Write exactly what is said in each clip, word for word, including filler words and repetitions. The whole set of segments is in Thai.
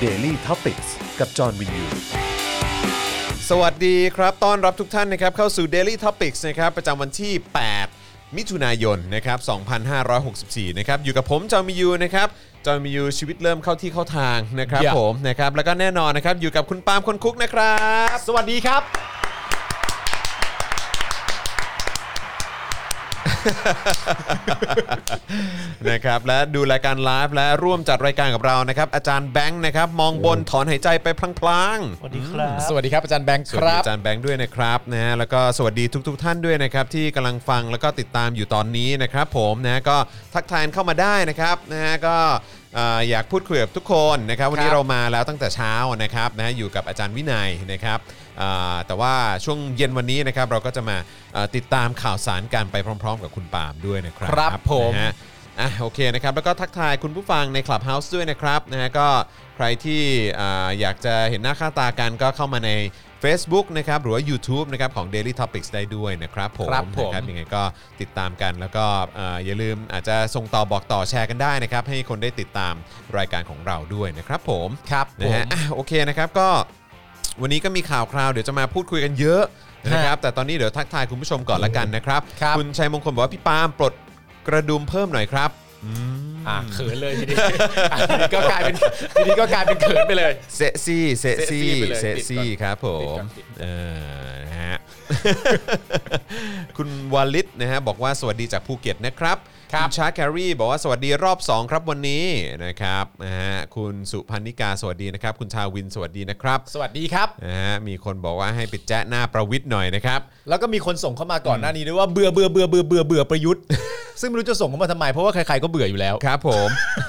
Daily Topics กับจอห์นวินยูสวัสดีครับต้อนรับทุกท่านนะครับเข้าสู่ Daily Topics นะครับประจำวันที่แปดมิถุนายนนะครับสองพันห้าร้อยหกสิบสี่นะครับอยู่กับผมจอห์นวินยูนะครับจอห์นวินยูชีวิตเริ่มเข้าที่เข้าทางนะครับ yeah. ผมนะครับแล้วก็แน่นอนนะครับอยู่กับคุณปาล์มคนคุกนะครับสวัสดีครับนะครับและดูรายการไลฟ์และร่วมจัดรายการกับเรานะครับอาจารย์แบงค์นะครับมองบนถอนหายใจไปพลางๆสวัสดีครับสวัสดีครับอาจารย์แบงค์ครับสวัสดีอาจารย์แบงค์ด้วยนะครับนะฮะแล้วก็สวัสดีทุกๆท่านด้วยนะครับที่กำลังฟังแล้วก็ติดตามอยู่ตอนนี้นะครับผมนะก็ทักทายเข้ามาได้นะครับนะฮะก็อยากพูดคุยกับทุกคนนะครับวันนี้เรามาแล้วตั้งแต่เช้านะครับนะอยู่กับอาจารย์วินัยนะครับแต่ว่าช่วงเย็นวันนี้นะครับเราก็จะมาติดตามข่าวสารกันไปพร้อมๆกับคุณปาล์มด้วยนะครับครับผมนะฮะอ่ะโอเคนะครับแล้วก็ทักทายคุณผู้ฟังใน Clubhouse ด้วยนะครับนะฮะก็ใครที่อยากจะเห็นหน้าค่าตากันก็เข้ามาใน Facebook นะครับหรือว่า YouTube นะครับของ Daily Topics ได้ด้วยนะครับผมนะครับยังไงก็ติดตามกันแล้วก็อย่าลืมอาจจะส่งต่อบอกต่อแชร์กันได้นะครับให้คนได้ติดตามรายการของเราด้วยนะครับผมครับนะฮะโอเคนะครับก็วันนี้ก็มีข่าวคราวเดี๋ยวจะมาพูดคุยกันเยอะนะครับแต่ตอนนี้เดี๋ยวทักทายคุณผู้ชมก่อนละกันนะครับคุณชัยมงคลบอกว่าพี่ปาล์มปลดกระดุมเพิ่มหน่อยครับอ่าเขินเลยทีนี้ทีนี้ก็กลายเป็นทีนี้ก็กลายเป็นเขินไปเลยเซซี่เซซี่เซซี่ครับผมเออนะฮะคุณวาลิตนะฮะบอกว่าสวัสดีจากภูเก็ตนะครับคุณชาร์แครีบอกว่าสวัสดีรอบสองครับวันนี้นะครับนะฮะคุณสุพันนิกาสวัสดีนะครับคุณชาวินสวัสดีนะครับสวัสดีครับนะฮะมีคนบอกว่าให้ไปแจ้หน้าประวิทย์หน่อยนะครับแล้วก็มีคนส่งเข้ามาก่อนหน้านี้ด้วยว่าเบื่อเบื่อเบื่อเบื่อเบื่อเบื่อประยุทธ์ซึ่งไม่รู้จะส่งเข้ามาทำไมเพราะว่าใครๆก็เบื่ออยู่แล้วครับผม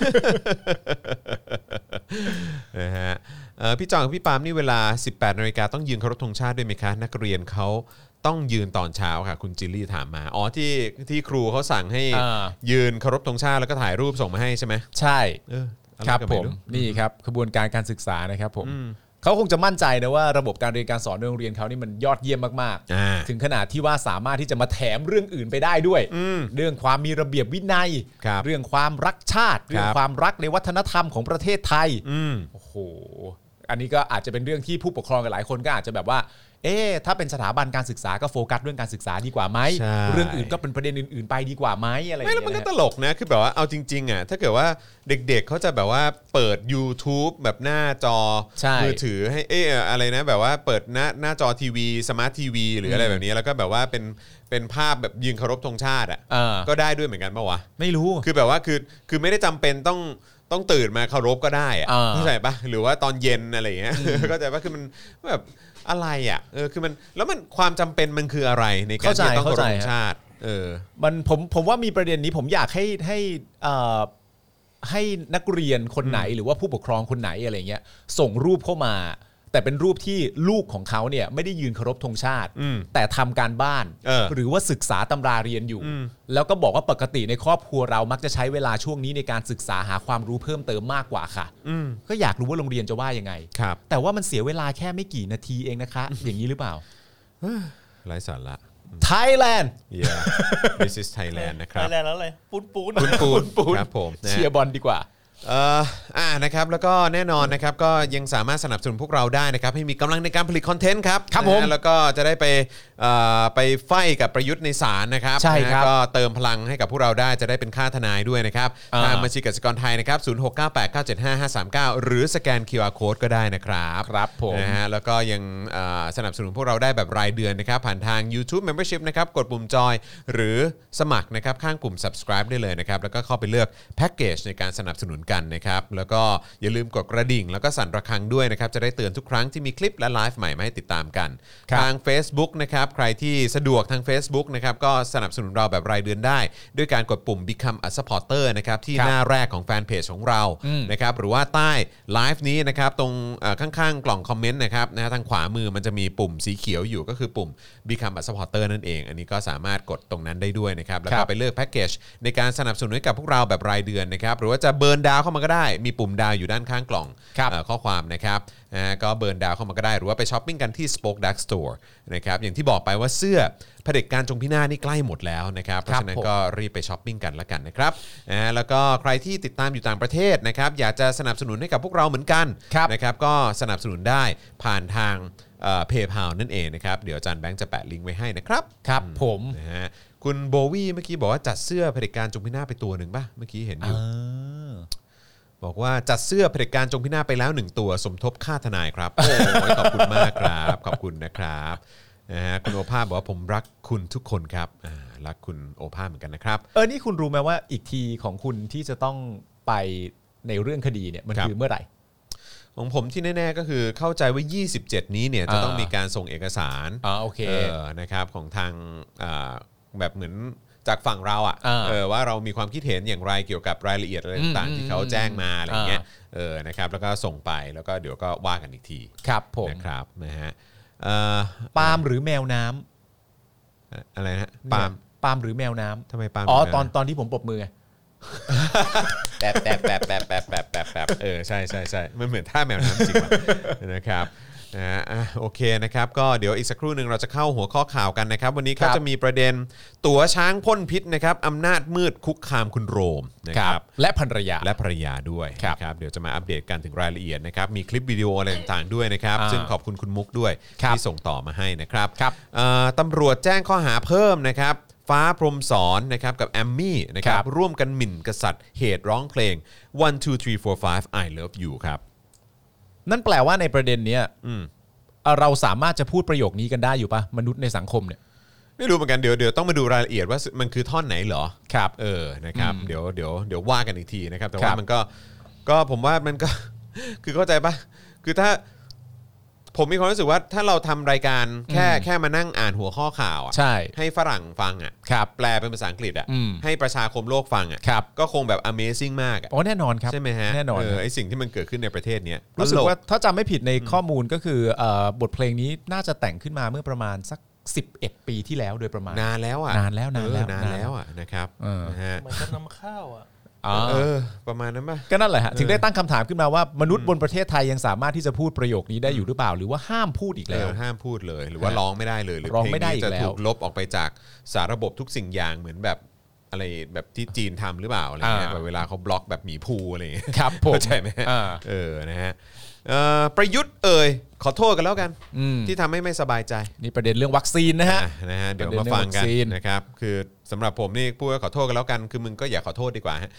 นะฮะพี่จองกับพี่ปาล์มนี่เวลา สิบแปดนาฬิกาต้องยืนเคารพธงชาติด้วยไหมคะนักเรียนเขาต้องยืนตอนเช้าค่ะคุณจิลลี่ถามมาอ๋อที่ที่ครูเขาสั่งให้ยืนเคารพธงชาติแล้วก็ถ่ายรูปส่งมาให้ใช่ไหมใช่ครับผมนี่ครับขบวนการการศึกษานะครับผมเขาคงจะมั่นใจนะว่าระบบการเรียนการสอนในโรงเรียนเขานี่มันยอดเยี่ยมมากๆถึงขนาดที่ว่าสามารถที่จะมาแถมเรื่องอื่นไปได้ด้วยเรื่องความมีระเบียบวินัยเรื่องความรักชาติเรื่องความรักในวัฒนธรรมของประเทศไทยโอ้โหอันนี้ก็อาจจะเป็นเรื่องที่ผู้ปกครองหลายคนก็อาจจะแบบว่าเอ๊ะถ้าเป็นสถาบันการศึกษาก็โฟกัสเรื่องการศึกษาดีกว่าไหมเรื่องอื่นก็เป็นประเด็นอื่นๆไปดีกว่าไหมอะไรอย่างเงี้ยไม่แล้วมันก็ตลกนะคือแบบว่าเอาจริงๆอ่ะถ้าเกิดว่าเด็กๆเขาจะแบบว่าเปิด YouTube แบบหน้าจอมือถือให้เอ๊ะอะไรนะแบบว่าเปิดหน้าหน้าจอทีวีสมาร์ททีวีหรืออะไรแบบนี้แล้วก็แบบว่าเป็นเป็นภาพแบบยืนเคารพธงชาติอ่ะก็ได้ด้วยเหมือนกันป่าววะไม่รู้คือแบบว่าคือคือไม่ได้จำเป็นต้องต้องตื่นมาเคารพก็ได้อ่ะเข้าใจป่ะหรือว่าตอนเย็นอะไรอย่างเงี้ยเข้าใจป่ะคือมันแบบอะไรอ่ะเออคือมันแล้วมันความจำเป็นมันคืออะไรในการที่ต้องเคารพธงชาติเออมันผมผมว่ามีประเด็นนี้ผมอยากให้ให้อ่าให้นักเรียนคนไหนหรือว่าผู้ปกครองคนไหนอะไรเงี้ยส่งรูปเข้ามาแต่เป็นรูปที่ลูกของเขาเนี่ยไม่ได้ยืนเคารพธงชาติแต่ทำการบ้านหรือว่าศึกษาตำราเรียนอยู่แล้วก็บอกว่าปกติในครอบครัวเรามักจะใช้เวลาช่วงนี้ในการศึกษาหาความรู้เพิ่มเติมมากกว่าค่ะก็อยากรู้ว่าโรงเรียนจะว่ายังไงแต่ว่ามันเสียเวลาแค่ไม่กี่นาทีเองนะคะอย่างนี้หรือเปล่าไร้สาระ Thailand yeah this is Thailand นะครับ Thailand แล้วอะไรปูนปูนปูนปูนครับผมเชียร์บอลดีกว่าเอ่ออ่านะครับแล้วก็แน่นอนนะครับก็ยังสามารถสนับสนุนพวกเราได้นะครับให้มีกำลังในการผลิตคอนเทนต์ครับครับผมแล้วก็จะได้ไปเอ่อไปไฟกับประยุทธ์ในศาลนะครับใช่ครับก็เติมพลังให้กับพวกเราได้จะได้เป็นค่าทนายด้วยนะครับทางบัญชีกสิกรไทยนะครับศูนย์ หก เก้า แปด เก้า เจ็ด ห้า ห้า สาม เก้าหรือสแกน คิว อาร์ Code ก็ได้นะครับครับผมนะฮะแล้วก็ยังสนับสนุนพวกเราได้แบบรายเดือนนะครับผ่านทาง YouTube Membership นะครับกดปุ่มจอยหรือสมัครนะครับข้างปุ่ม Subscribe ได้เลยนะครับแล้วก็เข้าไปเลือกแพ็คเกจในการสนับสนุนกันนะครับแล้วก็อย่าลืมกดกระดิ่งแล้วก็สั่นระฆังด้วยนะครับจะได้เตือนทุกครั้งที่มีคลิปและไลฟ์ใหม่มาให้ติดตามกันทาง Facebook นะครับใครที่สะดวกทาง Facebook นะครับก็สนับสนุนเราแบบรายเดือนได้ด้วยการกดปุ่ม Become a Supporter นะครับที่หน้าแรกของแฟนเพจของเรานะครับหรือว่าใต้ไลฟ์นี้นะครับตรงข้างๆกล่องคอมเมนต์นะครับนะทางขวามือมันจะมีปุ่มสีเขียวอยู่ก็คือปุ่ม Become a Supporter นั่นเองอันนี้ก็สามารถกดตรงนั้นได้ด้วยนะครับแล้วก็ไปเลือกแพ็คเกจในการสนับสนุนให้กับพวกเราแบบรายเดือนนะครับหรือว่าจะเบิร์นดาวเข้ามาก็ได้มีปุ่มดาวอยู่ด้านข้างกล่องข้อความนะครับนะก็เบิร์นดาวเข้ามาก็ได้หรือว่าไปช้อปปิ้งกันที่ Spoke Dark Store นะครับอย่างที่บอกไปว่าเสื้อเผด็จการจงพินาศนี่ใกล้หมดแล้วนะครับเพราะฉะนั้นก็รีบไปช้อปปิ้งกันละกันนะครับนะแล้วก็ใครที่ติดตามอยู่ต่างประเทศนะครับอยากจะสนับสนุนให้กับพวกเราเหมือนกันนะครับก็สนับสนุนได้ผ่านทางเพย์พาลนั่นเองนะครับเดี๋ยวอาจารย์แบงค์จะแปะลิงก์ไว้ให้นะครับครับผมนะฮะคุณโบวี่เมื่อกี้บอกว่าจัดเสื้อเผด็จการจงพินาศไปตัวหนึ่งป่ะเมื่อกี้เห็นอยู่บอกว่าจัดเสื้อเผด็จการจงพินาศไปแล้วหนึ่งตัวสมทบค่าทนายครับโอ้ยขอบคุณมากครับขอบคุณนะครับนะฮะคุณโอภาสบอกว่าผมรักคุณทุกคนครับรักคุณโอภาสเหมือนกันนะครับเออนี่คุณรู้ไหมว่าอีกทีของคุณที่จะต้องไปในเรื่องคดีเนี่ยมันคือเมื่อไหร่ของผมที่แน่ๆก็คือเข้าใจว่ายี่สิบเจ็ดนี้เนี่ยจะต้องมีการส่งเอกสารอ๋อโอเคนะครับของทางแบบเหมือนจากฝั่งเราอ่ะเออว่าเรามีความคิดเห็นอย่างไรเกี่ยวกับรายละเอียดอะไรต่างๆที่เขาแจ้งมาอะไรเงี้ยเออนะครับแล้วก็ส่งไปแล้วก็เดี๋ยวก็ว่ากันอีกทีครับผมนะครับนะฮะปาล์มหรือแมวน้ำอะไรนะปาล์มปาล์มหรือแมวน้ำทำไมปาล์มอ๋อตอนตอนที่ผมปรบมือแปบแปบแปบแปบแปบแปบแปบแปบเออใช่ใช่ใช่มันเหมือนท่าแมวน้ำจริงนะครับนะฮะโอเคนะครับก็เดี๋ยวอีกสักครู่หนึ่งเราจะเข้าหัวข้อข่าวกันนะครับวันนี้ก็จะมีประเด็นตั๋วช้างพ่นพิษนะครับอำนาจมืดคุกคามคุณโรมนะครับและภรรยาและภรรยาด้วยนะครับเดี๋ยวจะมาอัปเดตกันถึงรายละเอียดนะครับมีคลิปวิดีโออะไรต่างๆด้วยนะครับซึ่งขอบคุณคุณมุกด้วยที่ส่งต่อมาให้นะครับตำรวจแจ้งข้อหาเพิ่มนะครับฟ้าพรหมสอนนะครับกับแอมมี่นะครับร่วมกันหมิ่นกษัตริย์เหตุร้องเพลง one two three four five I love you ครับนั่นแปลว่าในประเด็นเนี้ยเราสามารถจะพูดประโยคนี้กันได้อยู่ปะมนุษย์ในสังคมเนี่ยไม่รู้เหมือนกันเดี๋ยวเดี๋ยวต้องมาดูรายละเอียดว่ามันคือท่อนไหนเหรอครับเออนะครับเดี๋ยวเดี๋ยวเดี๋ยวว่ากันอีกทีนะครับแต่ว่ามันก็ก็ผมว่ามันก็คือเข้าใจปะคือถ้าผมมีความรู้สึกว่าถ้าเราทำรายการแค่แค่มานั่งอ่านหัวข้อข่าวอ่ะให้ฝรั่งฟังอ่ะแปลเป็นภาษาอังกฤษอ่ะให้ประชาคมโลกฟังอ่ะก็คงแบบ Amazing มากอ่ะอ๋อแน่นอนครับใช่ไหมฮะแน่นอนเออไอสิ่งที่มันเกิดขึ้นในประเทศนี้รู้สึกว่าถ้าจำไม่ผิดในข้อมูลก็คือบทเพลงนี้น่าจะแต่งขึ้นมาเมื่อประมาณสักสิบเอ็ดปีที่แล้วโดยประมาณนานแล้วอ่ะนานแล้วนานแล้วนานแล้วอ่ะนะครับนะฮะเหมือนกับนำข้าวอ่ะเออประมาณนั้นป่ะก็นั่นแหละฮะถึงได้ตั้งคำถามขึ้นมาว่ามนุษย์บนประเทศไทยยังสามารถที่จะพูดประโยคนี้ได้อยู่หรือเปล่าหรือว่าห้ามพูดอีกแล้วห้ามพูดเลยหรือว่าร้องไม่ได้เลยหรือเพลงนี้จะถูกลบออกไปจากสารระบบทุกสิ่งอย่างเหมือนแบบอะไรแบบที่จีนทำหรือเปล่าอะไรเงี้ยแบบเวลาเขาบล็อกแบบหมีภูอะไรอย่างเงี้ยครับผมเข้าใจไหมเออนะฮะประยุทธ์เอ่ยขอโทษกันแล้วกันที่ทำให้ไม่สบายใจนี่ประเด็นเรื่องวัคซีนนะฮะนะฮะเดี๋ยวมาฟังกันนะครับคือสำหรับผมนี่พูดว่าขอโทษกันแล้วกันคือมึงก็อย่าขอโทษดีกว่าฮะ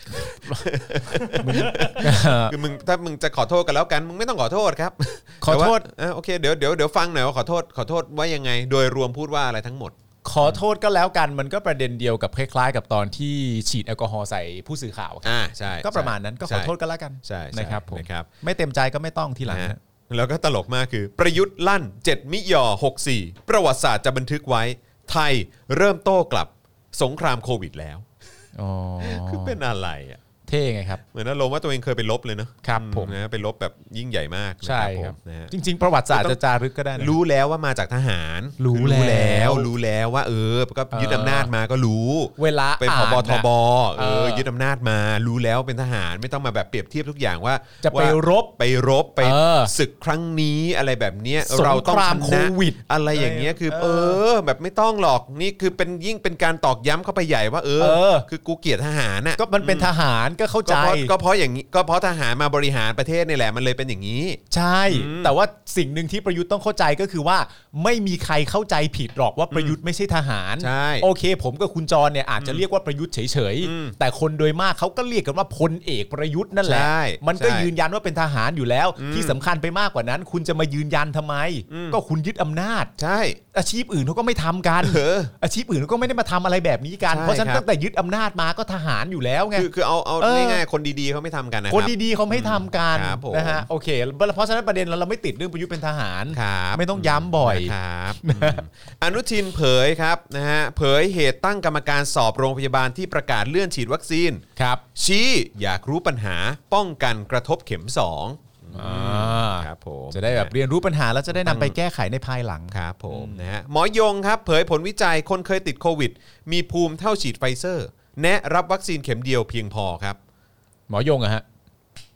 คือมึงถ้ามึงจะขอโทษกันแล้วกันมึงไม่ต้องขอโทษครับขอโทษโอเคเดี๋ยวเดี๋ยวเดี๋ยวฟังหน่อยว่าขอโทษขอโทษว่ายังไงโดยรวมพูดว่าอะไรทั้งหมดขอโทษก็แล้วกันมันก็ประเด็นเดียวกับคล้ายๆกับตอนที่ฉีดแอลกอฮอล์ใส่ผู้สื่อข่าวอ่าใช่ก็ประมาณนั้นก็ขอโทษก็แล้วกันใช่นะครับผมนะครับไม่เต็มใจก็ไม่ต้องทีหลังแล้วก็ตลกมากคือประยุทธ์ลั่นเจ็ดมิยอหกสิบสี่ประวัติศาสตร์จะบันทึกไว้ไทยเริ่มโต้กลับสงครามโควิดแล้วอ๋อคือเป็นอะไรอ่ะเท่ไงครับเหมือนอารมณ์ว่าตัวเองเคยไปลบเลยเนาะครับผมนะไปลบแบบยิ่งใหญ่มากใช่ครับจริงๆประวัติศาสตร์จะจารึกก็ได้รู้แล้วว่ามาจากทหารรู้แล้วรู้แล้วว่าเออก็ยึดอำนาจมาก็รู้เวลาเป็นผบทบเออยึดอำนาจมารู้แล้วเป็นทหารไม่ต้องมาแบบเปรียบเทียบทุกอย่างว่าจะไปรบไปรบไปศึกครั้งนี้อะไรแบบเนี้ยเราต้องชนะอะไรอย่างเงี้ยคือเออแบบไม่ต้องหรอกนี่คือเป็นยิ่งเป็นการตอกย้ำเข้าไปใหญ่ว่าเออคือกูเกลียดทหารน่ะก็มันเป็นทหารก็เข้าใจก็เพราะอย่างนี้ก็เพราะทหารมาบริหารประเทศนี่แหละมันเลยเป็นอย่างนี้ใช่แต่ว่าสิ่งหนึ่งที่ประยุทธ์ต้องเข้าใจก็คือว่าไม่มีใครเข้าใจผิดหรอกว่าประยุทธ์ไม่ใช่ทหารโอเคผมกับคุณจรเนี่ยอาจจะเรียกว่าประยุทธ์เฉยๆแต่คนโดยมากเขาก็เรียกกันว่าพลเอกประยุทธ์นั่นแหละมันก็ยืนยันว่าเป็นทหารอยู่แล้วที่สำคัญไปมากกว่านั้นคุณจะมายืนยันทำไมก็คุณยึดอำนาจใช่อาชีพอื่นเขาก็ไม่ทำกันอาชีพอื่นเขาก็ไม่ได้มาทำอะไรแบบนี้กันเพราะฉะนั้นตั้งแต่ยึดอำนาจมาก็ทหารอยู่แล้วไงคือคือเอาเอาง่ายๆคนดีๆเขาไม่ทำกันนะครับคนดีๆเขาไม่ทำกันนะฮะโอเคเพราะฉะนั้นประเด็นเราเราไม่ติดเรื่องประยุทธ์เป็นทหารไม่ต้องย้ำบ่อยครับอนุทินเผยครับนะฮะเผยเหตุตั้งกรรมการสอบโรงพยาบาลที่ประกาศเลื่อนฉีดวัคซีนครับชี้อยากรู้ปัญหาป้องกันกระทบเข็มสองครับผมจะได้แบบเรียนรู้ปัญหาแล้วจะได้นำไปแก้ไขในภายหลังครับผมนะฮะหมอยงครับเผยผลวิจัยคนเคยติดโควิดมีภูมิเท่าฉีดไฟเซอร์แนะรับวัคซีนเข็มเดียวเพียงพอครับหมอยงอะฮะ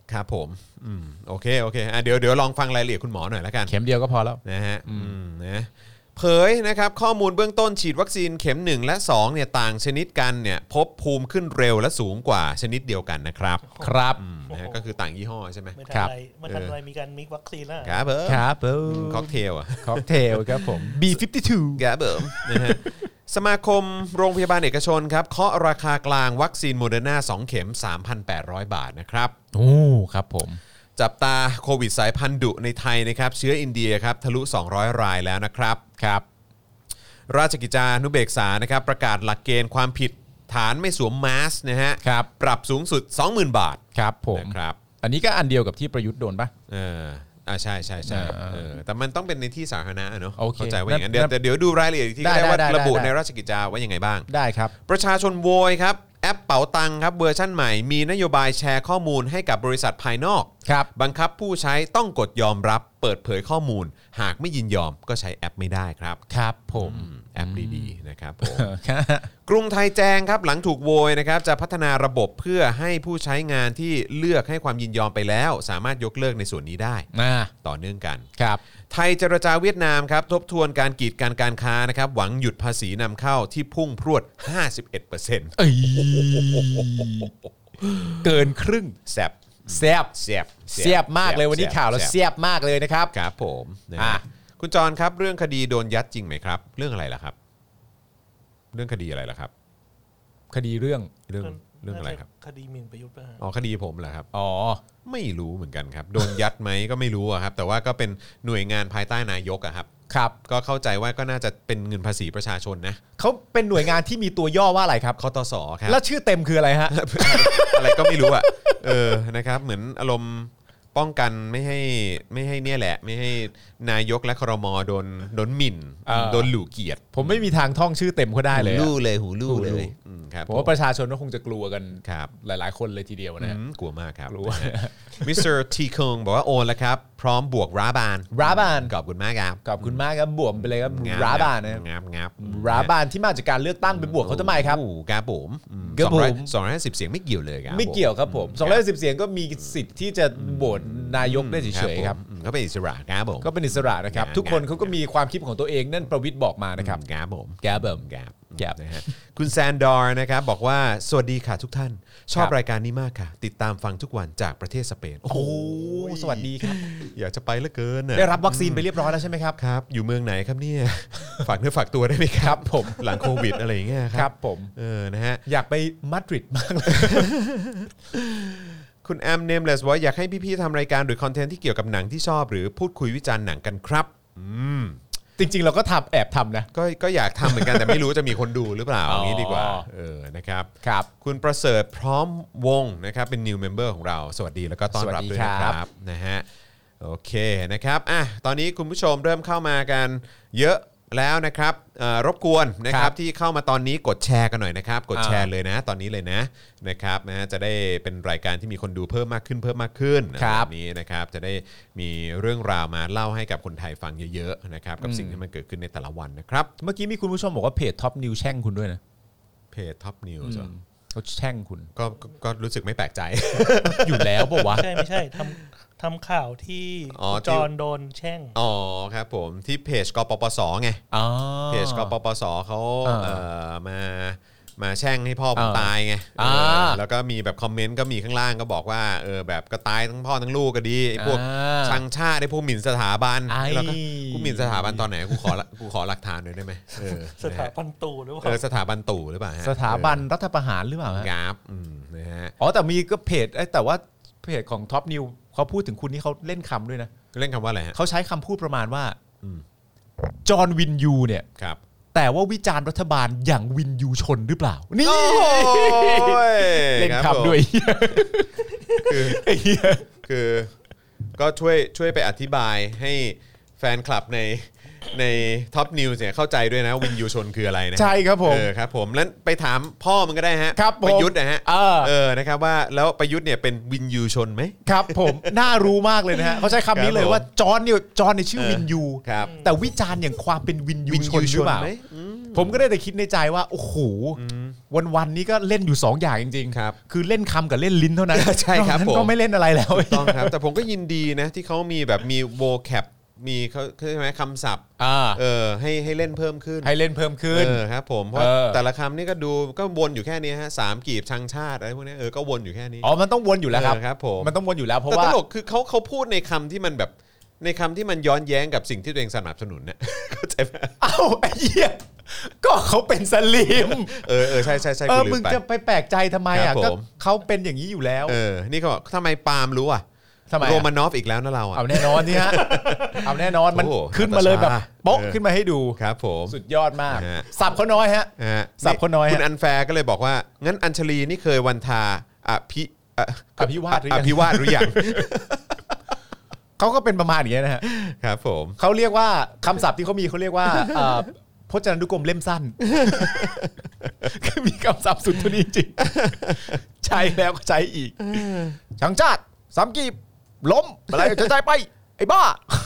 ครับผมอืมโอเคโอเคอ่ะเดี๋ยวเดี๋ยวลองฟังรายละเอียดคุณหมอหน่อยแล้วกันเข็มเดียวก็พอแล้วนะฮะอืมนะเผยนะครับข้อมูลเบื้องต้นฉีดวัคซีนเข็มหนึ่งและสองเนี่ยต่างชนิดกันเนี่ยพบภูมิขึ้นเร็วและสูงกว่าชนิดเดียวกันนะครับครับนะฮะก็คือต่างยี่ห้อใช่ไหมไม่ทันอะไรไม่ทันอะไรมีการมิกวัคซีนแล้วครับเบิร์มครับเบิร์มค็อกเทลอ่ะค็อกเทลครับผม บี ห้าสิบสองครับเบิร์มนะฮะสมาคมโรงพยาบาลเอกชนครับเคาะราคากลางวัคซีนโมเดอร์นาสองเข็ม สามพันแปดร้อย บาทนะครับโอ้ครับผมจับตาโควิดสายพันธุ์ดุในไทยนะครับเชื้ออินเดียครับทะลุสองร้อยรายแล้วนะครับครับราชกิจจานุเบกษานะครับประกาศหลักเกณฑ์ความผิดฐานไม่สวมมาสก์นะฮะครับปรับสูงสุด สองหมื่น บาทครับผมนะครับอันนี้ก็อันเดียวกับที่ประยุทธ์โดนป่ะเอออ่าใช่ใช่ใช่เออแต่มันต้องเป็นในที่สาธารณะเนาะ okay. เข้าใจว่าอย่างนั้นเดี๋ยวเดี๋ยวดูรายละเอียดที่ได้ว่าระบุในราชกิจจาว่ายังไงบ้างได้ครับประชาชนโวยครับแอปเป๋าตังครับเวอร์ชั่นใหม่มีนโยบายแชร์ข้อมูลให้กับบริษัทภายนอกครับบังคับผู้ใช้ต้องกดยอมรับเปิดเผยข้อมูลหากไม่ยินยอมก็ใช้แอปไม่ได้ครับครับผมแอปดีๆนะครับผมกรุงไทยแจ้งครับหลังถูกโวยนะครับจะพัฒนาระบบเพื่อให้ผู้ใช้งานที่เลือกให้ความยินยอมไปแล้วสามารถยกเลิกในส่วนนี้ได้ต่อเนื่องกันครับไทยเจรจาเวียดนามครับทบทวนการกีดกันการค้านะครับหวังหยุดภาษีนำเข้าที่พุ่งพรวด ห้าสิบเอ็ดเปอร์เซ็นต์เอ้ยเกินครึ่งแซบแซ่บแซ่บแซ่บมากเลยวันนี้ข่าวแล้วแซ่บมากเลยนะครับครับผมนะคุณจรครับเรื่องคดีโดนยัดจริงไหมครับเรื่องอะไรล่ะครับเรื่องคดีอะไรล่ะครับคดีเรื่องเรื่องเรื่องอะไรครับคดีหมิ่นประยุทธ์ป่ะอ๋อคดีผมเหรอครับอ๋อไม่รู้เหมือนกันครับโดนยัดไหมก็ไม่รู้อะครับแต่ว่าก็เป็นหน่วยงานภายใต้นายกอะครับครับก็เข้าใจว่าก็น่าจะเป็นเงินภาษีประชาชนนะเขาเป็นหน่วยงานที่มีตัวย่อว่าอะไรครับคตสครับแล้วชื่อเต็มคืออะไรฮะอะไรก็ไม่รู้อะเออนะครับเหมือนอารมณ์ป้องกันไม่ให้ไม่ให้เนี่ยแหละไม่ให้นายกและครม.โดนโดนหมิ่นโดนหลู่เกียรติผมไม่มีทางท่องชื่อเต็มเขาได้เลยหูลู่เลยหูลู่เลยครับผมว่าประชาชนก็คงจะกลัวกันหลายๆคนเลยทีเดียวนะกลัวมากครับมิสเตอร์ทีคงบอกว่าโอนแล้วครับพร้อมบวกราบานราบานขอบคุณมากครับขอบคุณมากครับบวกไปเลยครับราบานนะงับงับราบานที่มาจากการเลือกตั้งไปบวกเขาทำไมครับครับผมสองร้อยห้าสิบเสียงไม่เกี่ยวเลยครับไม่เกี่ยวครับผมสองร้อยห้าสิบเสียงก็มีสิทธิ์ที่จะโหวตนายกได้เฉยๆครับก็เป็นอิสระครับผมก็เป็นอิสระนะครับทุกคนเขาก็มีความคิดของตัวเองนั่นประวิตรบอกมานะครับครับผมแกเบิ่มแกบแกบนะฮะคุณแซนดอร์นะครับบอกว่าสวัสดีค่ะทุกท่านชอบรายการนี้มากค่ะติดตามฟังทุกวันจากประเทศสเปนโอ้สวัสดีครับอยากจะไปเหลือเกินได้รับวัคซีนไปเรียบร้อยแล้วใช่ไหมครับครับอยู่เมืองไหนครับเนี่ยฝากเนื้อฝากตัวได้ไหมครับผมหลังโควิดอะไรอย่างเงี้ยครับผมเออนะฮะอยากไปมาดริดมากเลยคุณแอมเนมเลสว่าอยากให้พี่ๆทำรายการหรือคอนเทนต์ที่เกี่ยวกับหนังที่ชอบหรือพูดคุยวิจารณ์หนังกันครับอืมจริงๆเราก็ทำแอบทำนะก็ก็อยากทำเหมือนกันแต่ไม่รู้จะมีคนดูหรือเปล่าอย่างนี้ดีกว่าเออนะครับครับคุณประเสริฐพร้อมวงนะครับเป็น new member ของเราสวัสดีแล้วก็ต้อนรับด้วยนะครับนะฮะโอเคนะครับอ่ะตอนนี้คุณผู้ชมเริ่มเข้ามากันเยอะแล้วนะครับรบกวนนะครับที่เข้ามาตอนนี้กดแชร์กันหน่อยนะครับกดแชร์เลยนะตอนนี้เลยนะนะครับนะจะได้เป็นรายการที่มีคนดูเพิ่มมากขึ้นเพิ่มมากขึ้นแบบนี้นะครับจะได้มีเรื่องราวมาเล่าให้กับคนไทยฟังเยอะๆนะครับกับสิ่งที่มันเกิดขึ้นในแต่ละวันนะครับเมื่อกี้มีคุณผู้ชมบอกว่าเพจท็อปนิวแช่งคุณด้วยนะเพจท็อปนิวส์เขาแช่งคุณก็ก็รู้สึกไม่แปลกใจอยู่แล้วป่าวะใช่ไม่ใช่ทำทำข่าวที่จอนโดนแช่งอ๋อครับผมที่เพจกปปสไงเพจกปปสเขาเอ่อมามาแช่งให้พ่อผมตายไงแล้วก็มีแบบคอมเมนต์ก็มีข้างล่างก็บอกว่าเออแบบก็ตายทั้งพ่อทั้งลูกก็ดีไอ้พวกชังชาติไอ้พวกหมิ่นสถาบันแล้วก็กูหมิ่นสถาบันตอนไหนกูขอกูขอหลักฐานหน่อยได้ไหมเออสถาบันตู่หรือเปล่าเออสถาบันตู่หรือเปล่าสถาบันรัฐประหารหรือเปล่าครับอืมนะฮะอ๋อแต่มีก็เพจแต่ว่าเพจของท็อปนิวเขาพูดถึงคุณนี่เขาเล่นคำด้วยนะเล่นคำว่าอะไรฮะเขาใช้คำพูดประมาณว่าจอห์นวินยูเนี่ยครับแต่ว่าวิจารณ์รัฐบาลอย่างวินยูชนหรือเปล่านี่เล่นคำด้วยคือคือก็ช่วยช่วยไปอธิบายให้แฟนคลับในในท็อปนิวส์เนี่ยเข้าใจด้วยนะวินยูชนคืออะไรนะใช่ครับผมเออครับผมแล้วไปถามพ่อมันก็ได้ฮะประยุทธ์นะฮะเออนะครับว่าแล้วประยุทธ์เนี่ยเป็นวินยูชนไหมครับผมน่ารู้มากเลยนะฮะเขาใช้คำนี้เลยว่าจอห์นเนี่ยจอห์นในชื่อวินยูแต่วิจารณ์อย่างความเป็นวินยูชนหรือเปล่าผมก็ได้แต่คิดในใจว่าโอ้โหวันๆนี้ก็เล่นอยู่สองอย่างจริงครับๆคือเล่นคำกับเล่นลิ้นเท่านั้นใช่ครับนอกนั้นผมก็ไม่เล่นอะไรแล้วต้องครับแต่ผมก็ยินดีนะที่เขามีแบบมี vocab มีเขาใช่ไหมคำศัพท์อ่าเออให้ให้เล่นเพิ่มขึ้นให้เล่นเพิ่มขึ้นเออครับผมเพราะเออแต่ละคำนี่ก็ดูก็วนอยู่แค่นี้ฮะสามกีบชังชาติอะไรพวกนี้เออก็วนอยู่แค่นี้อ๋อมันต้องวนอยู่แล้วครับเออครับผมมันต้องวนอยู่แล้วเพราะแต่ว่าตลกคือเขาเขาพูดในคำที่มันแบบในคำที่มันย้อนแย้งกับสิ่งที่ตัวเองสนับสนุนเนี่ย เข้าใจไหมเอ้าไอ้เหี้ยก็เขาเป็นสลิมเออเออใช่ใช่ใช่เออกูลืมึงมไปจะไปแปลกใจทำไมครัอ่ะบผมก็เขาเป็นอย่างนี้อยู่แล้วเออนี่เขาบอกทำไมปาล์มรู้อ่ะทำไมอะโรมานอฟอีกแล้วนะเราอ่ะเอาแน่นอนนี่ฮะเอาแน่นอนมันโอ้โหขึ้นมาเลยแบบโป๊ะเออขึ้นมาให้ดูครับผมสุดยอดมากนะฮะสับเขาน้อยฮะนะฮะสับเขาน้อยฮะคุณอันแฟร์ก็เลยบอกว่างั้นอัญชลีนี่เคยวันทาอภิอ่ะอภิวาทหรือยังอภิวาทหรือยังเขาก็เป็นประมาณอย่างนี้ยนะฮะครับผมเขาเรียกว่าคำศัพท์ที่เขามีเขาเรียกว่าเอ่อพจนานุกรมเล่มสั้น คือมีคำศัพท์สุดทุนี้จริงใช้แล้วก็ใช้อีกช่างชาติสามกีบล้มอะไรจะใจไปไอ้บ้า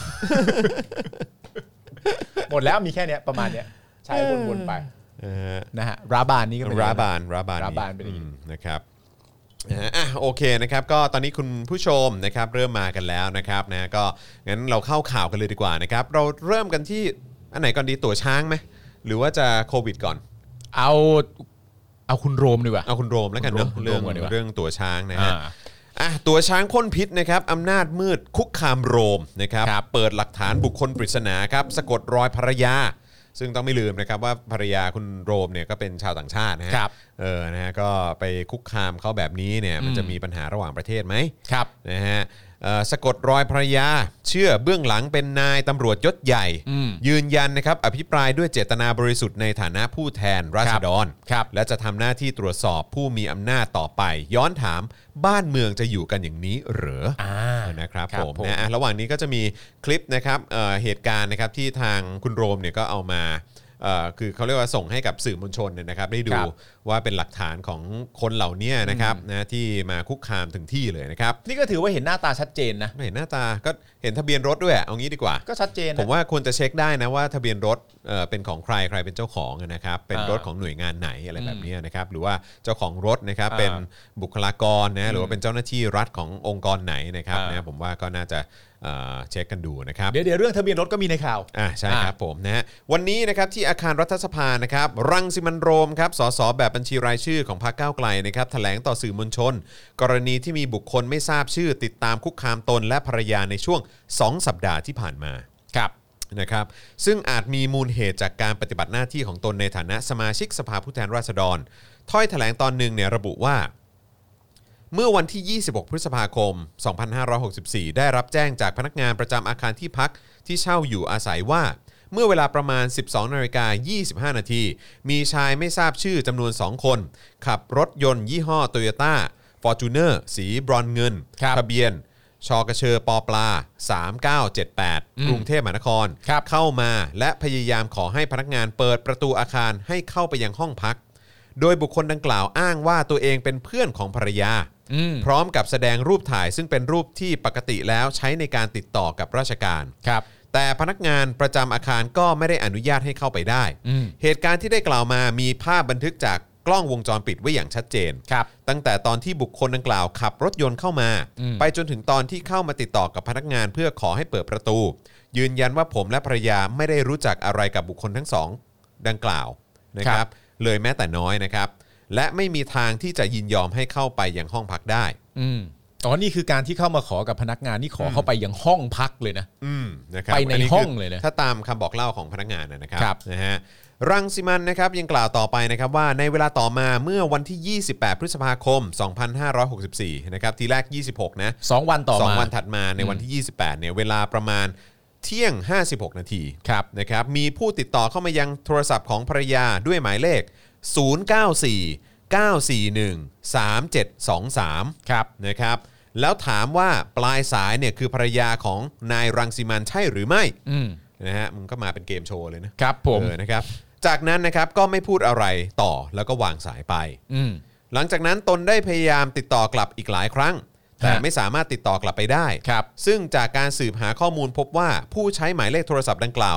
หมดแล้วมีแค่เนี้ยประมาณเนี้ยใช้วนๆไปเออนะฮะราบานนี้ก็เป็นราบานราบานราบานเป็นอย่างนี้อืมนะครับนะฮะอ่ะโอเคนะครับก็ตอนนี้คุณผู้ชมนะครับเริ่มมากันแล้วนะครับนะก็งั้นเราเข้าข่าวกันเลยดีกว่านะครับเราเริ่มกันที่อันไหนก่อนดีตั๋วช้างไหมหรือว่าจะโควิดก่อนเอาเอาคุณโรมดีกว่าเอาคุณโรมแล้วกันเนอะคุณโรเรื่อมงก่อนดีกว่าเรื่องตั๋วช้างนะฮะอ่าอ่ะตั๋วช้างพ่นพิษนะครับอำนาจมืดคุกคามโรมนะครับครับเปิดหลักฐานบุคคลปริศนาครับสะกดรอยภรรยา ซึ่งต้องไม่ลืมนะครับว่าภรรยาคุณโรมเนี่ยก็เป็นชาวต่างชาตินะฮะครับเออนะฮะก็ไปคุกคามเขาแบบนี้เนี่ยมันจะมีปัญหาระหว่างประเทศไหมครับนะฮะเอ่อสะกดรอยภรรยา เชื่อเบื้องหลังเป็นนายตำรวจยศใหญ่อืมยืนยันนะครับอภิปรายด้วยเจตนาบริสุทธิ์ในฐานะผู้แทนราษฎรครับและจะทำหน้าที่ตรวจสอบผู้มีอำนาจต่อไป ย้อนถามบ้านเมืองจะอยู่กันอย่างนี้เหรออ่านะครับครับผมผมนะอ่ะระหว่างนี้ก็จะมีคลิปนะครับเอ่อเหตุการณ์นะครับที่ทางคุณโรมเนี่ยก็เอามาเอ่อคือเขาเรียกว่าส่งให้กับสื่อมวลชนเนี่ยนะครับได้ดูครับว่าเป็นหลักฐานของคนเหล่านี้นะครับนะที่มาคุกคามถึงที่เลยนะครับนี่ก็ถือว่าเห็นหน้าตาชัดเจนนะไม่เห็นหน้าตาก็เห็นทะเบียนรถด้วยอ่ะเอางี้ดีกว่าก็ชัดเจนนะผมว่าควรจะเช็คได้นะว่าทะเบียนรถเอ่อเป็นของใครใครเป็นเจ้าของนะครับเป็นอ่ารถของหน่วยงานไหนอะไรแบบนี้นะครับหรือว่าเจ้าของรถนะครับอ่าเป็นบุคลากรนะหรือว่าเป็นเจ้าหน้าที่รัฐขององค์กรไหนนะครับอ่านนะผมว่าก็น่าจะเอ่อเช็คกันดูนะครับเดี๋ยวเดี๋ยวเรื่องทะเบียนรถก็มีในข่าวอ่าใช่อ่าครับผมนะฮะวันนี้นะครับที่อาคารรัฐสภานะครับรังสิมันต์โรมครับสสแบบบัญชีรายชื่อของพรรคก้าวไกลนะครับแถลงต่อสื่อมวลชน กรณีที่มีบุคคลไม่ทราบชื่อ ติดตามคุกคามตนและภรรยาในช่วงสองสัปดาห์ที่ผ่านมาครับนะครับซึ่งอาจมีมูลเหตุจากการปฏิบัติหน้าที่ของตนในฐานะสมาชิกสภาผู้แทนราษฎรถ้อยแถลงตอนหนึ่งเนี่ยระบุว่า เมื่อวันที่ ยี่สิบหก พฤษภาคม สองพันห้าร้อยหกสิบสี่ ได้รับแจ้งจากพนักงานประจำอาคารที่พักที่เช่าอยู่อาศัยว่า เมื่อเวลาประมาณ สิบสองนาฬิกายี่สิบห้า นาที มีชายไม่ทราบชื่อจำนวน สอง คน ขับรถยนต์ยี่ห้อ Toyota Fortuner สีบรอนซ์เงินครับทะเบียน ชกเชอปอปลา สามเก้าเจ็ดแปด กรุงเทพมหานครครับเข้ามาและพยายามขอให้พนักงานเปิดประตูอาคารให้เข้าไปยังห้องพัก โดยบุคคลดังกล่าวอ้างว่าตัวเองเป็นเพื่อนของภรรยาอืมพร้อมกับแสดงรูปถ่ายซึ่งเป็นรูปที่ปกติแล้วใช้ในการติดต่อกับราชการครับแต่พนักงานประจำอาคารก็ไม่ได้อนุญาตให้เข้าไปได้อืมเหตุการณ์ที่ได้กล่าวมามีภาพบันทึกจากกล้องวงจรปิดไว้อย่างชัดเจนครับตั้งแต่ตอนที่บุคคลดังกล่าวขับรถยนต์เข้ามาอืมไปจนถึงตอนที่เข้ามาติดต่อกับพนักงานเพื่อขอให้เปิดประตู ยืนยันว่าผมและภรรยาไม่ได้รู้จักอะไรกับบุคคลทั้งสองดังกล่าวนะครับเลยแม้แต่น้อยนะครับและไม่มีทางที่จะยินยอมให้เข้าไปยังห้องพักได้อืมอ๋อนี่คือการที่เข้ามาขอกับพนักงานนี่ขอเข้าไปยังห้องพักเลยนะอืมนะครับไปในคืห้องเลยนะถ้าตามคำบอกเล่าของพนักงานนะครับครับนะฮะรังสิมันต์นะครับยังกล่าวต่อไปนะครับว่าในเวลาต่อมาเมื่อวันที่ ยี่สิบแปด พฤษภาคม สองพันห้าร้อยหกสิบสี่นะครับทีแรก ยี่สิบหก นะสองวันต่อสองมาวันถัดมาในวันที่ ยี่สิบแปดเนี่ยเวลาประมาณเที่ยง ห้าสิบหก นาทีครับนะครับมีผู้ติดต่อเข้ามายังโทรศัพท์ของภรรยาด้วยหมายเลข ศูนย์ เก้า สี่ เก้า สี่ หนึ่ง สาม เจ็ด สอง สามครับนะครับแล้วถามว่าปลายสายเนี่ยคือภรรยาของนายรังสิมันต์ใช่หรือไม่อืมนะฮะมันก็มาเป็นเกมโชว์เลยนะครับผมเออนะครับจากนั้นนะครับก็ไม่พูดอะไรต่อแล้วก็วางสายไปอืมหลังจากนั้นตนได้พยายามติดต่อกลับอีกหลายครั้ง แต่ฮะไม่สามารถติดต่อกลับไปได้ครับซึ่งจากการสืบหาข้อมูลพบว่าผู้ใช้หมายเลขโทรศัพท์ดังกล่าว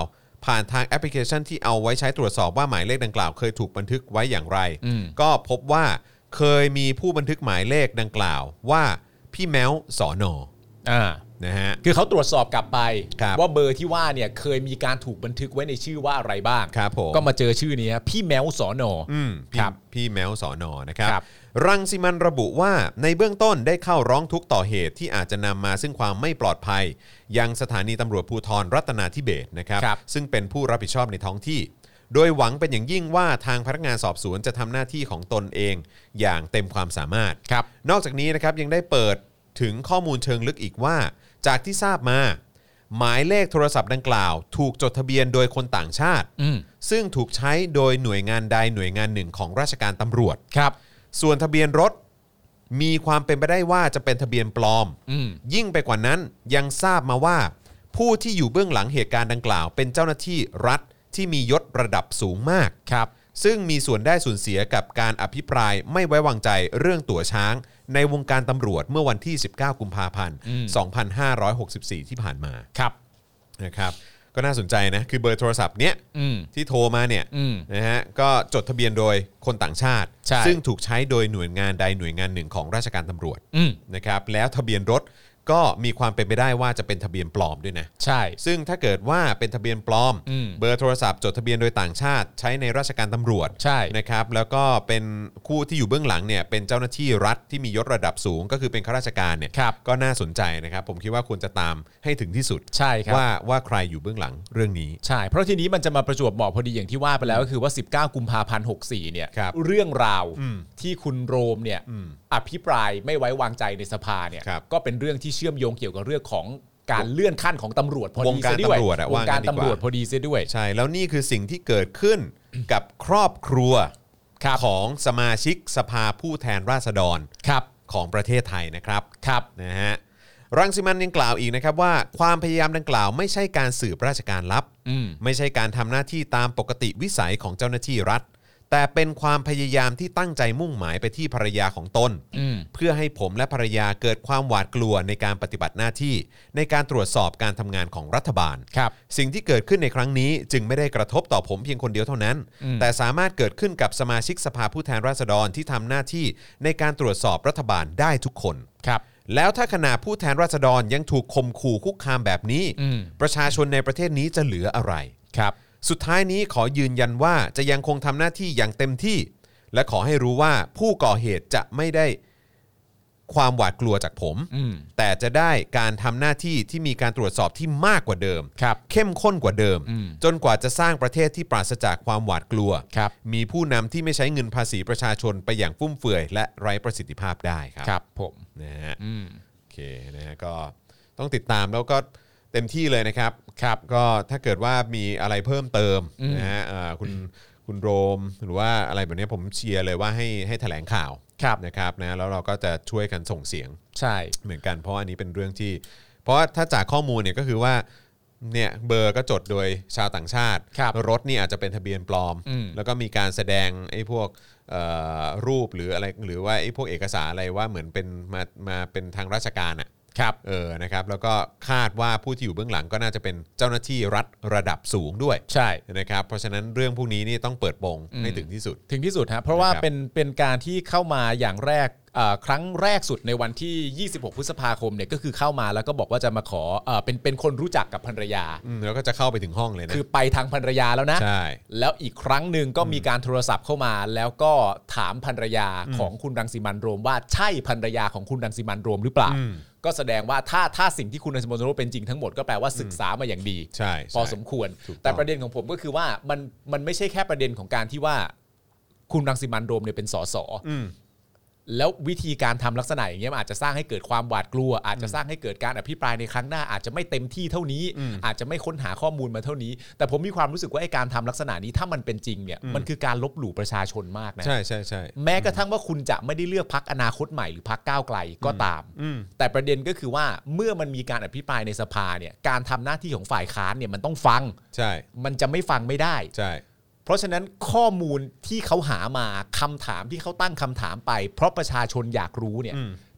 ผ่านทางแอปพลิเคชันที่เอาไว้ใช้ตรวจสอบว่าหมายเลขดังกล่าวเคยถูกบันทึกไว้อย่างไรก็พบว่าเคยมีผู้บันทึกหมายเลขดังกล่าวว่าพี่แมวสอนออ่านะฮะคือเขาตรวจสอบกลับไปว่าเบอร์ที่ว่าเนี่ยเคยมีการถูกบันทึกไว้ในชื่อว่าอะไรบ้างครับผมก็มาเจอชื่อนี้พี่แมวสอนออืมครับพี่แมวสอนอนะครับรังสิมันระบุว่าในเบื้องต้นได้เข้าร้องทุกข์ต่อเหตุที่อาจจะนำมาซึ่งความไม่ปลอดภัยยังสถานีตำรวจภูธรรัตนาธิเบศรนะครับซึ่งเป็นผู้รับผิดชอบในท้องที่โดยหวังเป็นอย่างยิ่งว่าทางพนักงานสอบสวนจะทำหน้าที่ของตนเองอย่างเต็มความสามารถนอกจากนี้นะครับยังได้เปิดถึงข้อมูลเชิงลึกอีกว่าจากที่ทราบมาหมายเลขโทรศัพท์ดังกล่าวถูกจดทะเบียนโดยคนต่างชาติซึ่งถูกใช้โดยหน่วยงานใดหน่วยงานหนึ่งของราชการตำรวจครับส่วนทะเบียนรถมีความเป็นไปได้ว่าจะเป็นทะเบียนปลอมยิ่งไปกว่านั้นยังทราบมาว่าผู้ที่อยู่เบื้องหลังเหตุการณ์ดังกล่าวเป็นเจ้าหน้าที่รัฐที่มียศระดับสูงมากครับซึ่งมีส่วนได้ส่วนเสียกับการอภิปรายไม่ไว้วางใจเรื่องตั๋วช้างในวงการตำรวจเมื่อวันที่สิบเก้ากุมภาพันธ์สองพันห้าร้อยหกสิบสี่ที่ผ่านมาครับนะครับก็น่าสนใจนะคือเบอร์โทรศัพท์เนี้ยที่โทรมาเนี่ยนะฮะก็จดทะเบียนโดยคนต่างชาติซึ่งถูกใช้โดยหน่วยงานใดหน่วยงานหนึ่งของราชการตำรวจนะครับแล้วทะเบียนรถก็มีความเป็นไปได้ว่าจะเป็นทะเบียนปลอมด้วยนะใช่ซึ่งถ้าเกิดว่าเป็นทะเบียนปลอมเบอร์โทรศัพท์จดทะเบียนโดยต่างชาติใช้ในราชการตำรวจใช่นะครับแล้วก็เป็นคู่ที่อยู่เบื้องหลังเนี่ยเป็นเจ้าหน้าที่รัฐที่มียศระดับสูงก็คือเป็นข้าราชการเนี่ยก็น่าสนใจนะครับผมคิดว่าควรจะตามให้ถึงที่สุดใช่ครับว่าว่าใครอยู่เบื้องหลังเรื่องนี้ใช่เพราะทีนี้มันจะมาประจวบเหมาะพอดีอย่างที่ว่าไปแล้วก็คือว่าสิบเก้ากุมภาพันธ์หกสิบสี่เนี่ยเรื่องราวที่คุณโรมเนี่ยอภิปรายไม่ไว้วางใจในสภาเนี่ยก็เป็นเรื่องที่เชื่อมโยงเกี่ยวกับเรื่องของการเลื่อนขั้นของตำรวจพอดีซะด้วยวงการตำรวจพอดีซะด้วยใช่แล้วนี่คือสิ่งที่เกิดขึ้นกับครอบครัวของสมาชิกสภาผู้แทนราษฎรของประเทศไทยนะครับครับนะฮะรังสิมันยังกล่าวอีกนะครับว่าความพยายามดังกล่าวไม่ใช่การสืบราชการลับไม่ใช่การทำหน้าที่ตามปกติวิสัยของเจ้าหน้าที่รัฐแต่เป็นความพยายามที่ตั้งใจมุ่งหมายไปที่ภรรยาของตนเพื่อให้ผมและภรรยาเกิดความหวาดกลัวในการปฏิบัติหน้าที่ในการตรวจสอบการทำงานของรัฐบาลสิ่งที่เกิดขึ้นในครั้งนี้จึงไม่ได้กระทบต่อผมเพียงคนเดียวเท่านั้นแต่สามารถเกิดขึ้นกับสมาชิกสภาผู้แทนราษฎรที่ทำหน้าที่ในการตรวจสอบรัฐบาลได้ทุกคนแล้วถ้าขณะผู้แทนราษฎรยังถูกข่มขู่คุกคามแบบนี้ประชาชนในประเทศนี้จะเหลืออะไรครับสุดท้ายนี้ขอยืนยันว่าจะยังคงทำหน้าที่อย่างเต็มที่และขอให้รู้ว่าผู้ก่อเหตุจะไม่ได้ความหวาดกลัวจากผมแต่จะได้การทำหน้าที่ที่มีการตรวจสอบที่มากกว่าเดิมเข้มข้นกว่าเดิมจนกว่าจะสร้างประเทศที่ปราศจากความหวาดกลัวมีผู้นำที่ไม่ใช้เงินภาษีประชาชนไปอย่างฟุ่มเฟือยและไร้ประสิทธิภาพได้ครับครับผมนะฮะโอเคนะฮะก็ต้องติดตามแล้วก็เต็มที่เลยนะครับครับก็ถ้าเกิดว่ามีอะไรเพิ่มเติมนะฮะคุณคุณโรมหรือว่าอะไรแบบนี้ผมเชียร์เลยว่าให้ให้แถลงข่าวนะครับนะแล้วเราก็จะช่วยกันส่งเสียงใช่เหมือนกันเพราะอันนี้เป็นเรื่องที่เพราะถ้าจากข้อมูลเนี่ยก็คือว่าเนี่ยเบอร์ก็จดโดยชาวต่างชาติรถนี่อาจจะเป็นทะเบียนปลอมแล้วก็มีการแสดงไอ้พวกรูปหรืออะไรหรือว่าไอ้พวกเอกสารอะไรว่าเหมือนเป็นมามาเป็นทางราชการอ่ะครับเออนะครับแล้วก็คาดว่าผู้ที่อยู่เบื้องหลังก็น่าจะเป็นเจ้าหน้าที่รัฐระดับสูงด้วยใช่นะครับเพราะฉะนั้นเรื่องพวกนี้นี่ต้องเปิดโปงให้ถึงที่สุดถึงที่สุดฮะเพราะว่าเป็นเป็นการที่เข้ามาอย่างแรกครั้งแรกสุดในวันที่ยี่สิบหกพฤษภาคมเนี่ยก็คือเข้ามาแล้วก็บอกว่าจะมาขอเป็นเป็นคนรู้จักกับภรรยาแล้วก็จะเข้าไปถึงห้องเลยนะคือไปทางภรรยาแล้วนะใช่แล้วอีกครั้งหนึ่งก็มีการโทรศัพท์เข้ามาแล้วก็ถามภรรยาของคุณรังสิมันต์โรมว่าใช่ภรรยาของคุณรังสิมันต์โรมหรือเปล่าก็แสดงว่าถ้าถ้าสิ่งที่คุณรังสิมันต์โรมเป็นจริงทั้งหมดก็แปลว่าศึกษามาอย่างดีใช่พอสมควรแต่ประเด็นของผมก็คือว่ามันมันไม่ใช่แค่ประเด็นของการที่ว่าคุณรังสิมันต์โรมเนี่ยเป็นสสแล้ววิธีการทำลักษณะอย่างเงี้ยอาจจะสร้างให้เกิดความหวาดกลัวอาจจะสร้างให้เกิดการอภิปรายในครั้งหน้าอาจจะไม่เต็มที่เท่านี้อาจจะไม่ค้นหาข้อมูลมาเท่านี้แต่ผมมีความรู้สึกว่าไอ้การทำลักษณะนี้ถ้ามันเป็นจริงเนี่ยมันคือการลบหลู่ประชาชนมากนะใช่ใช่ใช่แม้กระทั่งว่าคุณจะไม่ได้เลือกพรรคอนาคตใหม่หรือพรรคก้าวไกลก็ตามแต่ประเด็นก็คือว่าเมื่อมันมีการอภิปรายในสภาเนี่ยการทำหน้าที่ของฝ่ายค้านเนี่ยมันต้องฟังใช่มันจะไม่ฟังไม่ได้ใช่เพราะฉะนั้นข้อมูลที่เขาหามาคำถามที่เขาตั้งคำถามไปเพราะประชาชนอยากรู้เนี่ยแ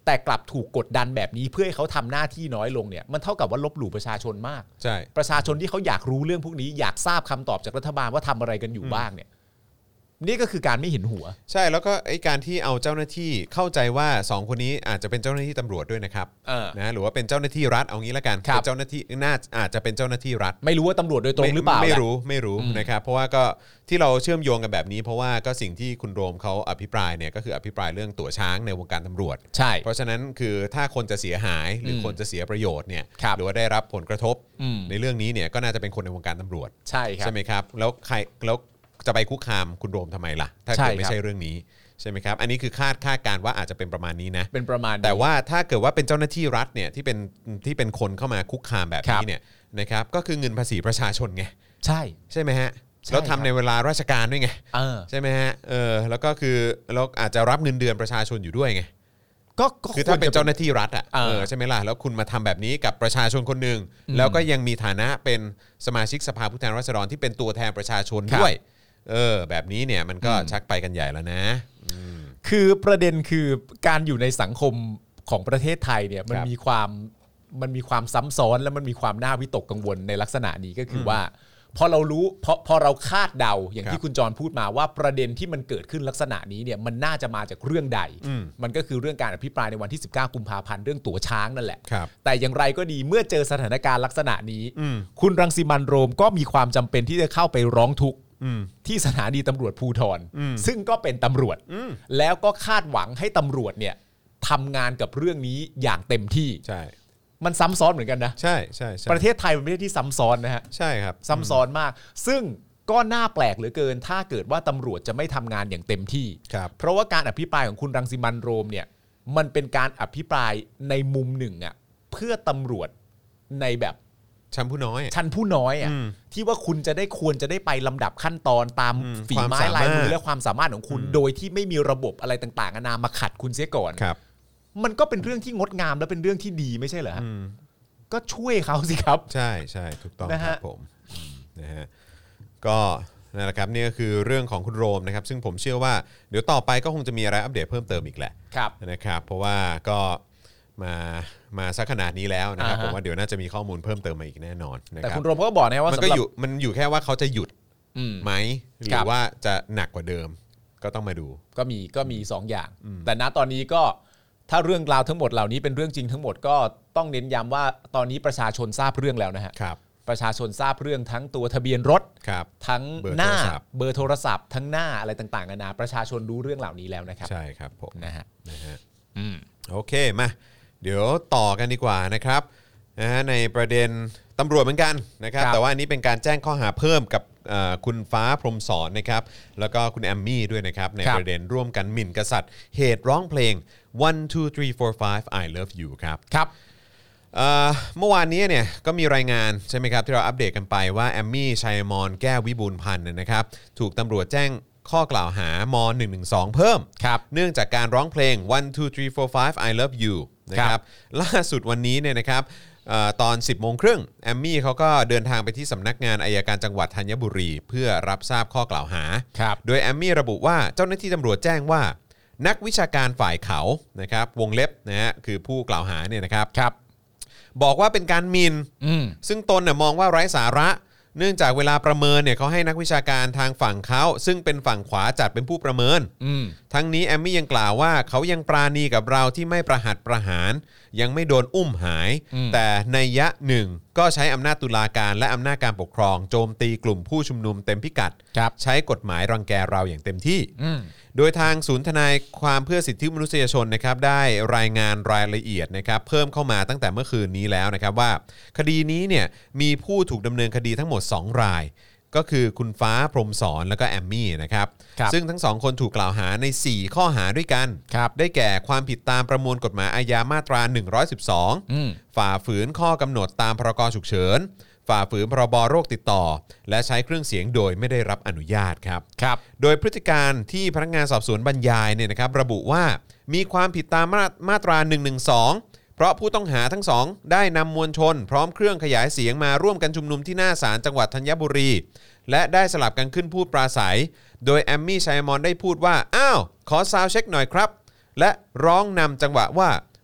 แต่กลับถูกกดดันแบบนี้เพื่อให้เขาทำหน้าที่น้อยลงเนี่ยมันเท่ากับว่าลบหลู่ประชาชนมากใช่ประชาชนที่เขาอยากรู้เรื่องพวกนี้อยากทราบคำตอบจากรัฐบาลว่าทำอะไรกันอยู่บ้างเนี่ยนี่ก็คือการไม่เห็นหัวใช่แล้วก็ไอ้การที่เอาเจ้าหน้าที่เข้าใจว่าสองคนนี้อาจจะเป็นเจ้าหน้าที่ตำรวจด้วยนะครับนะหรือว่าเป็นเจ้าหน้าที่รัฐเอางี้ละกันเป็นเจ้าหน้าที่น่าอาจจะเป็นเจ้าหน้าที่รัฐไม่รู้ว่าตำรวจโดยตรงหรือเปล่าไม่รู้ไม่รู้นะครับเพราะว่าก็ที่เราเชื่อมโยงกันแบบนี้เพราะว่าก็สิ่งที่คุณโรมเขาอภิปรายเนี่ยก็คืออภิปรายเรื่องตั๋วช้างในวงการตำรวจใช่เพราะฉะนั้นคือถ้าคนจะเสียหายหรือคนจะเสียประโยชน์เนี่ยหรือว่าได้รับผลกระทบในเรื่องนี้เนี่ยก็น่าจะเป็นคนในวงการตำรวจใช่ครับใช่ไหมครับแล้วใครแล้วจะไปคุกคามคุณโรมทำไมล่ะถ้าเกิดไม่ใช่เรื่องนี้ใช่ไหมครับอันนี้คือคาดคาดการว่าอาจจะเป็นประมาณนี้นะเป็นประมาณแต่ว่าถ้าเกิดว่าเป็นเจ้าหน้าที่รัฐเนี่ยที่เป็นที่เป็นคนเข้ามาคุกคามแบบนี้เนี่ยนะครับก็คือเงินภาษีประชาชนไงใช่ใช่ไหมฮะแล้วทำในเวลาราชการด้วยไงใช่ไหมฮะเออแล้วก็คือเราอาจจะรับเงินเดือนประชาชนอยู่ด้วยไงก็คือถ้าเป็นเจ้าหน้าที่รัฐอ่ะเออใช่ไหมล่ะแล้วคุณมาทำแบบนี้กับประชาชนคนหนึ่งแล้วก็ยังมีฐานะเป็นสมาชิกสภาผู้แทนราษฎรที่เป็นตัวแทนประชาชนด้วยเออแบบนี้เนี่ยมันก็ชักไปกันใหญ่แล้วนะคือประเด็นคือการอยู่ในสังคมของประเทศไทยเนี่ยมันมีความมันมีความซ้ำซ้อนและมันมีความน่าวิตกกังวลในลักษณะนี้ก็คือว่าพอเรารู้พอพอเราคาดเดาอย่างที่คุณจรพูดมาว่าประเด็นที่มันเกิดขึ้นลักษณะนี้เนี่ยมันน่าจะมาจากเรื่องใดมันก็คือเรื่องการอภิปรายในวันที่สิบเก้ากุมภาพันธ์เรื่องตั๋วช้างนั่นแหละแต่อย่างไรก็ดีเมื่อเจอสถานการณ์ลักษณะนี้คุณรังสิมันต์โรมก็มีความจำเป็นที่จะเข้าไปร้องทุกข์ที่สถานีตำรวจภูธรซึ่งก็เป็นตำรวจแล้วก็คาดหวังให้ตำรวจเนี่ยทำงานกับเรื่องนี้อย่างเต็มที่ใช่มันซ้ำซ้อนเหมือนกันนะใช่ใช่ประเทศไทยเป็นประเทศที่ซ้ำซ้อนนะฮะใช่ครับซ้ำซ้อนมากซึ่งก็น่าแปลกเหลือเกินถ้าเกิดว่าตำรวจจะไม่ทำงานอย่างเต็มที่เพราะว่าการอภิปรายของคุณรังสิมันต์โรมเนี่ยมันเป็นการอภิปรายในมุมหนึ่งอ่ะเพื่อตำรวจในแบบชั้นผู้น้อยชั้นผู้น้อยอ่ะที่ว่าคุณจะได้ควรจะได้ไปลำดับขั้นตอนตามฝีไม้ลายมือและความสามารถของคุณโดยที่ไม่มีระบบอะไรต่างๆนานามาขัดคุณเสียก่อนมันก็เป็นเรื่องที่งดงามและเป็นเรื่องที่ดีไม่ใช่เหรอฮะก็ช่วยเขาสิครับใช่ใช่ถูกต้องครับผมนะฮะก็นั่นแหละครับนี่ก็คือเรื่องของคุณโรมนะครับซึ่งผมเชื่อว่าเดี๋ยวต่อไปก็คงจะมีอะไรอัปเดตเพิ่มเติมอีกแหละนะครับเพราะว่าก็มามาสักขนาดนี้แล้วนะครับผมว่าเดี๋ยวน่าจะมีข้อมูลเพิ่มเติมมาอีกแน่นอนนะครับแต่คุณโรมก็บอกนะว่ามันก็อยู่มันอยู่แค่ว่าเขาจะหยุดไหมหรือว่าจะหนักกว่าเดิมก็ต้องมาดูก็มีก็มีสองอย่างแต่ณตอนนี้ก็ถ้าเรื่องราวทั้งหมดเหล่านี้เป็นเรื่องจริงทั้งหมดก็ต้องเน้นย้ำว่าตอนนี้ประชาชนทราบเรื่องแล้วนะฮะประชาชนทราบเรื่องทั้งตัวทะเบียนรถทั้งหน้าเบอร์โทรศัพท์ทั้งหน้าอะไรต่างๆนานาประชาชนรู้เรื่องเหล่านี้แล้วนะครับใช่ครับผมนะฮะนะฮะโอเคมาเดี๋ยวต่อกันดีกว่านะครับนะฮะในประเด็นตำรวจเหมือนกันนะครับแต่ว่าอันนี้เป็นการแจ้งข้อหาเพิ่มกับคุณฟ้าพรหมสอนนะครับแล้วก็คุณแอมมี่ด้วยนะครับในประเด็นร่วมกันหมิ่นกษัตริย์เหตุร้องเพลง one two three four five I love you ครับครับเมื่อวานนี้เนี่ยก็มีรายงานใช่ไหมครับที่เราอัปเดตกันไปว่าแอมมี่ชัยมรแก้ววิบูลย์พันธ์นะครับถูกตำรวจแจ้งข้อกล่าวหามหนึ่งหนึ่งสองเพิ่มเนื่องจากการร้องเพลง one two three four five I love you นะครับล่าสุดวันนี้เนี่ยนะครับตอน สิบโมงครึ่งแอมมี่เขาก็เดินทางไปที่สำนักงานอัยการจังหวัดธัญบุรีเพื่อรับทราบข้อกล่าวหาโดยแอมมี่ระบุว่าเจ้าหน้าที่ตำรวจแจ้งว่านักวิชาการฝ่ายเขานะครับวงเล็บนะฮะคือผู้กล่าวหาเนี่ยนะครับบอกว่าเป็นการหมิ่นซึ่งตนเนี่ยมองว่าไร้สาระเนื่องจากเวลาประเมินเนี่ยเขาให้นักวิชาการทางฝั่งเขาซึ่งเป็นฝั่งขวาจัดเป็นผู้ประเมินทั้งนี้แอมมี่ยังกล่าวว่าเขายังปราณีกับเราที่ไม่ประหัตประหารยังไม่โดนอุ้มหายแต่นัยยะหนึ่งก็ใช้อำนาจตุลาการและอำนาจการปกครองโจมตีกลุ่มผู้ชุมนุมเต็มพิกัดใช้กฎหมายรังแกเราอย่างเต็มที่โดยทางศูนย์ทนายความเพื่อสิทธิมนุษยชนนะครับได้รายงานรายละเอียดนะครับเพิ่มเข้ามาตั้งแต่เมื่อคืนนี้แล้วนะครับว่าคดีนี้เนี่ยมีผู้ถูกดำเนินคดีทั้งหมดสองรายก็คือคุณฟ้าพรหมสอนแล้วก็แอมมี่นะครับซึ่งทั้งสองคนถูกกล่าวหาในสี่ข้อหาด้วยกันได้แก่ความผิดตามประมวลกฎหมายอาญามาตราหนึ่งร้อยสิบสองฝ่าฝืนข้อกำหนดตามพรกฉุกเฉินฝ่าฝืนพรบโรคติดต่อและใช้เครื่องเสียงโดยไม่ได้รับอนุญาตครับครับโดยพฤติการที่พนักงานสอบสวนบรรยายเนี่ยนะครับระบุว่ามีความผิดตามมาตราหนึ่งหนึ่งสองเพราะผู้ต้องหาทั้งสองได้นำมวลชนพร้อมเครื่องขยายเสียงมาร่วมกันชุมนุมที่หน้าศาลจังหวัดธัญบุรีและได้สลับกันขึ้นพูดปราศัยโดยแอมมี่ชัยมรได้พูดว่าอ้าวขอซาวด์เช็คหน่อยครับและร้องนำจังหวะว่า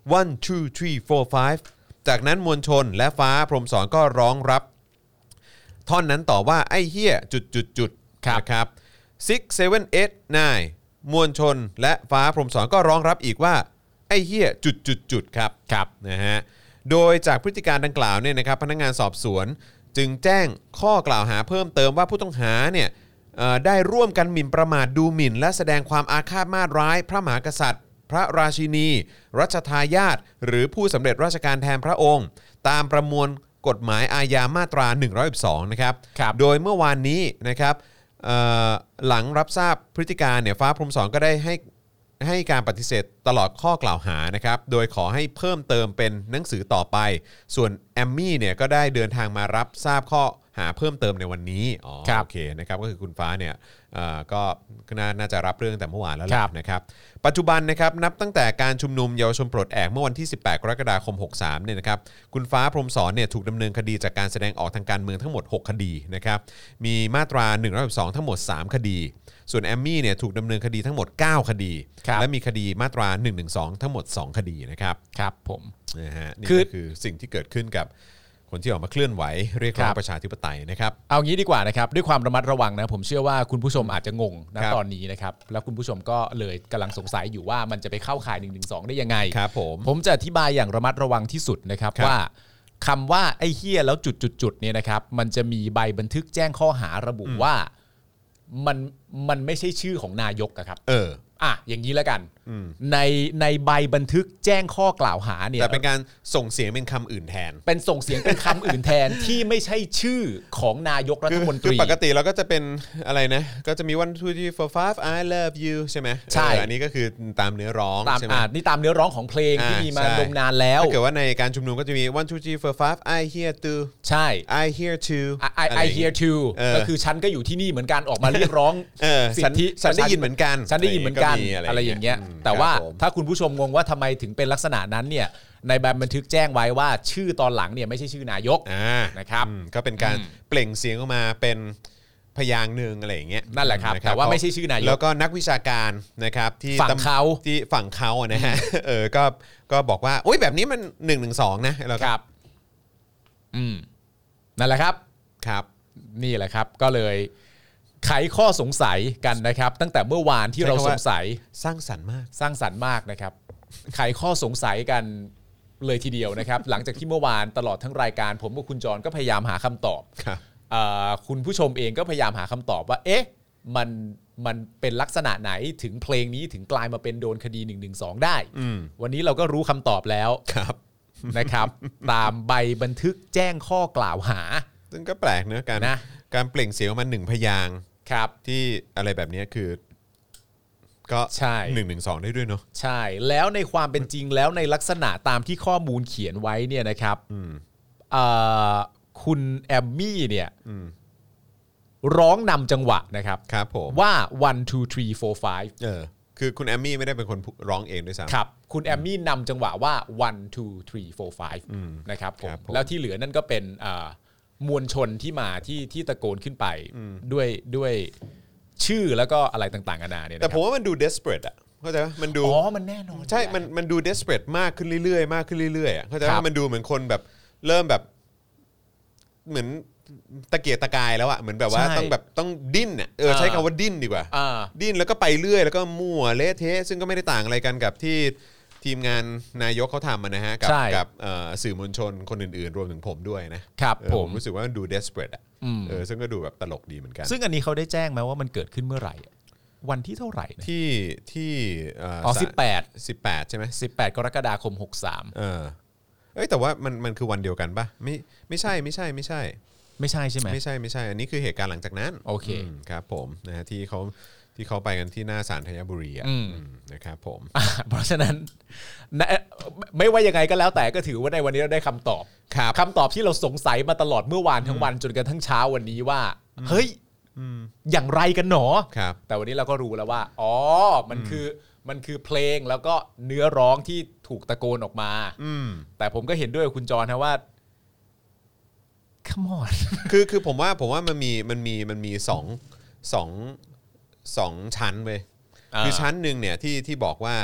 one two three four five จากนั้นมวลชนและฟ้าพรหมสอนก็ร้องรับท่อนนั้นต่อว่าไอ้เหี้ยจุดจุดจุดนะครับ six seven eight nine มวลชนและฟ้าพรหมสอนก็ร้องรับอีกว่าไอ้เหี้ยจุดจุดจุดครับครับนะฮะโดยจากพฤติการดังกล่าวเนี่ยนะครับพนักงานสอบสวนจึงแจ้งข้อกล่าวหาเพิ่มเติมว่าผู้ต้องหาเนี่ยได้ร่วมกันหมิ่นประมาทดูหมิ่นและแสดงความอาฆาตมาตร้ายพระมหากษัตริย์พระราชินีรัชทายาทหรือผู้สำเร็จราชการแทนพระองค์ตามประมวลกฎหมายอาญามาตราหนึ่งร้อยสิบสองนะครับโดยเมื่อวานนี้นะครับหลังรับทราบพฤติการเนี่ยฟ้าพรหมสอนก็ได้ให้ให้การปฏิเสธตลอดข้อกล่าวหานะครับโดยขอให้เพิ่มเติมเป็นหนังสือต่อไปส่วนแอมมี่เนี่ยก็ได้เดินทางมารับทราบข้อหาเพิ่มเติมในวันนี้อ๋อโอเคนะครับก็คือคุณฟ้าเนี่ยก็น่าจะรับเรื่องแต่เมื่อวานแล้วนะครับปัจจุบันนะครับนับตั้งแต่การชุมนุมเยาวชนปลดแอกเมื่อวันที่สิบแปดกรกฎาคมหกสิบสามเนี่ยนะครับคุณฟ้าพรหมสอนเนี่ยถูกดำเนินคดีจากการแสดงออกทางการเมืองทั้งหมดหกคดีนะครับมีมาตราหนึ่งร้อยสิบสองทั้งหมดสามคดีส่วนแอมมี่เนี่ยถูกดำเนินคดีทั้งหมดเก้าคดีและมีคดีมาตราหนึ่งหนึ่งสองทั้งหมดสองคดีนะครับครับผมนะฮะนี่ก็คือสิ่งที่เกิดขึ้นกับคนที่ออกมาเคลื่อนไหวเรียกร้องประชาธิปไตยนะครับเอางี้ดีกว่านะครับด้วยความระมัดระวังนะผมเชื่อว่าคุณผู้ชมอาจจะงงนะตอนนี้นะครับแล้วคุณผู้ชมก็เลยกำลังสงสัยอยู่ว่ามันจะไปเข้าข่ายหนึ่งหนึ่งสองได้ยังไงครับผมผมจะอธิบายอย่างระมัดระวังที่สุดนะครับว่าคำว่าไอ้เหี้ยแล้วจุดๆๆเนี่ยนะครับมันจะมีใบบันทึกแจ้งข้อหาระบุว่ามันมันไม่ใช่ชื่อของนายกครับเอออ่ะอย่างนี้แล้วกันในในใบบันทึกแจ้งข้อกล่าวหาเนี่ยแต่เป็นการส่งเสียงเป็นคำอื่นแทนเป็นส่งเสียงเป็นคำอื่นแทนที่ไม่ใช่ชื่อของนายกรัฐมนตรีคือปกติเราก็จะเป็นอะไรนะก็จะมี one two three four five I love you ใช่ไหมใช่อันนี้ก็คือตามเนื้อร้องใช่ไหมนี่ตามเนื้อร้องของเพลงที่มีมาดมนานแล้วถ้าเกิดว่าในการชุมนุมก็จะมี one two three four five I hear too ใช่ I hear too I I hear too ก็คือฉันก็อยู่ที่นี่เหมือนกันออกมาเรียกร้องสิทธิฉันได้ยินเหมือนกันฉันได้ยินเหมือนกันอะไรอย่างเงี้ยแต่ว่าถ้าคุณผู้ชมงงว่าทำไมถึงเป็นลักษณะนั้นเนี่ยในใบบันทึกแจ้งไว้ว่าชื่อตอนหลังเนี่ยไม่ใช่ชื่อนายกนะครับก็เป็นการเปล่งเสียงออกมาเป็นพยางค์นึงอะไรอย่างเงี้ยนั่นแหละครับแต่ว่าไม่ใช่ชื่อนายกแล้วก็นักวิชาการนะครับที่ฝั่งเขาที่ฝั่งเขานะฮะเออก็ก็บอกว่าโอ๊ยแบบนี้มันหนึ่งหนึ่งสองนะแล้วครับอืมนั่นแหละครับครับนี่แหละครับก็เลยไขข้อสงสัยกันนะครับตั้งแต่เมื่อวานที่เราสงสัยสร้างสรรค์มากสร้างสรรค์มากนะครับไขข้อสงสัยกันเลยทีเดียวนะครับหลังจากที่เมื่อวานตลอดทั้งรายการผมกับคุณจรก็พยายามหาคำตอบครับคุณผู้ชมเองก็พยายามหาคำตอบว่าเอ๊ะมันมันเป็นลักษณะไหนถึงเพลงนี้ถึงกลายมาเป็นโดนคดีหนึ่งหนึ่งสองได้วันนี้เราก็รู้คำตอบแล้วครับนะครับตามใบบันทึกแจ้งข้อกล่าวหาซึ่งก็แปลกเนอะการนะการเปล่งเสียงออกมาหนึ่งพยางค์ครับที่อะไรแบบนี้คือก็ใช่หนึ่งหนึ่งสองได้ด้วยเนาะใช่แล้วในความเป็นจริงแล้วในลักษณะตามที่ข้อมูลเขียนไว้เนี่ยนะครับคุณแอมมี่เนี่ยร้องนำจังหวะนะครับครับผมว่า one two three four five เออคือคุณแอมมี่ไม่ได้เป็นคนร้องเองด้วยซ้ำครับคุณแอมมี่นำจังหวะว่า one two three four five นะครับผมแล้วที่เหลือนั่นก็เป็นมวลชนที่มาที่ที่ตะโกนขึ้นไปด้วยด้วยชื่อแล้วก็อะไรต่างๆนานาเนี่ยแต่ผมว่ามันดู desperate อ่ะเข้าใจป่ะมันดูอ๋อมันแน่นอนใช่มันมันดู desperate มากขึ้นเรื่อยๆมากขึ้นเรื่อยๆอ่ะเข้าใจป่ะมันดูเหมือนคนแบบเริ่มแบบเหมือนตะเกียกตะกายแล้วอ่ะเหมือนแบบว่าต้องแบบต้องดิ้นอ่ะเออใช้คำว่าดิ้นดีกว่าดิ้นแล้วก็ไปเรื่อยแล้วก็มั่วเละเทะซึ่งก็ไม่ได้ต่างอะไรกันกับที่ทีมงานนายกเขาทำนะฮะกับกับสื่อมวลชนคนอื่นๆรวมถึงผมด้วยนะครับผมรู้สึกว่ามันดู desperate อ่ะเออซึ่งก็ดูแบบตลกดีเหมือนกันซึ่งอันนี้เขาได้แจ้งไหมว่ามันเกิดขึ้นเมื่อไหร่วันที่เท่าไหร่ที่ที่อ๋อสิบแปดสิบแปดใช่ไหมสิบแปดกรกฎาคมหกสิบสามเออเอ้ยแต่ว่ามันมันคือวันเดียวกันป่ะไม่ไม่ใช่ไม่ใช่ไม่ใช่ไม่ใช่ใช่ไหมไม่ใช่ไม่ใช่อันนี้คือเหตุการณ์หลังจากนั้นโอเคครับผมนะฮะที่เขาที่เขาไปกันที่หน้าศาลธัญบุรีอ่ะนะครับผมเพราะฉะนั้นไม่ว่ายังไงก็แล้วแต่ก็ถือว่าในวันนี้เราได้คำตอบคำตอบที่เราสงสัยมาตลอดเมื่อวานทั้งวันจนกระทั่งเช้าวันนี้ว่าเฮ้ยอย่างไรกันหนอแต่วันนี้เราก็รู้แล้วว่าอ๋อมันคือมันคือเพลงแล้วก็เนื้อร้องที่ถูกตะโกนออกมาแต่ผมก็เห็นด้วยกับคุณจรนะว่า come on คือคือผมว่าผมว่ามันมีมันมีมันมีสองสองสองชั้นเว้ยคือชั้นหนึ่งเนี่ยที่ที่บอกว่า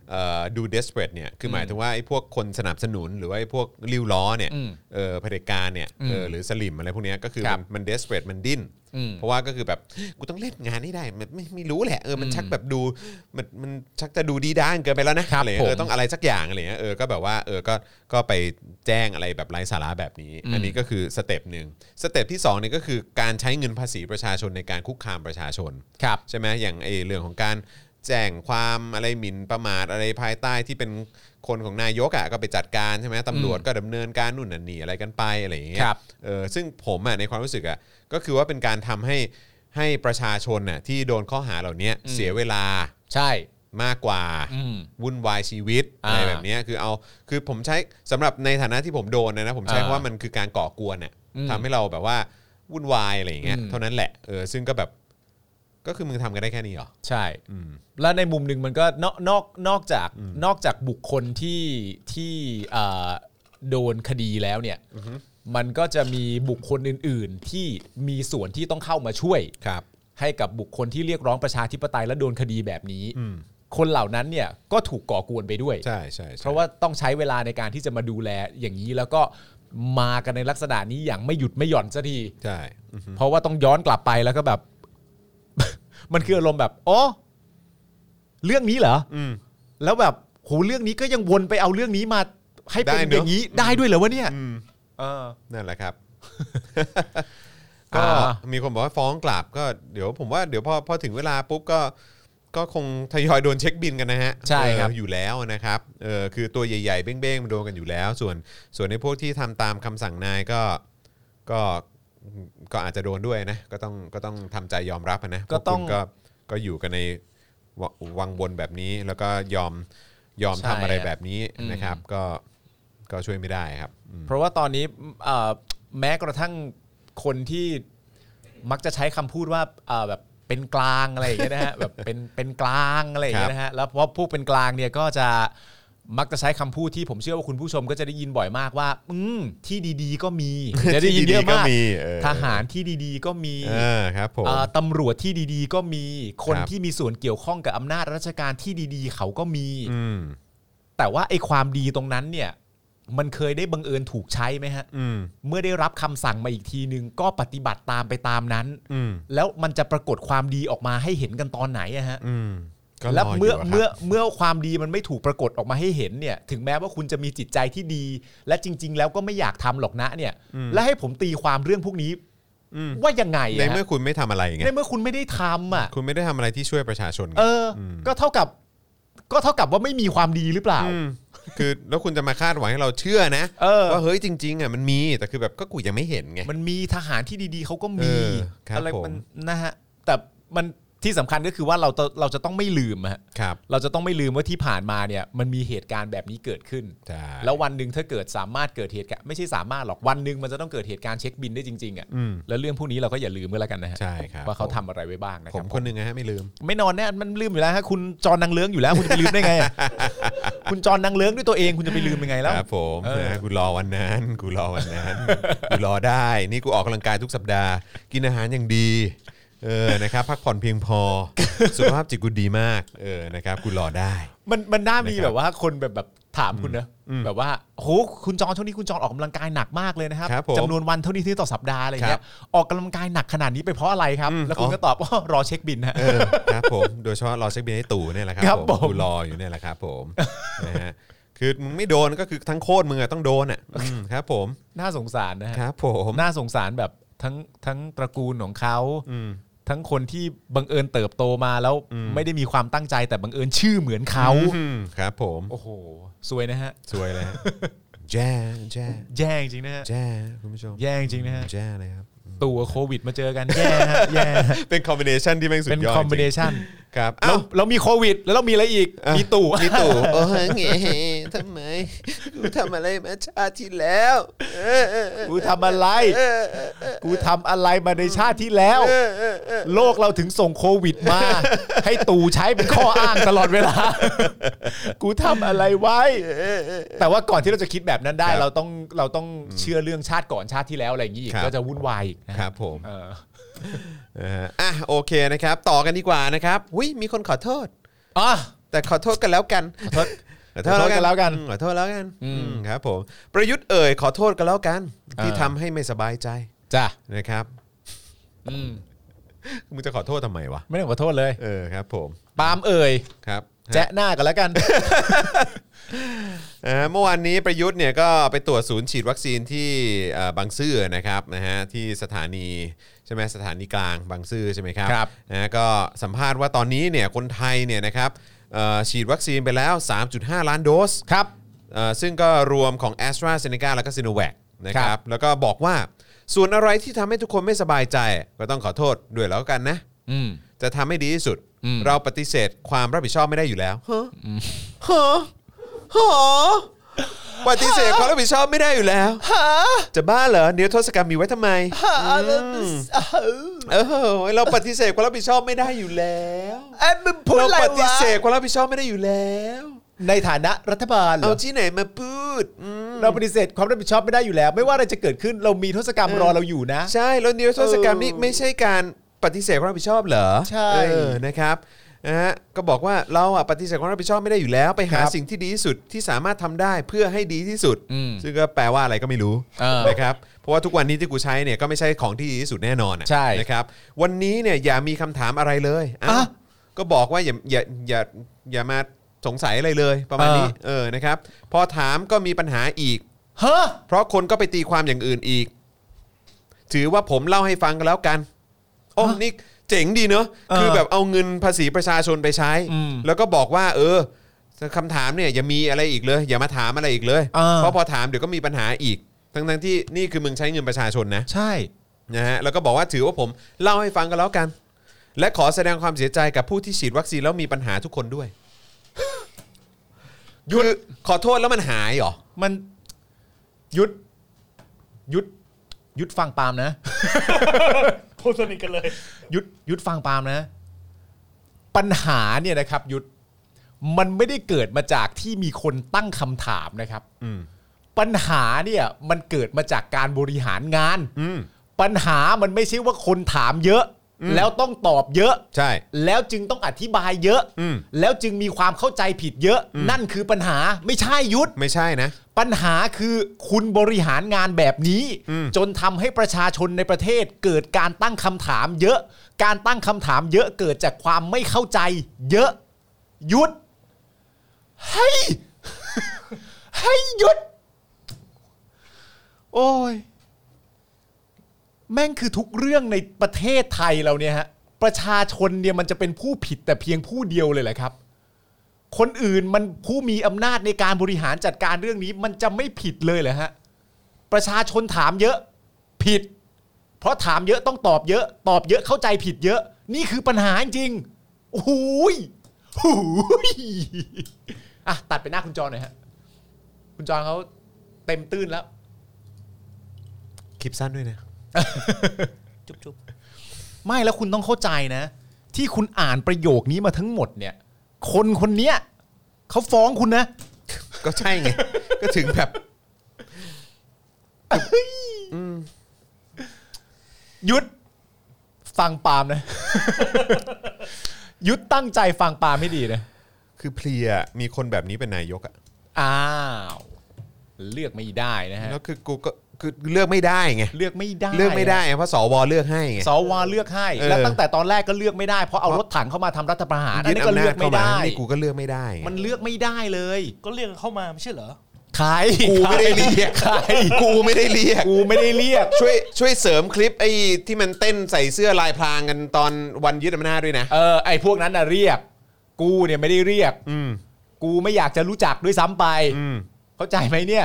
เอ่อดู desperate เนี่ยคือหมายถึงว่าไอ้พวกคนสนับสนุนหรือว่าไอ้พวกริ้วล้อเนี่ยเออเผด็จการเนี่ยเออหรือสลิมอะไรพวกเนี้ยก็คือมันมัน desperate มันดิ้นเพราะว่าก็คือแบบกูต้องเล่นงานให้ได้มันไม่ไม่รู้แหละเออมันชักแบบดูมันมันชักจะดูดีด้านเกินไปแล้วนะอะไรเออต้องอะไรสักอย่างอะไรเงี้ยเออก็แบบว่าเออก็ก็ไปแจ้งอะไรแบบไร้สาระแบบนี้อันนี้ก็คือสเต็ปนึงสเต็ปที่สองนี่ก็คือการใช้เงินภาษีประชาชนในการคุกคามประชาชนใช่ไหมอย่างไอ้เรื่องของการแจ้งความอะไรหมิ่นประมาทอะไรภายใต้ที่เป็นคนของนายกอ่ะก็ไปจัดการใช่ไหมตำรวจก็ดำเนินการนู่นนั่นนี่อะไรกันไปอะไรอย่างเงี้ยเออซึ่งผมอ่ะในความรู้สึกอ่ะก็คือว่าเป็นการทำให้ให้ประชาชนน่ะที่โดนข้อหาเหล่านี้เสียเวลาใช่มากกว่าวุ่นวายชีวิตอะไรแบบนี้คือเอาคือผมใช้สำหรับในฐานะที่ผมโดนนะนะผมใช้ว่ามันคือการก่อกวนเนี่ยทำให้เราแบบว่าวุ่นวายอะไรอย่างเงี้ยเท่านั้นแหละเออซึ่งก็แบบก็คือมึงทำกันได้แค่นี้เหรอใช่แล้วในมุมหนึ่งมันก็นอกนอกนอกจากนอกจากบุคคลที่ที่โดนคดีแล้วเนี่ยมันก็จะมีบุคคลอื่นๆที่มีส่วนที่ต้องเข้ามาช่วยให้กับบุคคลที่เรียกร้องประชาธิปไตยและโดนคดีแบบนี้คนเหล่านั้นเนี่ยก็ถูกก่อกวนไปด้วยใช่ใช่เพราะว่าต้องใช้เวลาในการที่จะมาดูแลอย่างนี้แล้วก็มากันในลักษณะนี้อย่างไม่หยุดไม่หย่อนสักทีใช่เพราะว่าต้องย้อนกลับไปแล้วก็แบบ มันคืออารมณ์แบบอ๋อเรื่องนี้เหรอแล้วแบบโหเรื่องนี้ก็ยังวนไปเอาเรื่องนี้มาให้เป็นอย่างนี้ได้ด้วยเหรอวะเนี่ยเออนั่นแหละครับ ก็มีคนบอกว่าฟ้องกลับก็เดี๋ยวผมว่าเดี๋ยวพอพอถึงเวลาปุ๊บก็ก็คงทยอยโดนเช็คบินกันนะฮะใช่ครับอยู่แล้วนะครับเออคือตัวใหญ่ๆเบ้งๆมันโดนกันอยู่แล้วส่วนส่วนในพวกที่ทำตามคำสั่งนายก็ก็ก็อาจจะโดนด้วยนะก็ต้องก็ต้องทำใจยอมรับนะก็ต้องก็ก็อยู่กันในวังวนแบบนี้แล้วก็ยอมยอมทำอะไรแบบนี้นะครับก็ก็ช่วยไม่ได้ครับเพราะว่าตอนนี้แม้กระทั่งคนที่มักจะใช้คำพูดว่าแบบเป็นกลางอะไรอย่างเงี้ยนะฮะแบบเป็นเป็นกลางอะไรอย่างเงี้ยนะฮะแล้วเพราะพวกเป็นกลางเนี่ยก็จะมักจะใช้คำพูดที่ผมเชื่อว่าคุณผู้ชมก็จะได้ยินบ่อยมากว่าอืมที่ดีๆก็มีจะได้ยินเยอะมากทหารที่ดีๆก็มีครับผมตำรวจที่ดีๆก็มีคนที่มีส่วนเกี่ยวข้องกับอำนาจราชการที่ดีๆเขาก็มีแต่ว่าไอ้ความดีตรงนั้นเนี่ยมันเคยได้บังเอิญถูกใช้ไหมฮะเมื่อได้รับคำสั่งมาอีกทีนึงก็ปฏิบัติตามไปตามนั้นแล้วมันจะปรากฏความดีออกมาให้เห็นกันตอนไหนอะฮะแล้วเมื่อเมื่อเมื่อความดีมันไม่ถูกปรากฏออกมาให้เห็นเนี่ยถึงแม้ว่าคุณจะมีจิตใจที่ดีและจริงๆแล้วก็ไม่อยากทำหรอกนะเนี่ยแล้วให้ผมตีความเรื่องพวกนี้ว่ายังไงในเมื่อคุณไม่ทำอะไรไงในเมื่อคุณไม่ได้ทำอ่ะคุณไม่ได้ทำอะไรที่ช่วยประชาชนเออก็เท่ากับก็เท่ากับว่าไม่มีความดีหรือเปล่าคือแล้วคุณจะมาคาดหวังให้เราเชื่อนะว่าเฮ้ยจริงๆอ่ะมันมีแต่คือแบบก็กูยังไม่เห็นไงมันมีทหารที่ดีๆเขาก็มีอะไรมันนะฮะแต่มันที่สำคัญก็คือว่าเราเราจะต้องไม่ลืมฮะเราจะต้องไม่ลืมว่าที่ผ่านมาเนี่ยมันมีเหตุการณ์แบบนี้เกิดขึ้นแล้ววันนึงถ้าเกิดสามารถเกิดเหตุการณ์ไม่ใช่สามารถหรอกวันนึงมันจะต้องเกิดเหตุการณ์เช็คบินได้จริงๆอ่ะแล้วเรื่องพวกนี้เราก็อย่าลืมก็แล้วกันนะฮะว่าเขาทำอะไรไว้บ้างนะครับผมคนนึงนะฮะไม่ลืมไม่นอนแน่มันลืมอยู่แล้วฮะคุณจรนางเลื้งอยู่แล้วคุณจะไปลืมได้ไงคุณจรนางเลื้งด้วยตัวเองคุณจะไปลืมยังไงแล้วครับผมกูรอวันนั้นกูรอวันนั้นกูรอได้นี่กูออกกำลังกายทุกสัปดาห์กินอาหารอย่างดีเออนะครับพักผ่อนเพียงพอสุขภาพจิตกูดีมากเออนะครับกูรอได้มันมันน่ามีแบบว่าคนแบบแบบถามคุณนะแบบว่าโหคุณจอนช่วงนี้คุณจอนออกกำลังกายหนักมากเลยนะครับจำนวนวันเท่านี้ที่ต่อสัปดาห์อะไรเงี้ยออกกำลังกายหนักขนาดนี้ไปเพราะอะไรครับแล้วคุณก็ตอบว่ารอเช็คบินฮะครับผมโดยเฉพาะรอเช็คบินให้ตู่เนี่ยแหละครับผมกูรออยู่เนี่ยแหละครับผมนะฮะคือมึงไม่โดนก็คือทั้งโคตรมึงอะต้องโดนอ่ะครับผมน่าสงสารนะครับผมน่าสงสารแบบทั้งทั้งตระกูลของเขาทั้งคนที่บังเอิญเติบโตมาแล้วไม่ได้มีความตั้งใจแต่บังเอิญชื่อเหมือนเขาครับผมโอ้โหซวยนะฮะซวยเลยแย่แย่แย่จริงนะฮะแย่คุณผู้ชมแย่จริงนะฮะแย่เลยครับตู่โควิดมาเจอกันแย่แย่เป็นคอมบิเนชันที่แม่งสุดยอดเป็นคอมบิเนชันครับเราเรามีโควิดแล้วเรามีอะไรอีกมีตู่มีตู่โอ้ยเงี้ยทำไมกูทำอะไรมาชาติที่แล้วกูทำอะไรกูทำอะไรมาในชาติที่แล้วโลกเราถึงส่งโควิดมาให้ตู่ใช้เป็นข้ออ้างตลอดเวลากูทำอะไรไว้แต่ว่าก่อนที่เราจะคิดแบบนั้นได้เราต้องเราต้องเชื่อเรื่องชาติก่อนชาติที่แล้วอะไรอย่างนี้อีกก็จะวุ่นวายอีกครับผมอ่ะโอเคนะครับต่อกันดีกว่านะครับหุ้ยมีคนขอโทษอ๋อแต่ขอโทษกันแล้วกันขอโทษขอโทษกันแล้วกันขอโทษแล้วกันครับผมประยุทธ์เอ่ยขอโทษกันแล้วกันที่ทำให้ไม่สบายใจจ้ะนะครับอืมมึงจะขอโทษทำไมวะไม่ต้องขอโทษเลยเออครับผมปาล์มเอ่ยครับแจ๊ะหน้ากันแล้วกันอ่าเมื่อวานนี้ประยุทธ์เนี่ยก็ไปตรวจศูนย์ฉีดวัคซีนที่เอ่อบางซื่อนะครับนะฮะที่สถานีใช่ไหมสถานีกลางบางซื่อใช่ไหมครับครับนะก็สัมภาษณ์ว่าตอนนี้เนี่ยคนไทยเนี่ยนะครับเอ่อฉีดวัคซีนไปแล้ว สามจุดห้า ล้านโดสครับเอ่อซึ่งก็รวมของ AstraZeneca แล้วก็ Sinovac นะคครัรับบ แล้วก็บอกว่าส่วนอะไรที่ทำให้ทุกคนไม่สบายใจก็ต้องขอโทษด้วยแล้วกันนะอืมจะทำให้ดีที่สุดอืมเราปฏิเสธความรับผิดชอบไม่ได้อยู่แล้วฮะฮะฮะปฏิเสธความรับผิดชอบไม่ได้อยู่แล้วจะบ้าเหรอเดี๋ยวทศกัณฐ์มีไว้ทำไมเออเราปฏิเสธความรับผิดชอบไม่ได้อยู่แล้วเราปฏิเสธความรับผิดชอบไม่ได้อยู่แล้วในฐานะรัฐบาลเหรเอาอที่ไหนมาพูดอืมเราปฏิเสธความรับผิดชอบไม่ได้อยู่แล้ว ไม่ว่าอะไรจะเกิดขึ้นเรามีทศกัณฐ์รอเราอยู่นะใช่แล้วนิรโทษกรรมนี่ไม่ใช่การปฏิเสธความรับผิดชอบเหรอใช่เออนะครับนะฮะก็บอกว่าเราอ่ะปฏิเสธความรับผิดชอบไม่ได้อยู่แล้วไปหาครับสิ่งที่ดีที่สุดที่สามารถทำได้เพื่อให้ดีที่สุดอืมซึ่งก็แปลว่าอะไรก็ไม่รู้เออนะครับเพราะว่าทุกวันนี้ที่กูใช้เนี่ยก็ไม่ใช่ของที่ดีที่สุดแน่นอนอะใช่นะครับวันนี้เนี่ยอย่ามีคำถามอะไรเลยอ้าวอ่ะก็บอกว่าอย่าอย่าอย่าอย่ามาสงสัยอะไรเลยประมาณนี้เออเออนะครับพอถามก็มีปัญหาอีกฮะเพราะคนก็ไปตีความอย่างอื่นอีก ถือว่าผมเล่าให้ฟังกันแล้วกัน โอ้นี่เจ๋งดีเนอะเออคือแบบเอาเงินภาษีประชาชนไปใช้อืมแล้วก็บอกว่า เออคำถามเนี่ยอย่ามีอะไรอีกเลย อย่ามาถามอะไรอีกเลยเออเพราะพอถามเดี๋ยวก็มีปัญหาอีก ทั้งทั้งๆที่นี่คือมึงใช้เงินประชาชนนะใช่นะฮะ แล้วก็บอกว่าถือว่าผมเล่าให้ฟังกันแล้วกัน และขอแสดงความเสียใจกับผู้ที่ฉีดวัคซีนแล้วมีปัญหาทุกคนด้วยคือขอโทษแล้วมันหายเหรอมันยุดยุดยุดฟังปาล์มนะโคตรสนิทกันเลยยุดยุดฟังปาล์มนะ ปัญหาเนี่ยนะครับยุดมันไม่ได้เกิดมาจากที่มีคนตั้งคำถามนะครับอืมปัญหาเนี่ยมันเกิดมาจากการบริหารงานอืมปัญหามันไม่ใช่ว่าคนถามเยอะ แล้วต้องตอบเยอะใช่แล้วจึงต้องอธิบายเยอะอืมแล้วจึงมีความเข้าใจผิดเยอะ นั่นคือปัญหาไม่ใช่ยุทธไม่ใช่นะปัญหาคือคุณบริหารงานแบบนี้อืมจนทำให้ประชาชนในประเทศเกิดการตั้งคำถามเยอะ การตั้งคำถามเยอะเกิดจากความไม่เข้าใจ เยอะยุทธให้ ให้ยุทธโอ้ยแม่งคือทุกเรื่องในประเทศไทยเราเนี่ยฮะประชาชนเนี่ยมันจะเป็นผู้ผิดแต่เพียงผู้เดียวเลยแหละครับ คนอื่นมันผู้มีอำนาจในการบริหารจัดการเรื่องนี้มันจะไม่ผิดเลยเหรอฮะประชาชนถามเยอะผิด เพราะถามเยอะต้องตอบเยอะ ตอบเยอะเข้าใจผิดเยอะ นี่คือปัญหาจริงโอ้โหยโอ้โหยอ่ะตัดไปหน้าคุณจรหน่อยฮะคุณจรเขาเต็มตื้นแล้วคลิปสั้นด้วยนะจุ๊บจุ๊บไม่แล้วคุณต้องเข้าใจนะ ที่คุณอ่านประโยคนี้มาทั้งหมดเนี่ย คนคนเนี้ยเขาฟ้องคุณนะก็ใช่ไง ก็ถึงแบบยุดฟังปาล์มนะ ยุดตั้งใจฟังปาล์มให้ดีนะคือเพลียมีคนแบบนี้เป็นนายกอะอ้าวเลือกไม่ได้นะฮะแล้วคือกูก็คือเลือกไม่ได้ไงเลือกไม่ได้เลือกไม่ได้เพราะสวเลือกให้ไงสวเลือกให้เออแล้วตั้งแต่ตอนแรกก็เลือกไม่ได้เพราะเอารถถังเข้ามาทำรัฐประหารอันนี้ก็เลือกไม่ได้นี่กูก็เลือกไม่ได้ไงมันเลือกไม่ได้เลยก็เรียกเข้ามาไม่ใช่เหรอใครกูไม่ได้เรียกใครกูไม่ได้เรียกกูไม่ได้เรียกช่วยช่วยเสริมคลิปไอ้ที่มันเต้นใส่เสื้อลายพรางกันตอนวันยึดอำนาจด้วยนะเออไอ้พวกนั้นน่ะเรียก กูเนี่ยไม่ได้เรียกอืมกูไม่อยากจะรู้จักด้วยซ้ำไปอืมเข้าใจไหมเนี่ย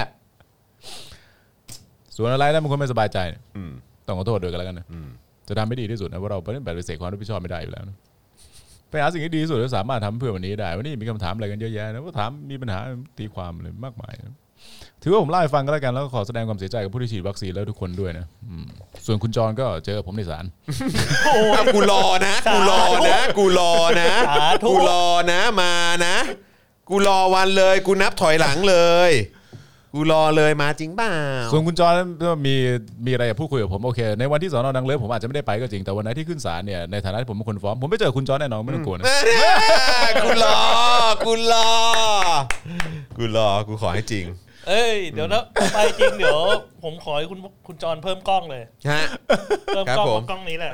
ส่วนอะไรถ้าบางคนไม่สบายใจเนี่ยอืมต้องขอโทษด้วยกันแล้วกันนะอืมจะทำให้ดีที่สุดนะเพราะเราปฏิเสธความรับผิดชอบไม่ได้อยู่แล้วนะไปหาสิ่งที่ดีที่สุดที่สามารถทำเพื่อวันนี้ได้วันนี้มีคำถามอะไรกันเยอะแยะนะว่าถามมีปัญหาตีความอะไรมากมายนะถือว่าผมเล่าให้ฟังก็แล้วกันแล้วก็ขอแสดงความเสียใจกับผู้ที่ฉีดวัคซีนแล้วทุกคนด้วยนะอืมส่วนคุณจรก็เจอผมในศาลเอากูรอนะกูรอนะกูรอนะสาธุกูรอนะมานะ กูรอวันเลยกูนับถอยหลังเลยกูรอเลยมาจริงเปล่าส่วนคุณจรมีมีอะไรพูดคุยกับผมโอเคในวันที่สน.นางเลิ้งผมอาจจะไม่ได้ไปก็จริงแต่วันไหนที่ขึ้นศาลเนี่ยในฐานะที่ผมเป็นคนฟ้องผมไม่เจอคุณจรแน่นอนไม่ต้องกลัวนะกูรอกูรอกูรอกูขอให้จริงเอ้ยเดี๋ยวนะไปจริงเดี๋ยวผมขอให้คุณคุณจรเพิ่มกล้องเลยฮะเพิ่มกล้องกล้องนี้แหละ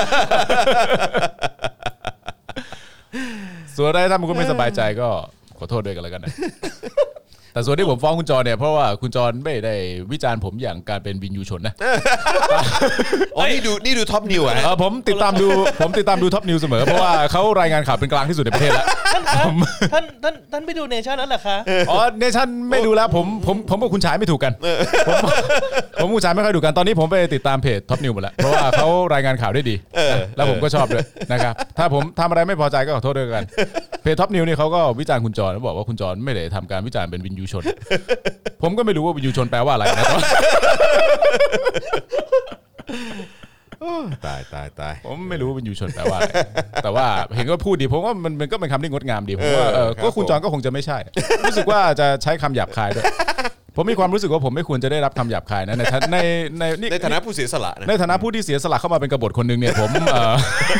ส่วนอะไรถ้าคุณไม่สบายใจก็ขอโทษด้วยกันแล้วกันนะแต่ส่วนที่ผมฟ้องคุณจรเนี่ยเพราะว่าคุณจรไม่ได้วิจารณ์ผมอย่างการเป็นวินยูชนนะอ๋อนี่ดูนี่ดูท็อปนิวอ่ะผมติดตามดูผมติดตามดูท็อปนิวเสมอเพราะว่าเขารายงานข่าวเป็นกลางที่สุดในประเทศแล้วท่านท่านท่านไปดูเนชั่นแล้วเหรอคะอ๋อเนชั่นไม่ดูแล้วผมผมผมกับคุณชายไม่ถูกกันผมผมคุณชายไม่ค่อยถูกกันตอนนี้ผมไปติดตามเพจท็อปนิวหมดแล้วเพราะว่าเขารายงานข่าวได้ดีแล้วผมก็ชอบด้วยนะครับถ้าผมทำอะไรไม่พอใจก็ขอโทษด้วยกันเพจท็อปนิวนี่เขาก็วิจารณ์คุณจรแล้วบอกว่าคุณจรไม่ได้ทำการวิจารณ์เป็นวินยูชนผมก็ไม่รู้ว่าวินยูชนแปลว่าอะไรนะตายตายตายผมไม่รู้ว่าวินยูชนแปลว่าอะไรแต่ว่าเห็นก็พูดดีผมว่ามันมันก็เป็นคำที่งดงามดีผมว่าเออก็คุณจรก็คงจะไม่ใช่รู้สึกว่าจะใช้คำหยาบคายด้วยผมมีความรู้สึกว่าผมไม่ควรจะได้รับคำหยาบคายนะในในในในฐานะผู้เสียสละในฐานะผู้ที่เสียสละเข้ามาเป็นกบฏคนนึงเนี่ยผมเออ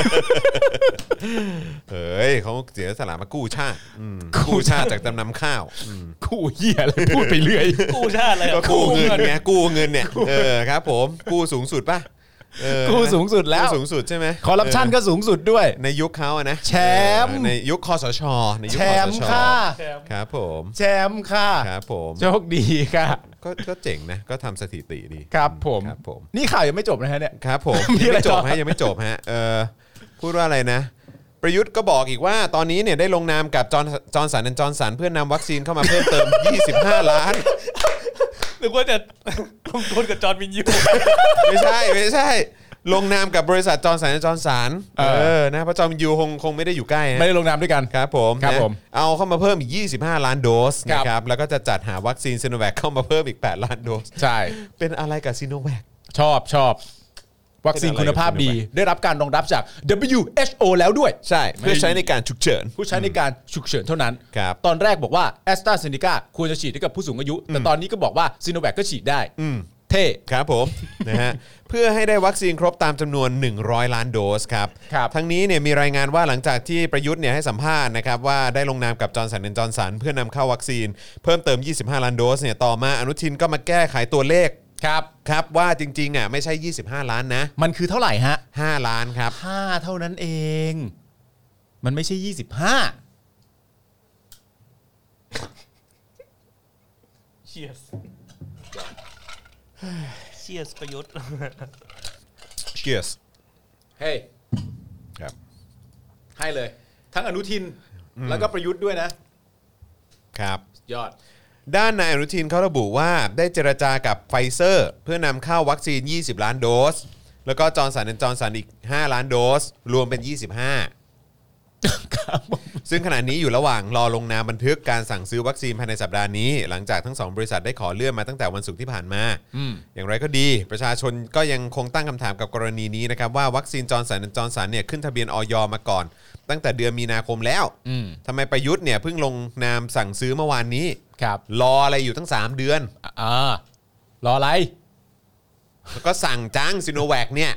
เฮ้ยเขาเสียสละมากู้ชาติกู้ชาติจากจำนำข้าวกู้เหี้ยอะไรพูดไปเรื่อยกู้ชาติอะไรก็กู้เงินไงกู้เงินเนี่ยเออครับผมกู้สูงสุดป่ะกูสูงสุดแล้วสูงสุดใช่ไหมคอร์รัปชันก็สูงสุดด้วยในยุคเขาอะนะแชมป์ในยุคคสชในยุคคสชครับผมแชมป์ค่ะครับผมโชคดีค่ะก็ก็เจ๋งนะก็ทำสถิติดีครับผมนี่ข่าวยังไม่จบนะฮะเนี่ยครับผมยังไม่จบฮะยังไม่จบฮะเออพูดว่าอะไรนะประยุทธ์ก็บอกอีกว่าตอนนี้เนี่ยได้ลงนามกับจอห์นจอห์นสันแอนด์จอห์นสันเพื่อนำวัคซีนเข้ามาเพิ่มเติมยี่สิบห้าล้านนึกว่าจะลงทุนกับจอห์นวินยูไม่ใช่ไม่ใช่ลงนามกับบริษัทจอห์นสันแอนด์จอห์นสันเออนะเพราะจอห์นวินยูคงคงไม่ได้อยู่ใกล้ไม่ได้ลงนามด้วยกันครับผมครับผมเอาเข้ามาเพิ่มอีกยี่สิบห้าล้านโดสนะครับแล้วก็จะจัดหาวัคซีนซิโนแวคเข้ามาเพิ่มอีกแปดล้านโดสใช่เป็นอะไรกับซิโนแวคชอบชอบวัคซีนคุณภาพดีได้รับการรองรับจาก ดับเบิลยู เอช โอ แล้วด้วยใช่เพื่อใช้ในการฉุกเฉินผู้ใช้ในการฉุกเฉินเท่านั้นตอนแรกบอกว่า AstraZeneca ควรจะฉีดให้กับผู้สูงอายุแต่ตอนนี้ก็บอกว่าซิโนแวคก็ฉีดได้เท่ครับผมนะฮะเพื่อให้ได้วัคซีนครบตามจำนวนหนึ่งร้อยล้านโดสครับทั้งนี้เนี่ยมีรายงานว่าหลังจากที่ประยุทธ์เนี่ยให้สัมภาษณ์นะครับว่าได้ลงนามกับจอห์นสันแอนด์จอห์นสันเพื่อนำเข้าวัคซีนเพิ่มเติมยี่สิบห้าล้านโดสเนี่ยต่อมาอนุทินก็มาแก้ไขตัวเลขครับครับว่าจริงๆอ่ะไม่ใช่ยี่สิบห้าล้านนะมันคือเท่าไหร่ฮะห้าล้านครับห้าเท่านั้นเองมันไม่ใช่ยี่สิบห้าเชียร์เชียร์ประยุทธ์เชียร์เฮ้ยครับให้เลยทั้งอนุทินแล้วก็ประยุทธ์ด้วยนะครับยอดด้านนายอนุทินเขาระบุว่าได้เจรจากับไฟเซอร์เพื่อนำเข้าวัคซีนยี่สิบล้านโดสแล้วก็จอห์นสันแอนด์จอห์นสันอีกห้าล้านโดสรวมเป็นยี่สิบห้าซึ่งขณะนี้อยู่ระหว่างรอลงนามบันทึกการสั่งซื้อวัคซีนภายในสัปดาห์นี้หลังจากทั้งสองบริษัทได้ขอเลื่อนมาตั้งแต่วันศุกร์ที่ผ่านมาอย่างไรก็ดีประชาชนก็ยังคงตั้งคำถามกับกรณีนี้นะครับว่าวัคซีนจอห์นสันแอนด์จอห์นสันเนี่ยขึ้นทะเบียนอย.มาก่อนตั้งแต่เดือนมีนาคมแล้วทำไมประยุทธ์เนี่ยเพิ่งลงนามสั่งซื้อเมื่อวานนี้รออะไรอยู่ตั้งสามเดือนอ่ารออะไรแล้วก็สั่งจ้างซิโนแวคเนี่ย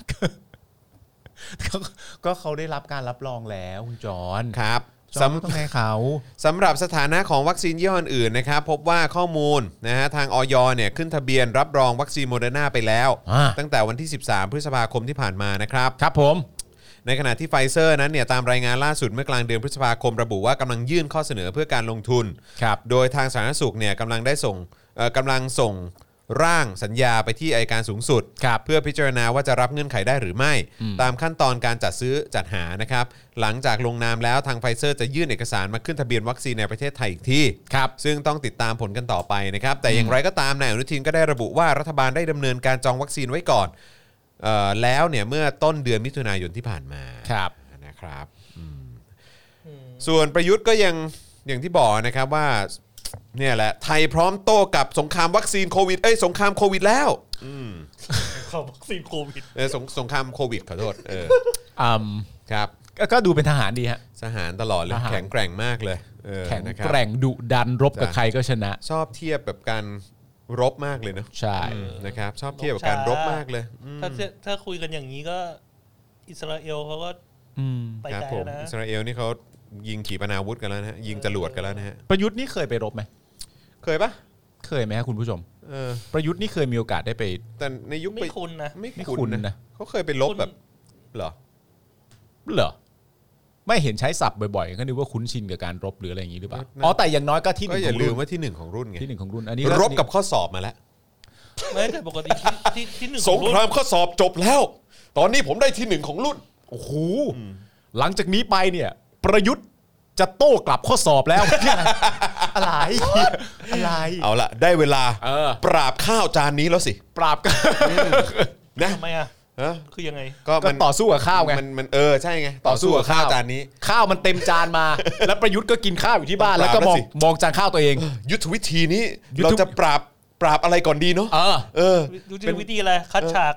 ก็เขาได้รับการรับรองแล้วคุณจอนครับสำต้องให้เขาสำหรับสถานะของวัคซีนยี่ห้ออื่นนะครับพบว่าข้อมูลนะฮะทางอย.เนี่ยขึ้นทะเบียนรับรองวัคซีนโมเดอร์นาไปแล้วตั้งแต่วันที่สิบสามพฤษภาคมที่ผ่านมานะครับครับผมในขณะที่ไฟเซอร์นั้นเนี่ยตามรายงานล่าสุดเมื่อกลางเดือนพฤษภาคมระบุว่ากำลังยื่นข้อเสนอเพื่อการลงทุนโดยทางสาธารณสุขเนี่ยกำลังได้ส่งกำลังส่งร่างสัญญาไปที่อัยการสูงสุดเพื่อพิจารณาว่าจะรับเงื่อนไขได้หรือไม่ตามขั้นตอนการจัดซื้อจัดหานะครับหลังจากลงนามแล้วทางไฟเซอร์จะยื่นเอกสารมาขึ้นทะเบียนวัคซีนในประเทศไทยอีกทีซึ่งต้องติดตามผลกันต่อไปนะครับแต่อย่างไรก็ตามนายอนุทินก็ได้ระบุว่ารัฐบาลได้ดำเนินการจองวัคซีนไว้ก่อนเอ่อแล้วเนี่ยเมื่อต้นเดือนมิถุนายนที่ผ่านมานะครับส่วนประยุทธ์ก็ยังอย่างที่บอกนะครับว่าเนี่ยแหละไทยพร้อมโต้กับสงครามวัคซีนโควิดเอ้ยสงครามโควิดแล้วอืมสงครามวัคซีนโควิดเออสงสงครามโควิดขอโทษเอออืมครับก็ดูเป็นทหารดีฮะทหารตลอดเลยแข็งแกร่งมากเลยเออแข็งนะครับแกร่งดุดันรบกับจ้ะใครก็ชนะชอบเทียบแบบการรบมากเลยเนาะใช่อืมนะครับชอบเทียบกับการรบมากเลยอืมถ้าจะถ้าคุยกันอย่างนี้ก็อิสราเอลเขาก็อืมไปครับไกลผมแล้วนะอิสราเอลนี่เขายิงขีปนาวุธกันแล้วนะฮะยิงจรวดกันแล้วนะฮะประยุทธ์นี่เคยไปรบไหมเคยปะเคยไหมครับคุณผู้ชมเออประยุทธ์นี่เคยมีโอกาสได้ไปแต่ในยุคไม่คุ้นนะไม่ไม่คุ้คุ้นนนะนะเขาเคยไปลบแบบเหรอเหรอไม่เห็นใช้ศัพท์บ่อยๆก็นึกว่าคุ้นชินกับการรบหรืออะไรอย่างนี้หรือเปล่าอ๋อแต่อย่างน้อยก็ที่หก็นึ่งอขย่าองลืรุ่มนว่าที่หนึ่งของรุ่นไงที่หนึ่งของรุ่นอันนี้รบกับข้อสอบมาแล้วไม่แต่ปกติที่ที่ที่หนึ่งสของ รุ่นครามข้อสอบจบแล้ว ตอนนี้ผมได้ที่หนึ่งของรุ่นโอ้โหหลังจากนี้ไปเนี่ย ประยุทธ์จะโต้กลับข้อสอบแล้ว อะไรอะไรเอาละได้เวลาเออปราบข้าวจานนี้แล้วสิปราบกันนะทำไมอ่ะเออคือยังไงก็ก็มันต่อสู้กับข้าวไงมันมันเออใช่ไงต่อสู้กับข้าวจานนี้ข้าวมันเต็มจานมา แล้วประยุทธ์ก็กินข้าวอยู่ที่บ้าน แล้วก็มองปราบแล้วสิมองจานข้าวตัวเองยุทธวิธีนี้ยุทธเราจะปราบปราบอะไรก่อนดีเนาะเออเออดูจะวิธีอะไรคัดฉาก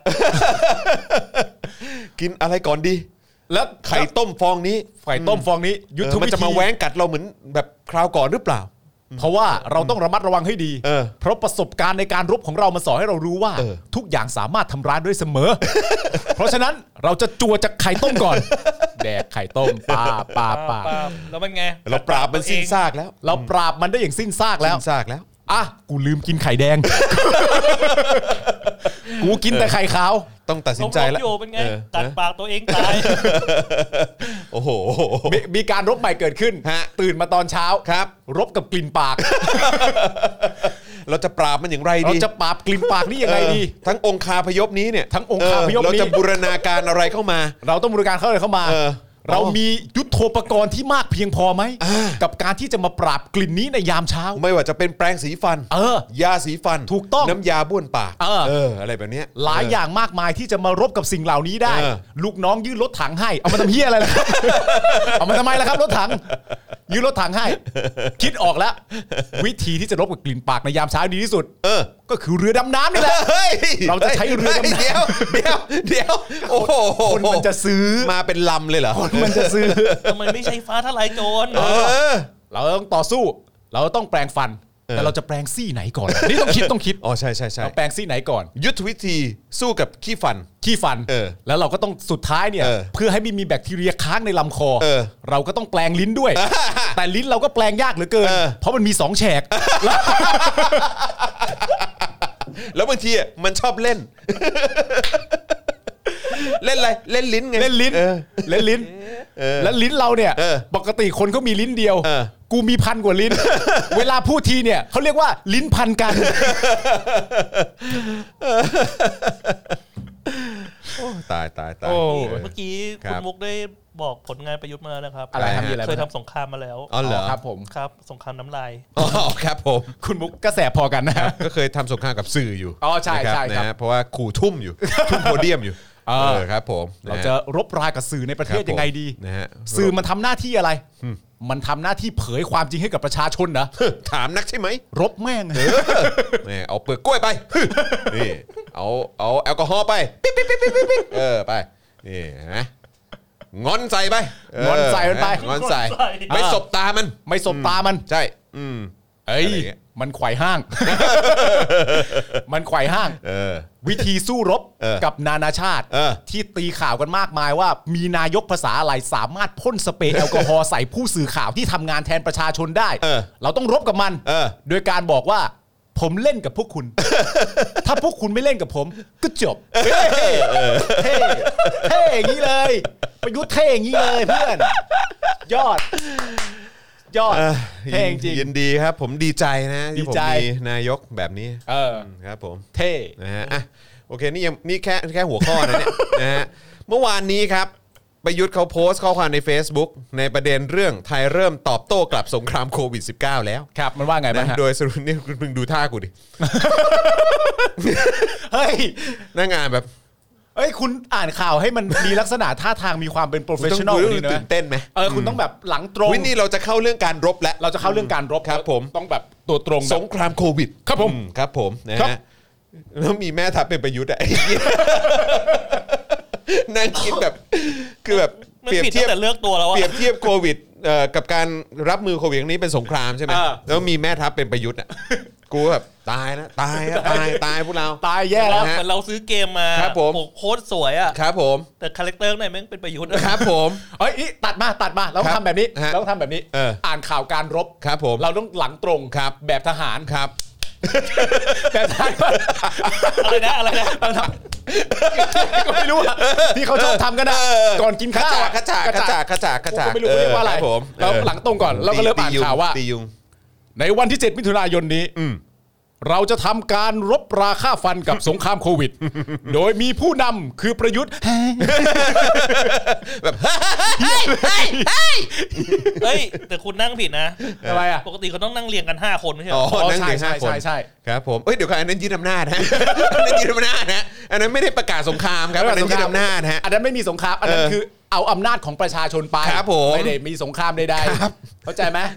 กินอะไรก่อนดีแล้วไข่ต้มฟองนี้ไข่ต้มฟองนี้ ยุทธเออมันวิจะธีมาแว้งกัดเราเหมือนแบบคราวก่อนหรือเปล่าเพราะว่าเราต้องระมัดระวังให้ดีเออเพราะประสบการณ์ในการรบของเรามันสอนให้เรารู้ว่าเออทุกอย่างสามารถทำร้ายด้วยเสมอ เพราะฉะนั้นเราจะจั่วจากไข่ต้มก่อน แดกไข่ต้มปาปาปาปาบแล้วมันไงเราปราบมันสิ้นซากแล้วเราปราบมันได้อย่างสิ้นซากแล้วสิ้นซากแล้วอ่ะกูลืมกินไข่แดง กูกินแต่ไข่ขาวต้องตัดสินใจแล้วลบๆอยู่เป็นไงเออกัดปากตัวเองตายโอ้โหมีมีการรบใหม่เกิดขึ้นฮะตื่นมาตอนเช้าครับรบกับกลิ่นปากเราจะปราบมันอย่างไรเราดีจะปราบกลิ่นปากนี่ยังไงดีเออทั้งองคาพยพนี้เนี่ยทั้งองคาพยพนี้เเราจะบูรณาการอะไรเข้ามาเราต้องบริการเข้าเลยเข้ามาเออเรามียุทโธปกรณ์ที่มากเพียงพอไหม กับการที่จะมาปราบกลิ่นนี้ในยามเช้าไม่ว่าจะเป็นแปรงสีฟันเออยาสีฟันถูกต้องน้ำยาบ้วนปากเออเอออะไรแบบเนี้ยหลายอย่างมากมายที่จะมารบกับสิ่งเหล่านี้ได้เออลูกน้องยื่นรถถังให้ เอามาทำเฮียอะไรล่ะครับ เอามาทำไมล่ะครับรถถัง ยื่นรถถังให้ คิดออกแล้ว วิธีที่จะรบกับกลิ่นปากในยามเช้าดีที่สุดเออก็คือเรือดำน้ำนี่แหละเฮ้ยเราจะใช้เรือดำน้ำเดี๋ยวเดี๋ยวเดี๋ยวโอ้โหคนมันจะซื้อมาเป็นลำเลยเหรอคนมันจะซื้อทำไมไม่ใช้ฟ้าทลายโจรเออเราต้องต่อสู้ เราต้องแปลงฟัน แต่เราจะแปลงซี่ไหนก่อน นี่ต้องคิดต้องคิดอ๋อใช่ใช่ใช่เราแปลงซี่ไหนก่อนยุทธวิธีสู้กับขี้ฟันขี้ฟันเออแล้วเราก็ต้องสุดท้ายเนี่ยเออเพื่อให้ไม่มีแบคทีเรียค้างในลำคอเออเราก็ต้องแปลงลิ้นด้วย แต่ลิ้นเราก็แปลงยากเหลือเกินเออเพราะมันมีสองแฉกแล้วบางทีอ่ะมันชอบเล่น เล่นอะไรเล่นลิ้นไงเล่นลิ้นเออเล่นลิ้นแล้วลิ้นเราเนี่ยเออปกติคนเขามีลิ้นเดียวเออกูมีพันกว่าลิ้น เวลาพูดทีเนี่ยเขาเรียกว่าลิ้นพันกันตายตายตายโอ้เมื่อกี้ครัคุบณมุกได้บอกผลงานประยุทธ์มาแล้วนะครับอะไรครับมีอะไรเคยบ้างทำสงครามมาแล้วอ๋อเหรอครับผมครับ สงครามน้ำลายอ๋อครับผมคุณมุกก็แสบพอกันนะก็เคยทำสงครามกับสื่ออยู่อ๋อใช่นะใช่ครับนะฮะเพราะว่าขู่ทุ่มอยู่ ทุ่มโพเดียมอยู่เออเออครับผมเราจะรบรากับสื่อในประเทศยังไงดีนะฮะสื่อมันทำหน้าที่อะไร มันทำหน้าที่เผยความจริงให้กับประชาชนนะถามนักใช่ไหมรบแม่งแหมเอาเปลือกกล้วยไป นี่เอาเอาแอลกอฮอล์ไปปิ๊บปิ๊บปิ๊บปิ๊บปิ๊บเออไปนี่เห็นไหมงอนใส่ไปเงอนใส่มันไปงอนใส่งอนใส่ไม่สบตามันไม่สบตามันใช่อืมเอ้ยอะไรอย่างเงี้ยมันไขว่ห้าง มันไขว่ห้างเออวิธีสู้รบเออกับนานาชาติเออที่ตีข่าวกันมากมายว่า มีนายกภาษาอะไรสามารถพ่นสเปรย์แอลกอฮอล์ใส่ผู้สื่อข่าวที่ทำงานแทนประชาชนได้เออเราต้องรบกับมันเออโดยการบอกว่า ผมเล่นกับพวกคุณ ถ้าพวกคุณไม่เล่นกับผม ก็จบเท่เท่เท่อย่างนี้เลยประยุทธ์เท่อย่างนี้เลยเพื่อนยอด ยอดเออเท่จริงยินดีครับ ผมดีใจนะที่ผมดีใจมีนายกแบบนี้เออครับผมเท่นะฮะอ่ะโอเคนี่ยังนี่แค่แค่หัวข้อนะเนี่ย นะฮะเมื่อวานนี้ครับประยุทธ์เขาโพสต์ข้อความใน Facebook ในประเด็นเรื่องไทยเริ่มตอบโต้กลับสงครามโควิด สิบเก้า แล้วครับมันว่าไงบ้างนะฮะโดยสรุปนี่คุณมึงดูท่ากูดิเฮ้ยหน้างานแบบเอ้ยคุณอ่านข่าวให้มันมีลักษณะท่าทางมีความเป็นโปรเฟชชั่นอลคุณดีต้องนะตื่นเต้นไหมเออคุณต้องแบบหลังตรงวินนี่เราจะเข้าเรื่องการรบแล้วเราจะเข้าเรื่องการรบครับผมต้องแบบตัวตรงแบสบงครามโควิดครับผมอืครับผมนะครับ ฮะแล้วมีแม่ทัพเป็นประยุทธ์อะ นั่งคิดแบบคือแบบมันเปรียบผิดเทีตั้ยบงแต่เลือกตัวแล้วอะเปรียบเทียบโควิดเอ่อกับการรับมือโควิดนี้เป็นสงครามใช่ไหมเออแล้วมีแม่ทัพเป็นประยุทธ์อ่ะ กูแบบตายนะตายอะตายตายพวกเราตายแย่แล้วนะฮะเหมือนเราซื้อเกมมาครับผมปกโค้ดสวยอ่ะครับผมแต่คาแรคเตอร์ข้างในแม่งเป็นประยุทธ์ครับผมเอ้ยนี่ตัดมาตัดมาเราต้องครับทำแบบนี้ฮะเราต้องทำแบบนี้เอออ่านข่าวการรบครับผมเราต้องหลังตรงครับแบบทหารครับแบบทหารอะไรนะอะไรนะก็ไม่รู้อะที่เขาชอบทำกันนะก่อนกินขข้าวจาอะขจาขจาขจาขจาผมก็ไม่รู้เขาเรียกว่าอะไรคบผมเราหลังตรงก่อนเราก็เริ่มอ่านข่าวว่าตียุงในวันที่เจ็ดมิถุนายนนี้อืมเราจะทำการรบราฆ่าฟันกับสงครามโควิด โดยมีผู้นำคือประยุทธ์แบบเฮ้ยเฮ้ยเฮ้ยเฮ้ยแต่คุณนั่งผิดนะทำไมอ่ะปกติเขาต้องนั่งเรียงกันห้าคนไม่ใช่เหอ๋รออนั่งใช่เรียงใช่ห้าคนใช่ใช่ครับผมเอ้ยเดี๋ยวก่อนอันนั้นยึดอำนาจฮะ อันนั้นยึดอำนาจนะอันนั้นไม่ได้ประกาศสงครามครับอันนั้นยึดอำนาจฮะอันนั้นไม่มีสงครามอันนั้นเออคือเอาอำนาจของประชาชนไปครับผมไม่ได้มีสงครามใดๆครับเข้าใจไหม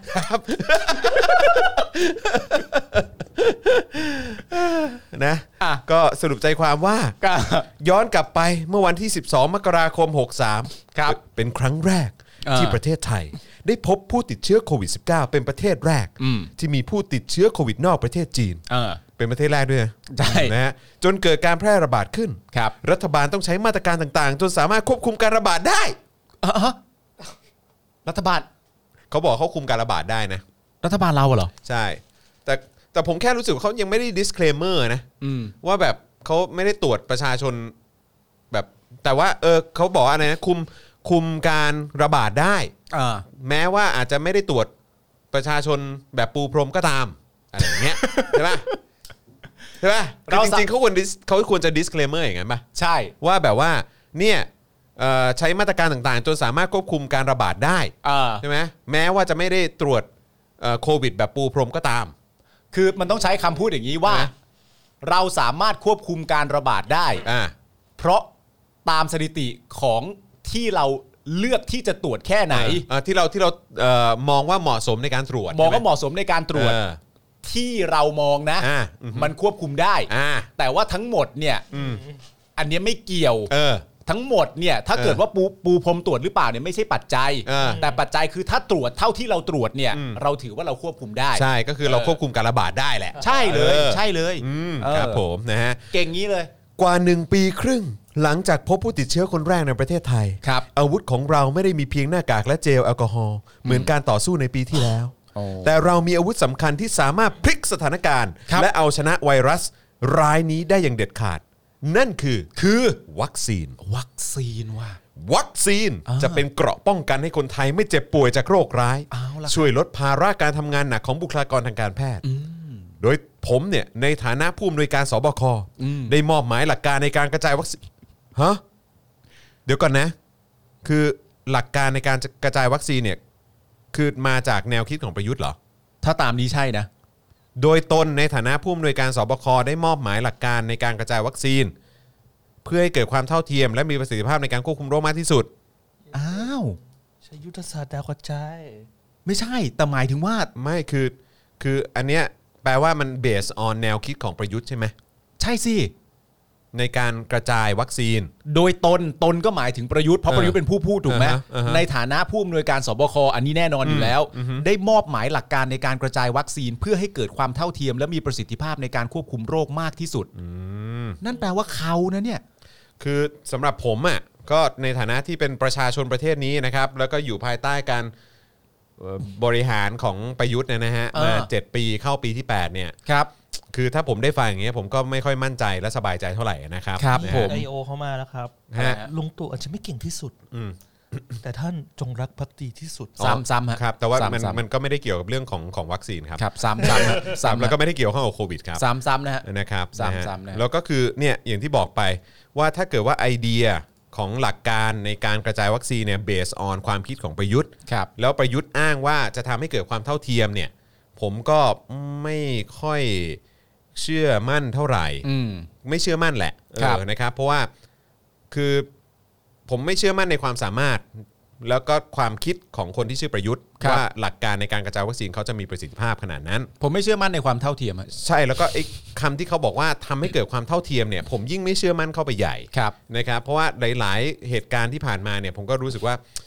นะอ่ะก็สรุปใจความว่าก็ย้อนกลับไปเมื่อวันที่สิบสองมกราคมหกสามครับเป็นครั้งแรกอ่าที่ประเทศไทย ได้พบผู้ติดเชื้อโควิด สิบเก้า เป็นประเทศแรกอืมที่มีผู้ติดเชื้อโควิดนอกประเทศจีนเออเป็นประเทศแรกด้วยนะใช่นะฮะจนเกิดการแพร่ระบาดขึ้นครับรัฐบาลต้องใช้มาตรการต่างๆ จนสามารถควบคุมการระบาดได้อ่ะฮะรัฐบาลเขาบอกเขาคุมการระบาดได้นะรัฐบาลเราเหรอใช่ แต่แต่ผมแค่รู้สึกว่าเขายังไม่ได้ disclaimer นะอืมว่าแบบเขาไม่ได้ตรวจประชาชนแบบแต่ว่าเออเขาบอกว่าอะไรนะคุมคุมการระบาดได้อ่าแม้ว่าอาจจะไม่ได้ตรวจประชาชนแบบปูพรมก็ตามอะไรอย่างเงี้ย ใช่ปะใช่ปะคือเราจริงๆเขาควร dis- เขาควรจะ disclaimer อย่างนั้นปะใช่ว่าแบบว่าเนี่ยเอ่อใช้มาตรการต่างๆ จนสามารถควบคุมการระบาดได้อ่าใช่ไหมแม้ว่าจะไม่ได้ตรวจเอ่อโควิดแบบปูพรมก็ตามคือมันต้องใช้คำพูดอย่างนี้ว่านะเราสามารถควบคุมการระบาดได้อ่าเพราะตามสถิติของที่เราเลือกที่จะตรวจแค่ไหนเอ่อที่เราที่เราเอ่อมองว่าเหมาะสมในการตรวจมองว่าใช่ไหเหมาะสมในการตรวจเออที่เรามองนะอ่าอือฮึมันควบคุมได้อ่าแต่ว่าทั้งหมดเนี่ยอืมอันเนี้ยไม่เกี่ยวเออทั้งหมดเนี่ยถ้าเออเกิดว่าปูปูพรมตรวจหรือเปล่าเนี่ยไม่ใช่ปัจจัยเออแต่ปัจจัยคือถ้าตรวจเท่าที่เราตรวจเนี่ยอืมเราถือว่าเราควบคุมได้ใช่ก็คือเราเออควบคุมการระบาดได้แหละใช่เลยเออใช่เลยอืมเออครับผมนะฮะเก่งงี้เลยกว่าหนึ่งปีครึ่งหลังจากพบผู้ติดเชื้อคนแรกในประเทศไทยครับอาวุธของเราไม่ได้มีเพียงหน้ากากและเจลแอลกอฮอล์เหมือนการต่อสู้ในปีที่แล้วโอ้แต่เรามีอาวุธสำคัญที่สามารถพลิกสถานการณ์ครับและเอาชนะไวรัสร้ายนี้ได้อย่างเด็ดขาด นั่นคือคือวัคซีนวัคซีนว่ะวัคซีนอ่าจะเป็นเกราะป้องกันให้คนไทยไม่เจ็บป่วยจากโรคร้ายเอาล่ะช่วยลดภาระการทำงานหนักของบุคลากรทางการแพทย์ โดยผมเนี่ยในฐานะผู้อำนวยการสบคได้มอบหมายหลักการในการกระจายวัคซีนฮะเดี๋ยวก่อนนะ คือหลักการในการกระจายวัคซีนเนี่ยคือมาจากแนวคิดของประยุทธ์เหรอถ้าตามนี้ใช่นะโดยตนในฐานะผู้อำนวยการสบคได้มอบหมายหลักการในการกระจายวัคซีน เพื่อให้เกิดความเท่าเทียมและมีประสิทธิภาพในการควบคุมโรคมากที่สุดอ้าวใช้ยุทธศาสตร์ดาวกระจายไม่ใช่ แต่หมายถึงว่าไม่คือคืออันเนี้ยแปลว่ามัน based on แนวคิดของประยุทธ์ใช่ไหมใช่สิในการกระจายวัคซีนโดยตนตนก็หมายถึงประยุทธ์เพราะเออประยุทธ์เป็นผู้พูดถูกไหมอ่าฮะอ่าฮะในฐานะผู้อำนวยการสบคอันนี้แน่นอนอยู่แล้ว ได้มอบหมายหลักการในการกระจายวัคซีน เพื่อให้เกิดความเท่าเทียม และมีประสิทธิภาพในการควบคุมโรคมากที่สุดนั่นแปลว่าเขานะเนี่ยคือสำหรับผมอ่ะก็ในฐานะที่เป็นประชาชนประเทศนี้นะครับแล้วก็อยู่ภายใต้การเอ่อบริหารของประยุทธ์เนี่ยนะฮะเออมาเจ็ดปีเข้าปีที่แปดเนี่ยครับคือถ้าผมได้ฟังอย่างเงี้ยผมก็ไม่ค่อยมั่นใจและสบายใจเท่าไหร่นะครับครับนะฮะผมไอโอเข้ามาแล้วครับฮะลุงตู่อาจจะไม่เก่งที่สุดอืมแต่ท่านจงรักภักดีที่สุดซ้ำซ้ำฮะครับแต่ว่ามันซ้ำๆมันก็ไม่ได้เกี่ยวกับเรื่องของของวัคซีนครับครับซ้ำซ้ำฮะซ้ำซ้ำแล้วก็ไม่ได้เกี่ยวข้องกับโควิดครับซ้ำซ้ำนะฮะนะครับซ้ำนะฮะซ้ำนะแล้วก็คือเนี่ยอย่างที่บอกไปว่าถ้าเกิดว่าไอเดียของหลักการในการกระจายวัคซีนเนี่ยเบสออนความคิดของประยุทธ์ครับแล้วประยุทธ์อ้างว่าจะทำให้เกิดความเท่าเทียมเนี่ยผมก็ไม่ค่อยเชื่อมั่นเท่าไหร่อืมไม่เชื่อมั่นแหละเอครับอนะครับเพราะว่าคือผมไม่เชื่อมั่นในความสามารถ แล้วก็ความคิดของคนที่ชื่อประยุทธ์ครับว่าหลักการในการกระจายวัคซีนเขาจะมีประสิทธิภาพขนาดนั้นผมไม่เชื่อมั่นในความเท่าเทียมฮะใช่แล้วก็ไอ้คำที่เขาบอกว่าทำให้เกิดความเท่าเทียมเนี่ยผมยิ่งไม่เชื่อมั่นเข้าไปใหญ่ครับนะครับเพราะว่าหลายๆเหตุการณ์ที่ผ่านมาเนี่ยผมก็รู้สึกว่า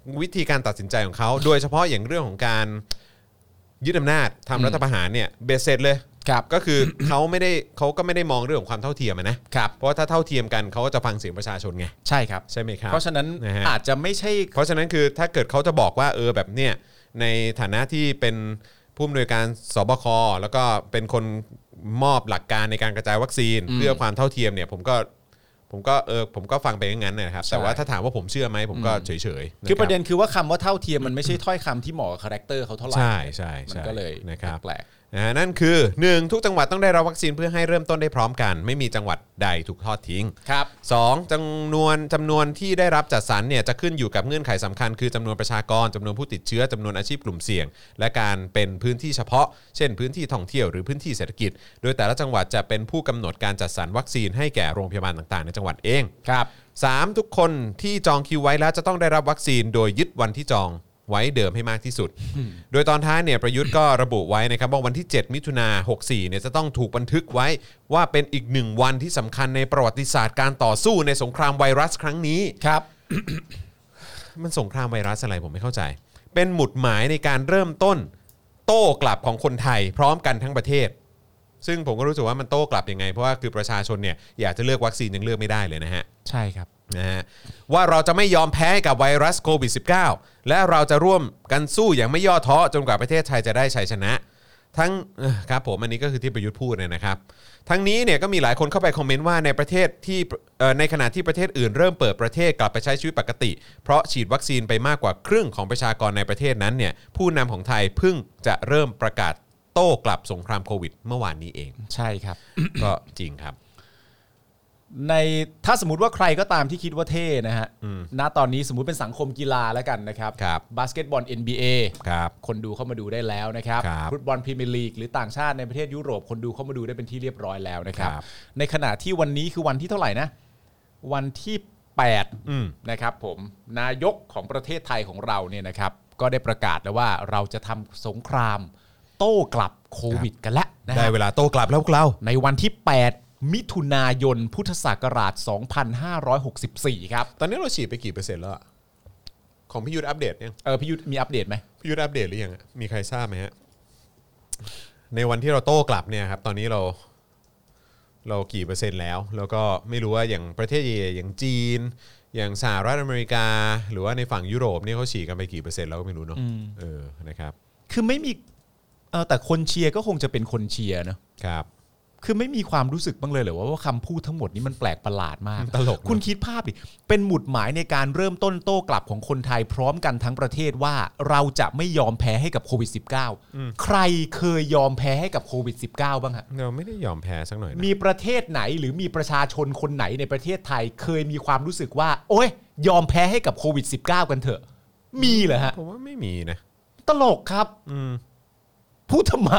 วิธีการตัดสินใจของเขาโดยเฉพาะอย่างเรื่องของการยึดอำนาจทำรัฐประหารเนี่ยเบสเสร็จเลยก็คือ เขาไม่ได้เขาก็ไม่ได้มองเรื่องของความเท่าเทียมนะครับเพราะว่าถ้าเท่าเทียมกันเขาก็จะฟังเสียงประชาชนไงใช่ครับใช่ไหมครับเพราะฉะนั้นนะฮะอาจจะไม่ใช่เพราะฉะนั้นคือถ้าเกิดเขาจะบอกว่าเออแบบเนี่ยในฐานะที่เป็นผู้อำนวยการสบคแล้วก็เป็นคนมอบหลักการในการกระจายวัคซีนเพื่อความเท่าเทียมเนี่ยผมก็ผมก็เออผมก็ฟังไปอย่างนั้นนะครับแต่ว่าถ้าถามว่าผมเชื่อไหมผมก็เฉยๆคือประเด็นคือว่าคำว่าเท่าเทียมมันไม่ใช่ถ้อยคำที่เหมาะกับคาแรคเตอร์เขาเท่าไหร่ใช่ใช่มันก็เลยนะครับแปลกนะนั่นคือหนึ่งทุกจังหวัดต้องได้รับวัคซีนเพื่อให้เริ่มต้นได้พร้อมกันไม่มีจังหวัดใดถูกทอดทิ้งครับสองจำนวนจำนวนที่ได้รับจัดสรรเนี่ยจะขึ้นอยู่กับเงื่อนไขสำคัญคือจำนวนประชากรจำนวนผู้ติดเชื้อจำนวนอาชีพกลุ่มเสี่ยงและการเป็นพื้นที่เฉพาะเช่นพื้นที่ท่องเที่ยวหรือพื้นที่เศรษฐกิจโดยแต่ละจังหวัดจะเป็นผู้กำหนดการจัดสรรวัคซีนให้แก่โรงพยาบาลต่างๆในจังหวัดเองครับสามทุกคนที่จองคิวไว้แล้วจะต้องได้รับวัคซีนโดยยึดวันที่จองไว้เดิมให้มากที่สุด โดยตอนท้ายเนี่ยประยุทธ์ก็ระบุไว้นะครับว่าวันที่เจ็ดมิถุนายนหกสี่เนี่ยจะต้องถูกบันทึกไว้ว่าเป็นอีกหนึ่งวันที่สำคัญในประวัติศาสตร์การต่อสู้ในสงครามไวรัสครั้งนี้ครับมันสงครามไวรัสอะไรผมไม่เข้าใจเป็นหมุดหมายในการเริ่มต้นโต้กลับของคนไทยพร้อมกันทั้งประเทศซึ่งผมก็รู้สึกว่ามันโต้กลับยังไงเพราะว่าคือประชาชนเนี่ยอยากจะเลือกวัคซีนยังเลือกไม่ได้เลยนะฮะใช่ครับนะฮะว่าเราจะไม่ยอมแพ้กับไวรัสโควิด สิบเก้า และเราจะร่วมกันสู้อย่างไม่ย่อท้อจนกว่าประเทศไทยจะได้ชัยชนะทั้งครับผมอันนี้ก็คือที่ประยุทธ์พูดเนี่ยนะครับทั้งนี้เนี่ยก็มีหลายคนเข้าไปคอมเมนต์ว่าในประเทศที่ในขณะที่ประเทศอื่นเริ่มเปิดประเทศกลับไปใช้ชีวิตปกติเพราะฉีดวัคซีนไปมากกว่าครึ่งของประชากรในประเทศนั้นเนี่ยผู้นำของไทยเพิ่งจะเริ่มประกาศโต้กลับสงครามโควิดเมื่อวานนี้เองใช่ครับก็จริงครับในถ้าสมมติว่าใครก็ตามที่คิดว่าเท่นะฮะณตอนนี้สมมุติเป็นสังคมกีฬาแล้วกันนะครับบาสเกตบอล เอ็น บี เอครับคนดูเข้ามาดูได้แล้วนะครับฟุตบอลพรีเมียร์ลีกหรือต่างชาติในประเทศยุโรปคนดูเข้ามาดูได้เป็นที่เรียบร้อยแล้วนะครับในขณะที่วันนี้คือวันที่เท่าไหร่นะวันที่แปดนะครับผมนายกของประเทศไทยของเราเนี่ยนะครับก็ได้ประกาศแล้วว่าเราจะทำสงครามโต้กลับโควิดกันแล้วนะได้เวลาโต้กลับแล้วพวกเราในวันที่แปดมิถุนายนพุทธศักราชสองพันห้าร้อยหกสิบสี่ครับตอนนี้เราฉีดไปกี่เปอร์เซ็นต์แล้วของพี่ยุทธอัปเดตยังเออพี่ยุทธมีอัปเดตไหมพี่ยุทธอัปเดตหรือยังมีใครทราบไหมฮะในวันที่เราโต้กลับเนี่ยครับตอนนี้เราเรากี่เปอร์เซ็นต์แล้วแล้วก็ไม่รู้ว่าอย่างประเทศใหญ่อย่างจีนอย่างสหรัฐอเมริกาหรือว่าในฝั่งยุโรปนี่เขาฉีดกันไปกี่เปอร์เซ็นต์แล้วก็ไม่รู้เนาะเออนะครับคือไม่มีเออแต่คนเชียร์ก็คงจะเป็นคนเชียร์นะครับคือไม่มีความรู้สึกบ้างเลยเหรอว่าคำพูดทั้งหมดนี้มันแปลกประหลาดมากตลกคุณคิดภาพดิเป็นหมุดหมายในการเริ่มต้นโต้กลับของคนไทยพร้อมกันทั้งประเทศว่าเราจะไม่ยอมแพ้ให้กับโควิด สิบเก้า ใครเคยยอมแพ้ให้กับโควิด สิบเก้า บ้างฮะเราไม่ได้ยอมแพ้สักหน่อยมีประเทศไหนหรือมีประชาชนคนไหนในประเทศไทยเคยมีความรู้สึกว่าโอ๊ยยอมแพ้ให้กับโควิด สิบเก้า กันเถอะมีเหรอฮะผมว่าไม่มีนะตลกครับพูดทำไม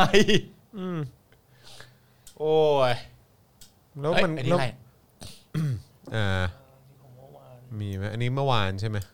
โอ้ยแล้วมันแล้วอ่ามีไหมอันนี้เมื่อวานใช่ไหม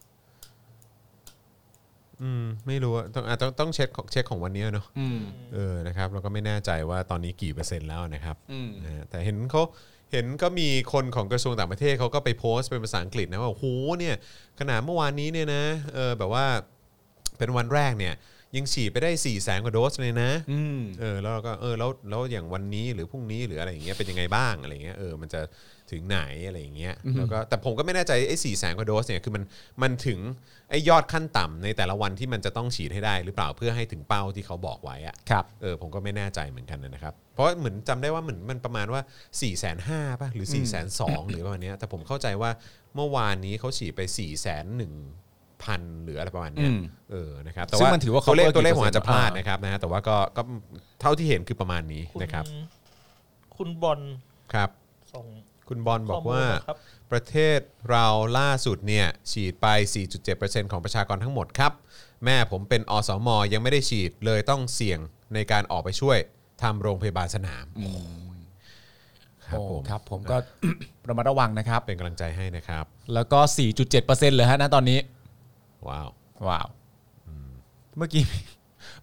อืมไม่รู้ต้องต้องต้องเช็คเช็คของวันนี้เนาะเออนะครับเราก็ไม่แน่ใจว่าตอนนี้กี่เปอร์เซ็นต์แล้วนะครับนะแต่เห็นเขาเห็นก็มีคนของกระทรวงต่างประเทศเขาก็ไปโพสต์เป็นภาษาอังกฤษนะว่าโอ้โหเนี่ยขนาดเมื่อวานนี้เนี่ยนะเออแบบว่าเป็นวันแรกเนี่ยยังฉีดไปได้สี่แสนกว่าโดสเลยนะเออแล้วก็เออแล้วแล้วอย่างวันนี้หรือพรุ่งนี้หรืออะไรอย่างเงี้ยเป็นยังไงบ้างอะไรเงี้ยเออมันจะถึงไหนอะไรอย่างเงี้ยแล้วก็แต่ผมก็ไม่แน่ใจไอ้สี่แสนกว่าโดสเนี่ยคือมันมันถึงไอ้ยอดขั้นต่ำในแต่ละวันที่มันจะต้องฉีดให้ได้หรือเปล่าเพื่อให้ถึงเป้าที่เขาบอกไว้อะครับเออผมก็ไม่แน่ใจเหมือนกันนะครับเพราะเหมือนจำได้ว่าเหมือนมันประมาณว่าสี่แสนห้าป่ะหรือสี่แสนสองหรือประมาณนี้แต่ผมเข้าใจว่าเมื่อวานนี้เขาฉีดไปสี่แสนหนึ่งพันหรืออะไรประมาณนี้เออนะครับแต่ว่าตัวเลขตัวเลขผมอาจจะพลาดนะครับนะฮะแต่ว่าก็ก็เท่าที่เห็นคือประมาณนี้นะครับคุณบอลครับคุณบอลบอกว่าประเทศเราล่าสุดเนี่ยฉีดไป สี่จุดเจ็ดเปอร์เซ็นต์ ของประชากรทั้งหมดครับแม่ผมเป็นอสม.ยังไม่ได้ฉีดเลยต้องเสี่ยงในการออกไปช่วยทำโรงพยาบาลสนามครับผมครับผมก็ระมัดระวังนะครับเป็นกำลังใจให้นะครับแล้วก็ สี่จุดเจ็ดเปอร์เซ็นต์ เลยฮะณตอนนี้ว้าวว้าวเมื่อกี้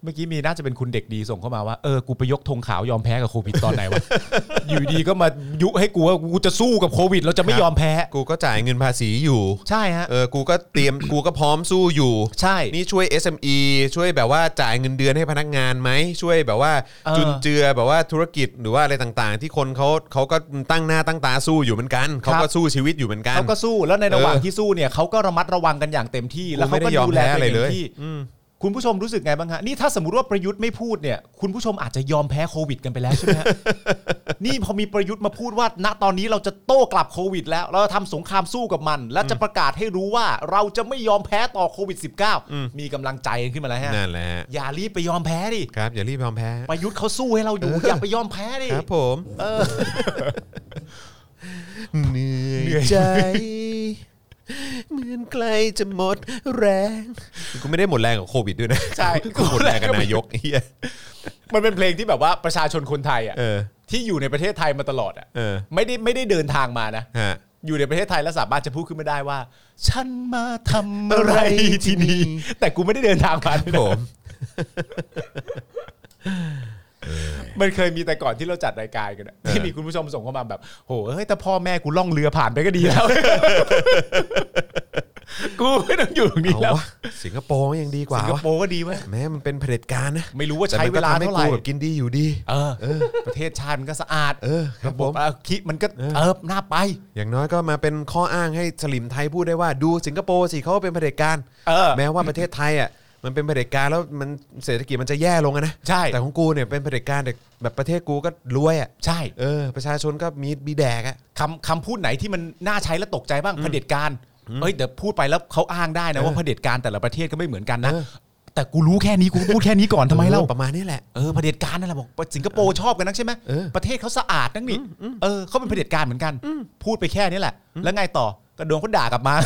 เมื่อกี้มีน่าจะเป็นคุณเด็กดีส่งเข้ามาว่าเออกูไปยกธงขาวยอมแพ้กับโควิดตอนไหนวะ อยู่ดีก็มายุให้กูว่ากูจะสู้กับโควิดเราจะไม่ยอมแพ้กูก็จ่ายเงินภาษีอยู่ใช่ฮะเออกูก็เตรียมกูก็พร้อมสู้อยู่ใช่นี่ช่วย เอส เอ็ม อี ช่วยแบบว่าจ่ายเงินเดือนให้พนักงานไหมช่วยแบบว่าจุนเจือแบบว่าธุรกิจหรือว่าอะไรต่างๆที่คนเขาเขาก็ตั้งหน้าตั้งตาสู้อยู่เหมือนกันเขาก็สู้ชีวิตอยู่เหมือนกันเขาก็สู้แล้วในระหว่างที่สู้เนี่ยเขาก็ระมัดระวังกันอย่างเต็มที่แล้วเขาก็ดูแลกันเต็มที่คุณผู้ชมรู้สึกไงบ้างฮะนี่ถ้าสมมติว่าประยุทธ์ไม่พูดเนี่ยคุณผู้ชมอาจจะยอมแพ้โควิดกันไปแล้วใช่ไหมฮะ นี่พอมีประยุทธ์มาพูดว่าณตอนนี้เราจะโต้กลับโควิดแล้วเราทำสงครามสู้กับมันและจะประกาศให้รู้ว่าเราจะไม่ยอมแพ้ต่อโควิด สิบเก้า มีกำลังใจขึ้นมาแล้วฮะนั่นแหละอย่ารีบไปยอมแพ้ดิครับอย่ารีบยอมแพ้ประยุทธ์เขาสู้ให้เราอยู่อย่าไปยอมแพ้ดิครับผมเหนื่อยใจเหมือนใกล้จะหมดแรงกูไม่ได้หมดแรงกับโควิดด้วยนะใช่กูหมดแรงกับนายกเฮียมันเป็นเพลงที่แบบว่าประชาชนคนไทยอ่ะที่อยู่ในประเทศไทยมาตลอดอ่ะไม่ได้ไม่ได้เดินทางมานะอยู่ในประเทศไทยแล้วสามารถจะพูดขึ้นมาได้ว่าฉันมาทำอะไรที่นี่แต่กูไม่ได้เดินทางมาผมมันเคยมีแต่ก่อนที่เราจัดรายการกันที่มีคุณผู้ชมส่งเข้ามาแบบโหเฮ้ยแต่พ่อแม่กูล่องเรือผ่านไปก็ดีแล้วกูไม่ต้องอยู่ตรงนี้แล้วสิงคโปร์ยังดีกว่าสิงคโปร์ก็ดีไหมแม้มันเป็นเผด็จการนะไม่รู้ว่าใช้เวลาเท่าไหร่แบบกินดีอยู่ดีเออประเทศชาติมันก็สะอาดเออระบบคิดมันก็เออน่าไปอย่างน้อยก็มาเป็นข้ออ้างให้สลิมไทยพูดได้ว่าดูสิงคโปร์สิเขาเป็นเผด็จการแม้ว่าประเทศไทยอ่ะมันเป็นเผด็จการแล้วมันเศรษฐกิจมันจะแย่ลงนะใช่แต่ของกูเนี่ยเป็นเผด็จการแต่แบบประเทศกูก็รวยอ่ะใช่เออประชาชนก็มีมีแดกอ่ะคำคำพูดไหนที่มันน่าใช้และตกใจบ้างเผด็จการเอ้ยเดี๋ยวพูดไปแล้วเขาอ้างได้นะว่าเผด็จการแต่ละประเทศก็ไม่เหมือนกันนะแต่กูรู้แค่นี้กูพูดแค่นี้ก่อนทำไมเล่าประมาณนี้แหละเออเผด็จการนั่นแหละบอกสิงคโปร์ชอบกันนักใช่ไหมประเทศเขาสะอาดนักนี่เออเขาเป็นเผด็จการเหมือนกันพูดไปแค่นี้แหละแล้วไงต่อก็โดนเขาด่ากลับมา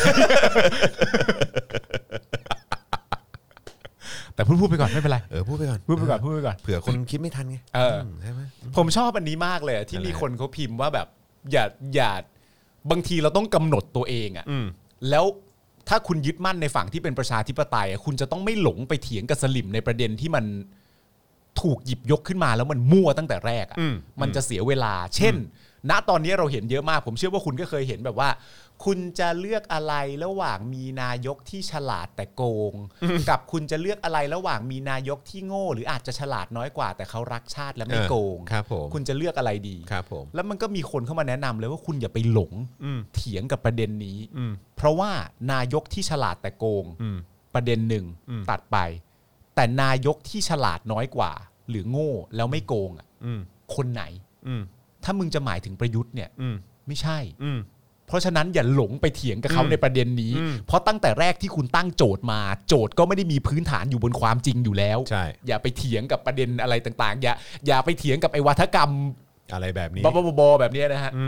แต่พูดพูดไปก่อนไม่เป็นไรเออพูดไปก่อนพูดไปก่อนพูดไปก่อนเผื่อคนคิดไม่ทันไงเออใช่ไหมผมชอบอันนี้มากเลยที่มีคนเขาพิมพ์ว่าแบบอย่าอย่าบางทีเราต้องกำหนดตัวเองอ่ะแล้วถ้าคุณยึดมั่นในฝั่งที่เป็นประชาธิปไตยคุณจะต้องไม่หลงไปเถียงกับสลิมในประเด็นที่มันถูกหยิบยกขึ้นมาแล้วมันมั่วตั้งแต่แรกอ่ะมันจะเสียเวลาเช่นณตอนนี้เราเห็นเยอะมากผมเชื่อว่าคุณก็เคยเห็นแบบว่าคุณจะเลือกอะไรระหว่างมีนายกที่ฉลาดแต่โกงกับคุณจะเลือกอะไรระหว่างมีนายกที่โง่หรืออาจจะฉลาดน้อยกว่าแต่เขารักชาติและไม่โกงครับผมคุณจะเลือกอะไรดีครับผมแล้วมันก็มีคนเข้ามาแนะนำเลยว่าคุณอย่าไปหลงเถียงกับประเด็นนี้เพราะว่านายกที่ฉลาดแต่โกงประเด็นหนึ่งตัดไปแต่นายกที่ฉลาดน้อยกว่าหรือโง่แล้วไม่โกงอ่ะคนไหนถ้ามึงจะหมายถึงประยุทธ์เนี่ยไม่ใช่เพราะฉะนั้นอย่าหลงไปเถียงกับเขาในประเด็นนี้เพราะตั้งแต่แรกที่คุณตั้งโจทย์มาโจทย์ก็ไม่ได้มีพื้นฐานอยู่บนความจริงอยู่แล้วอย่าไปเถียงกับประเด็นอะไรต่างๆอย่าอย่าไปเถียงกับไอ้วัฒกรรมอะไรแบบนี้บอๆแบบนี้นะฮะ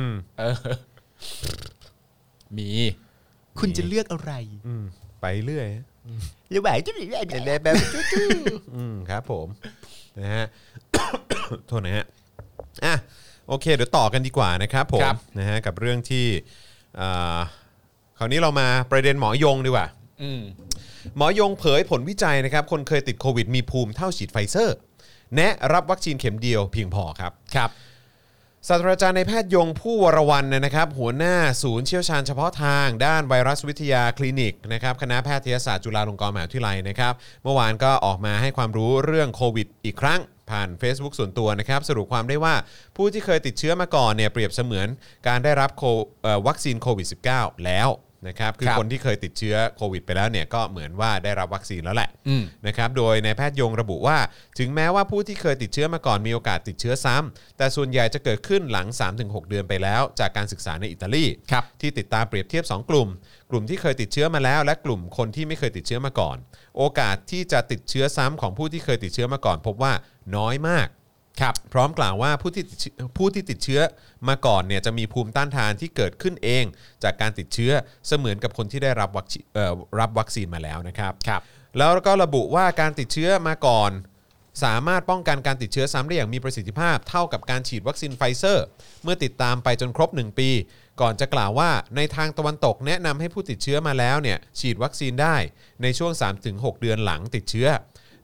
มีคุณจะเลือกอะไรไปเรื่อยหรือแบบจะมีอะไรแบบจู้ๆครับผมนะฮะโทษนะฮะอ่ะโอเคเดี๋ยวต่อกันดีกว่านะครับผมนะฮะกับเรื่องที่คราวนี้เรามาประเด็นหมอยงดีกว่าหมอยงเผยผลวิจัยนะครับคนเคยติดโควิดมีภูมิเท่าฉีดไฟเซอร์แนะรับวัคซีนเข็มเดียวเพียงพอครับครับศาสตราจารย์ในแพทย์ยงผู้วรวรรณนะครับหัวหน้าศูนย์เชี่ยวชาญเฉพาะทางด้านไวรัสวิทยาคลินิกนะครับคณะแพทยศาสตร์จุฬาลงกรณ์มหาวิทยาลัยนะครับเมื่อวานก็ออกมาให้ความรู้เรื่องโควิดอีกครั้งผ่าน Facebook ส่วนตัวนะครับสรุปความได้ว่าผู้ที่เคยติดเชื้อมาก่อนเนี่ยเปรียบเสมือนการได้รับวัคซีนโควิด สิบเก้า แล้วนะครับคือคนที่เคยติดเชื้อโควิดไปแล้วเนี่ยก็เหมือนว่าได้รับวัคซีนแล้วแหละนะครับโดยนายแพทย์ยงระบุว่าถึงแม้ว่าผู้ที่เคยติดเชื้อมาก่อนมีโอกาสติดเชื้อซ้ำแต่ส่วนใหญ่จะเกิดขึ้นหลัง สามถึงหก เดือนไปแล้วจากการศึกษาในอิตาลีที่ติดตามเปรียบเทียบสองกลุ่มกลุ่มที่เคยติดเชื้อมาแล้วและกลุ่มคนที่ไม่เคยติดเชื้อมาก่อนโอกาสที่จะติดเชื้อซ้ำของผู้ที่เคยติดเชื้อมาก่อนพบว่าน้อยมากพร้อมกล่าวว่าผู้ที่ผู้ที่ติดเชื้อมาก่อนเนี่ยจะมีภูมิต้านทานที่เกิดขึ้นเองจากการติดเชื้อเสมือนกับคนที่ได้รับวัคซีนรับวัคซีนมาแล้วนะครับแล้วก็ระบุว่าการติดเชื้อมาก่อนสามารถป้องกันการติดเชื้อซ้ำได้อย่างมีประสิทธิภาพเท่ากับการฉีดวัคซีนไฟเซอร์เมื่อติดตามไปจนครบหนึ่งปีก่อนจะกล่าวว่าในทางตะวันตกแนะนำให้ผู้ติดเชื้อมาแล้วเนี่ยฉีดวัคซีนได้ในช่วง สามถึงหก เดือนหลังติดเชื้อ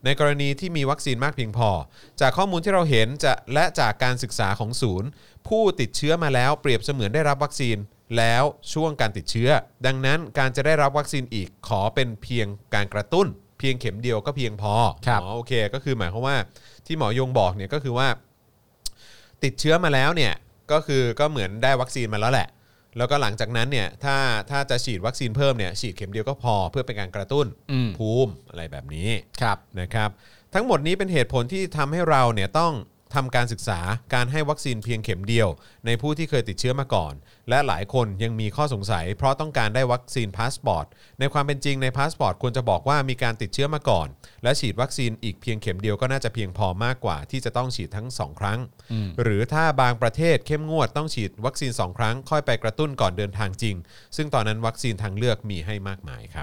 ในกรณีที่มีวัคซีนมากเพียงพอจากข้อมูลที่เราเห็นจะและจากการศึกษาของศูนย์ผู้ติดเชื้อมาแล้วเปรียบเสมือนได้รับวัคซีนแล้วช่วงการติดเชื้อดังนั้นการจะได้รับวัคซีนอีกขอเป็นเพียงการกระตุ้นเพียงเข็มเดียวก็เพียงพออ๋อโอเคก็คือหมายความว่าที่หมอยงบอกเนี่ยก็คือว่าติดเชื้อมาแล้วเนี่ยก็คือก็เหมือนได้วัคซีนมาแล้วแหละแล้วก็หลังจากนั้นเนี่ยถ้าถ้าจะฉีดวัคซีนเพิ่มเนี่ยฉีดเข็มเดียวก็พอเพื่อเป็นการกระตุ้นภูมิอะไรแบบนี้นะครับทั้งหมดนี้เป็นเหตุผลที่ทำให้เราเนี่ยต้องทำการศึกษาการให้วัคซีนเพียงเข็มเดียวในผู้ที่เคยติดเชื้อมาก่อนและหลายคนยังมีข้อสงสัยเพราะต้องการได้วัคซีนพาสปอร์ตในความเป็นจริงในพาสปอร์ตควรจะบอกว่ามีการติดเชื้อมาก่อนและฉีดวัคซีนอีกเพียงเข็มเดียวก็น่าจะเพียงพอมากกว่าที่จะต้องฉีดทั้งสองครั้งหรือถ้าบางประเทศเข้มงวดต้องฉีดวัคซีนสองครั้งค่อยไปกระตุ้นก่อนเดินทางจริงซึ่งตอนนั้นวัคซีนทางเลือกมีให้มากมายครับ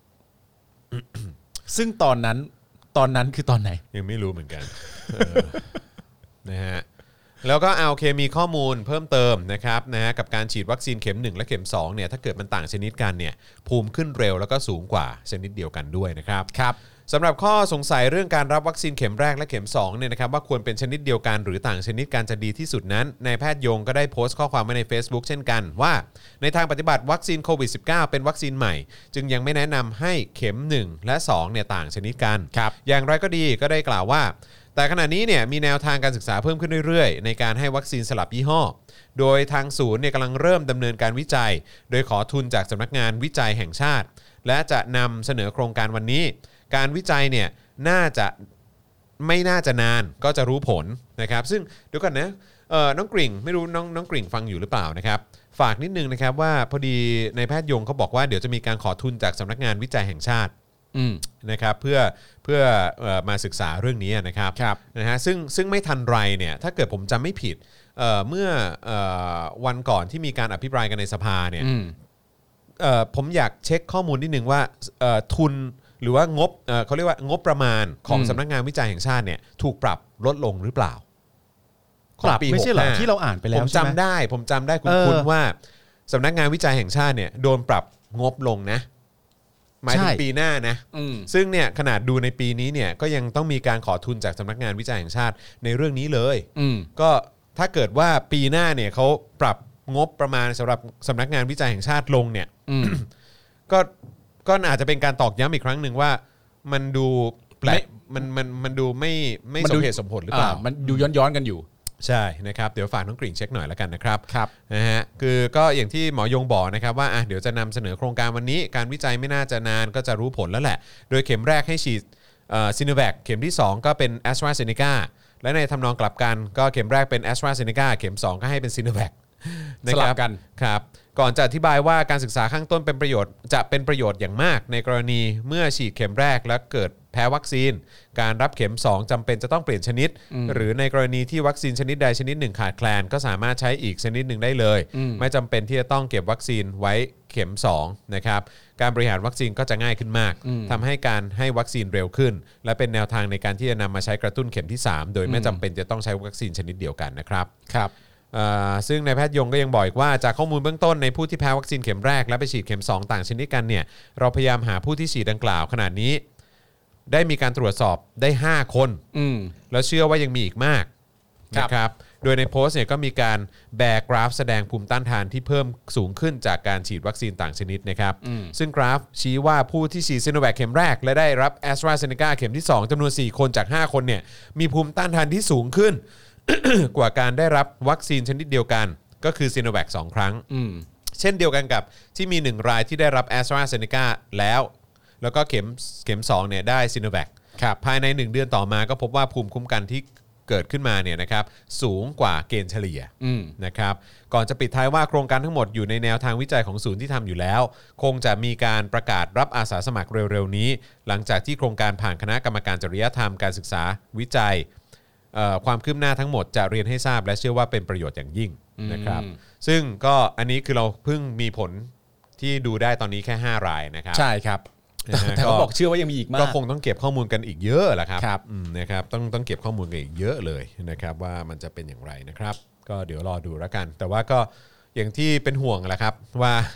ซึ่งตอนนั้นตอนนั้นคือตอนไหนยังไม่รู้เหมือนกัน นะฮะแล้วก็เอาโอเคมีข้อมูลเพิ่มเติมนะครับนะฮะกับการฉีดวัคซีนเข็มหนึ่งและเข็มสองเนี่ยถ้าเกิดมันต่างชนิดกันเนี่ยภูมิขึ้นเร็วแล้วก็สูงกว่าชนิดเดียวกันด้วยนะครับครับสำหรับข้อสงสัยเรื่องการรับวัคซีนเข็มแรกและเข็มสองเนี่ยนะครับว่าควรเป็นชนิดเดียวกันหรือต่างชนิดกันจะดีที่สุดนั้นนายแพทย์ยงก็ได้โพสต์ข้อความไว้ใน Facebook เช่นกันว่าในทางปฏิบัติวัคซีนโควิด สิบเก้า เป็นวัคซีนใหม่จึงยังไม่แนะนำให้เข็มหนึ่งและสองเนี่ยต่างชนิดกันอย่างไรก็ดีก็ได้กล่าวว่าแต่ขณะนี้เนี่ยมีแนวทางการศึกษาเพิ่มขึ้นเรื่อยๆในการให้วัคซีนสลับยี่ห้อโดยทางศูนย์เนี่ยกำลังเริ่มดำเนินการวิจัยโดยขอทุนจากสำนักงานวิจัยแห่งชาติและจะนำเสนอโครงการวันนี้การวิจัยเนี่ยน่าจะไม่น่าจะนานก็จะรู้ผลนะครับซึ่งเดี๋ยวก่อนนะเอ่อน้องกริ่งไม่รู้น้องน้องกริ่งฟังอยู่หรือเปล่านะครับฝากนิดนึงนะครับว่าพอดีในแพทย์ยงเขาบอกว่าเดี๋ยวจะมีการขอทุนจากสำนักงานวิจัยแห่งชาตินะครับเพื่อเพื่อเอ่อมาศึกษาเรื่องนี้นะครับนะฮะซึ่งซึ่งไม่ทันไรเนี่ยถ้าเกิดผมจำไม่ผิดเอ่อเมื่อเอ่อวันก่อนที่มีการอภิปรายกันในสภาเนี่ยเอ่อผมอยากเช็คข้อมูลนิดนึงว่าเอ่อทุนหรือว่างบเอ่อเขาเรียกว่างบประมาณของสำนักงานวิจัยแห่งชาติเนี่ยถูกปรับลดลงหรือเปล่าปรับไม่ใช่เหรอที่เราอ่านไปแล้วผมจำได้ผมจำได้คุณคุณว่าสำนักงานวิจัยแห่งชาติเนี่ยโดนปรับงบลงนะหมายถึงปีหน้านะซึ่งเนี่ยขนาดดูในปีนี้เนี่ยก็ยังต้องมีการขอทุนจากสำนักงานวิจัยแห่งชาติในเรื่องนี้เลยก็ถ้าเกิดว่าปีหน้าเนี่ยเขาปรับงบประมาณสำหรับสำนักงานวิจัยแห่งชาติลงเนี่ยก็ก็อาจจะเป็นการตอกย้ำอีกครั้งหนึ่งว่ามันดูแปลกมันมันมันดูไม่ไม่สมเหตุสมผลหรือเปล่ามันดูย้อนๆกันอยู่ใช่นะครับเดี๋ยวฝากน้องกริ่งเช็คหน่อยแล้วกันนะครับครับนะฮะคือก็อย่างที่หมอยงบอกนะครับว่าอ่ะเดี๋ยวจะนำเสนอโครงการวันนี้การวิจัยไม่น่าจะนานก็จะรู้ผลแล้วแหละโดยเข็มแรกให้ฉีดซิโนแวคเข็มที่สองก็เป็น AstraZeneca และในทำนองกลับกันก็เข็มแรกเป็น AstraZeneca เข็มสองก็ให้เป็นซิโนแวคสลับกันครับก่อนจะอธิบายว่าการศึกษาข้างต้นเป็นประโยชน์จะเป็นประโยชน์อย่างมากในกรณีเมื่อฉีดเข็มแรกแล้วเกิดแพ้วัคซีนการรับเข็มสองจำเป็นจะต้องเปลี่ยนชนิดหรือในกรณีที่วัคซีนชนิดใดชนิดหนึ่งขาดแคลนก็สามารถใช้อีกชนิดหนึ่งได้เลยไม่จำเป็นที่จะต้องเก็บวัคซีนไว้เข็มสองนะครับการบริหารวัคซีนก็จะง่ายขึ้นมากทำให้การให้วัคซีนเร็วขึ้นและเป็นแนวทางในการที่จะนำมาใช้กระตุ้นเข็มที่สามโดยไม่จำเป็นจะต้องใช้วัคซีนชนิดเดียวกันนะครับครับซึ่งนายแพทย์ยงก็ยังบอกอีกว่าจากข้อมูลเบื้องต้นในผู้ที่แพ้วัคซีนเข็มแรกและไปฉีดเข็มสองต่างชนิดกันเนี่ยเราพยายามหาผู้ที่ฉีดดังกล่าวขนาดนี้ได้มีการตรวจสอบได้ห้าคนแล้วเชื่อว่ายังมีอีกมากนะครับโดยในโพสต์เนี่ยก็มีการแบกกราฟแสดงภูมิต้านทานที่เพิ่มสูงขึ้นจากการฉีดวัคซีนต่างชนิดนะครับซึ่งกราฟชี้ว่าผู้ที่ฉีดซิโนแวคเข็มแรกและได้รับ AstraZeneca เข็มที่สองจำนวนสี่คนจากห้าคนเนี่ยมีภูมิต้านทานที่สูงขึ้น กว่าการได้รับวัคซีนชนิดเดียวกันก็คือซิโนแวคสองครั้งเช่นเดียวกันกับที่มีหนึ่งรายที่ได้รับ AstraZeneca แล้วแล้วก็เข็มเข็มสองเนี่ยได้ซิโนแวคภายในหนึ่งเดือนต่อมาก็พบว่าภูมิคุ้มกันที่เกิดขึ้นมาเนี่ยนะครับสูงกว่าเกณฑ์เฉลี่ยนะครับก่อนจะปิดท้ายว่าโครงการทั้งหมดอยู่ในแนวทางวิจัยของศูนย์ที่ทำอยู่แล้วคงจะมีการประกาศรับอาสาสมัครเร็วๆนี้หลังจากที่โครงการผ่านคณะกรรมการจริยธรรมการศึกษาวิจัยความคืบหน้าทั้งหมดจะเรียนให้ทราบและเชื่อว่าเป็นประโยชน์อย่างยิ่งนะครับซึ่งก็อันนี้คือเราเพิ่งมีผลที่ดูได้ตอนนี้แค่ห้ารายนะครับใช่ครับแต่เขาบอกเชื่อว่ายังมีอีกมากก็คงต้องเก็บข้อมูลกันอีกเยอะแหละครับนะครับต้องต้องเก็บข้อมูลกันอีกเยอะเลยนะครับว่ามันจะเป็นอย่างไรนะครับก็เดี๋ยวรอดูแล้วกันแต่ว่าก็อย่างที่เป็นห่วงแหละครับว่า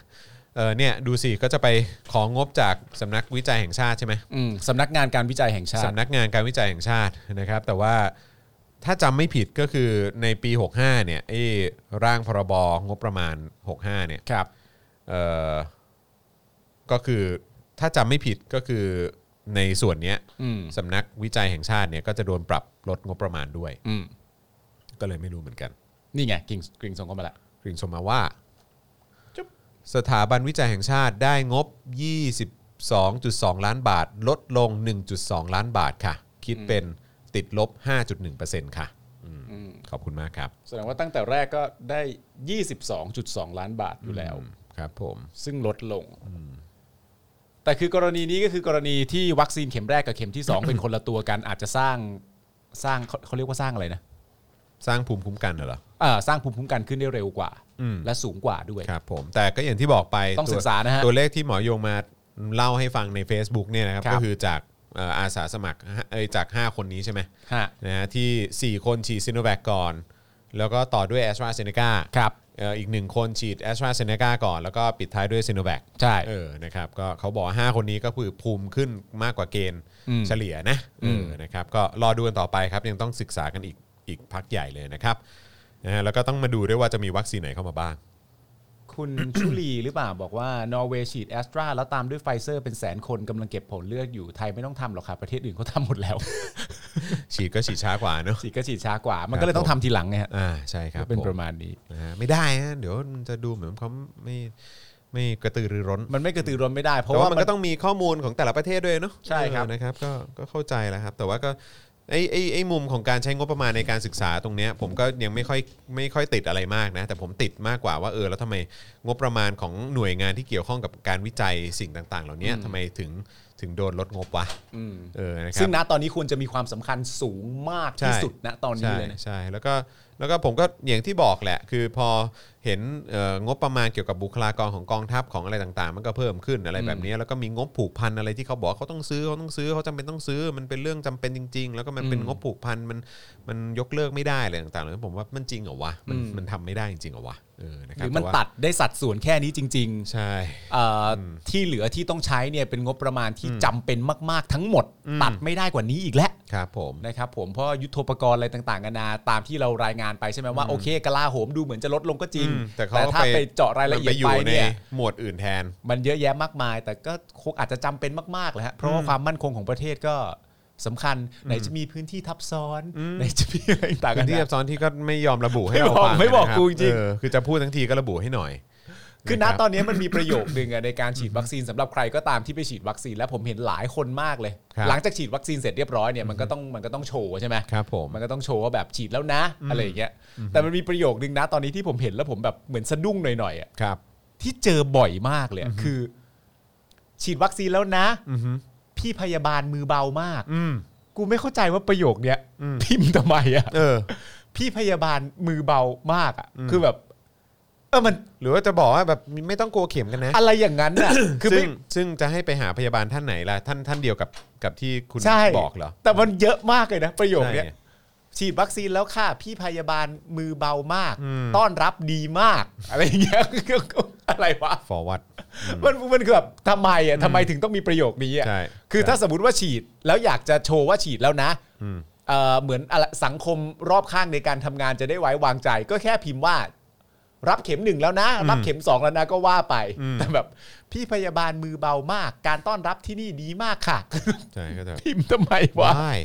เออเนี่ยดูสิก็จะไปของงบจากสำนักวิจัยแห่งชาติใช่ไหมอืมสำนักงานการวิจัยแห่งชาติสำนักงานการวิจัยแห่งชาตินะครับแต่ว่าถ้าจำไม่ผิดก็คือในปีหกสิบห้าเนี่ยไอ้ร่างพรบงบประมาณหกสิบห้าเนี่ยครับเอ่อก็คือถ้าจำไม่ผิดก็คือในส่วนเนี้ยอืมสำนักวิจัยแห่งชาติเนี่ยก็จะโดนปรับลดงบประมาณด้วยอืมก็เลยไม่รู้เหมือนกันนี่ไงกริ่งกริ่งส่งเข้ามาละกริ่งส่งมาว่าสถาบันวิจัยแห่งชาติได้งบ ยี่สิบสองจุดสอง ล้านบาทลดลง หนึ่งจุดสอง ล้านบาทค่ะคิดเป็นติดลบ ห้าจุดหนึ่งเปอร์เซ็นต์ ค่ะอืมขอบคุณมากครับแสดงว่าตั้งแต่แรกก็ได้ ยี่สิบสองจุดสอง ล้านบาทอยู่แล้วครับผมซึ่งลดลงแต่คือกรณีนี้ก็คือกรณีที่วัคซีนเข็มแรกกับเข็มที่สอง เป็นคนละตัวกันอาจจะสร้างสร้างเขาเขาเรียกว่าสร้างอะไรนะสร้างภูมิคุ้มกันเหรออ่าสร้างภูมิคุ้มกันขึ้นได้เร็วกว่าอืมและสูงกว่าด้วยครับผมแต่ก็อย่างที่บอกไปต้องวศึกษานะฮะตัวเลขที่หมอยงมาเล่าให้ฟังใน Facebook เนี่ยนะครับครับก็คือจากเอ่ออาสาสมัครเอ้ยจากห้าคนนี้ใช่ไหมฮะนะฮะที่สี่คนฉีดซิโนแวคก่อน แล้วก็ต่อด้วย AstraZeneca ครับเอ่ออีกหนึ่งคนฉีด AstraZeneca ก่อนแล้วก็ปิดท้ายด้วยซิโนแวคใช่เออนะครับก็เขาบอกห้าคนนี้ก็คือภูมิขึ้นมากกว่าเกณฑ์อืมเฉลี่ยนะเออนะครับก็รอดูกันต่อไปครับยังต้องศึกษากันอีกอีกพักใหญ่เลยนะครับนะฮะแล้วก็ต้องมาดูด้วยว่าจะมีวัคซีนไหนเข้ามาบ้างคุณ ชุลีหรือเปล่าบอกว่านอร์เวย์ฉีดแอสตราแล้วตามด้วยไฟเซอร์เป็นแสนคนกำลังเก็บผลเลือดอยู่ไทยไม่ต้องทำหรอกครับประเทศอื่นเขาทำหมดแล้วฉีดก็ฉีดช้ากว่าเนอะฉีดก็ฉีดช้ากว่า มันก็เลยต้องทำทีหลังไงฮะอ่าใช่ครับเป็นผมประมาณนี้นะฮะไม่ได้ฮะเดี๋ยวมันจะดูเหมือนเขาไม่ไม่กระตือรือร้นมันไม่กระตือร้นไม่ได้ เพเพราะราะว่าว่ามันก็ต้องมีข้อมูลของแต่ละประเทศด้วยเนาะใช่ครับเออนะครับก็ก็เข้าใจแล้วครับแต่ว่าก็ไอ้ไอ้ไอ้มุมของการใช้งบประมาณในการศึกษาตรงเนี้ยผมก็ยังไม่ค่อยไม่ค่อยติดอะไรมากนะแต่ผมติดมากกว่าว่าเออแล้วทำไมงบประมาณของหน่วยงานที่เกี่ยวข้องกับการวิจัยสิ่งต่างๆ เหล่านี้ทำไมถึงถึงโดนลดงบวะเออนะครับซึ่งณตอนนี้ควรจะมีความสำคัญสูงมากที่สุดณตอนนี้เลยนะใช่ใช่แล้วก็แล้วก็ผมก็อย่างที่บอกแหละคือพอเห็นเอ่องบประมาณเกี่ยวกับบุคลากรของกองทัพของอะไรต่างๆ มันก็เพิ่มขึ้นอะไรแบบนี้แล้วก็มีงบผูกพันอะไรที่เขาบอกเขาต้องซื้อเขาต้องซื้อเขาจำเป็นต้องซื้อมันเป็นเรื่องจำเป็นจริง ๆ แล้วก็มันเป็นงบผูกพันมันมันยกเลิกไม่ได้อะไรต่างๆเลยผมว่ามันจริงเหรอวะมันมันทำไม่ได้จริงเหรอวะเออนะคหรับรือมันแว่าตัดได้สัดส่วนแค่นี้จริงใช่ๆเอ่ออที่เหลือที่ต้องใช้เนี่ยเป็นงบประมาณที่จำเป็นมากๆทั้งหมด ตัดไม่ได้กว่านี้อีกแล้วครับผมนะครับผมเพราะยุทโธปกรณ์อะไรต่างๆกันานาตามที่เรารายงานไปใช่ไหมว่าโอเคกลาโหมดูเหมือนจะลดลงก็จริงอืมแต่เขาถ้าไปไปเจาะรายละเอียดมันไปอยู่ไปในเนี่ยหมวดอื่นแทนมันเยอะแยะมากมาย แต่ก็คงอาจจะจำเป็นมากๆแหละฮะเพราะว่าความมั่นคงของประเทศก็สำคัญไหนจะมีพื้นที่ทับซ้อนไหนจะมีอะไรต่างๆพื้กันนที่ซับซ้อนที่ก็ไม่ยอมระบุให้ไม่เราบอกฟังไม่บอกนะครับกูจริงเออคือจะพูดทั้งทีก็ระบุให้หน่อยคือณะรับตอนนี้มันมีประโยคนึงอะในการฉีดวัคซีนสำหรับใครก็ตามที่ไปฉีดวัคซีนแล้วผมเห็นหลายคนมากเลยครับหลังจากฉีดวัคซีนเสร็จเรียบร้อยเนี่ยมันก็ต้องมันก็ต้องโชว์ใช่ไหมครับผมมันก็ต้องโชว์ว่าแบบฉีดแล้วนะอะไรอย่างเงี้ยแต่มันมีประโยคนึงนะตอนนี้ที่ผมเห็นแล้วผมแบบเหมือนสะดุ้งหน่อยๆอะครับที่เจอบ่อยมากเลยอะคือ ฉีดวัคซีนแล้วนะอือฮึพี่พยาบาลมือเบามากอืมกูไม่เข้าใจว่าประโยคเนี้ยพิมพ์ทำไมอะเออพี่พยาบาลมือเบามากอะคือแบบเออมันหรือว่าจะบอกว่าแบบไม่ต้องกลัวเข็มกันนะอะไรอย่างนั้นน่ะคือซึ่ไม่งซึ่งจะให้ไปหาพยาบาลท่านไหนล่ะท่านท่านเดียวกับกับที่คุณใช่บอกเหรอแต่มันเยอะมากเลยนะประโยคเนี้ยใช่ฉีดวัคซีนแล้วค่ะพี่พยาบาลมือเบามาก ต้อนรับดีมาก อะไรอย่างเงี้ย อะไรวะ forward มันมันคือแบบทำไมอ่ะทำไมถึงต้องมีประโยคนี้อ่ะใช่คือใช่ถ้าสมมติว่าฉีดแล้วอยากจะโชว์ว่าฉีดแล้วนะเอ่อเหมือนอะไรสังคมรอบข้างในการทำงานจะได้ไว้วางใจ ก็แค่พิมพ์ว่า รับเข็มหนึ่งแล้วนะ รับเข็มสองแล้วนะก็ว่าไป แต่แบบพี่พยาบาลมือเบามาก การต้อนรับที่นี่ดีมากค่ะใช่ก็จะพิมพ์ทำไมวะ why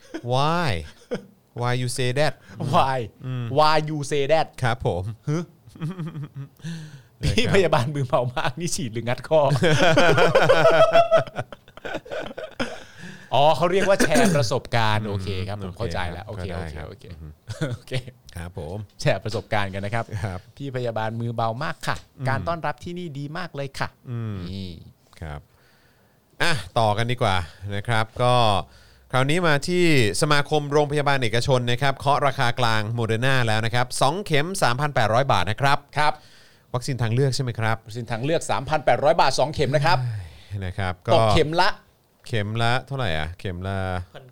why why you say that why why you say that ครับผมพี่พยาบาลมือเบามากนี่ฉีดหรืองัดข้อ อ๋อเขาเรียกว่าแชร์ประสบการณ์โอเคครับผมเข้าใจแล้วโอเคโอเคโอเคโอเคครับผมแชร์ประสบการณ์กันนะครับครับพี่พยาบาลมือเบามากค่ะ การต้อนรับที่นี่ดีมากเลยค่ะนี่ครับอ่ะต่อกันดีกว่านะครับก็คราวนี้มาที่สมาคมโรงพยาบาลเอกชนนะครับเคาะราคากลางโมเดอร์นาแล้วนะครับสองเข็ม สามพันแปดร้อย บาทนะครับครับวัคซีนทางเลือกใช่ไหมครับวัคซีนทางเลือก สามพันแปดร้อย บาทสองเข็มนะครับนะครับตก็กเข็มละเข็มละเท่าไหร่อ่ะเข็มละพันเก้าฮะ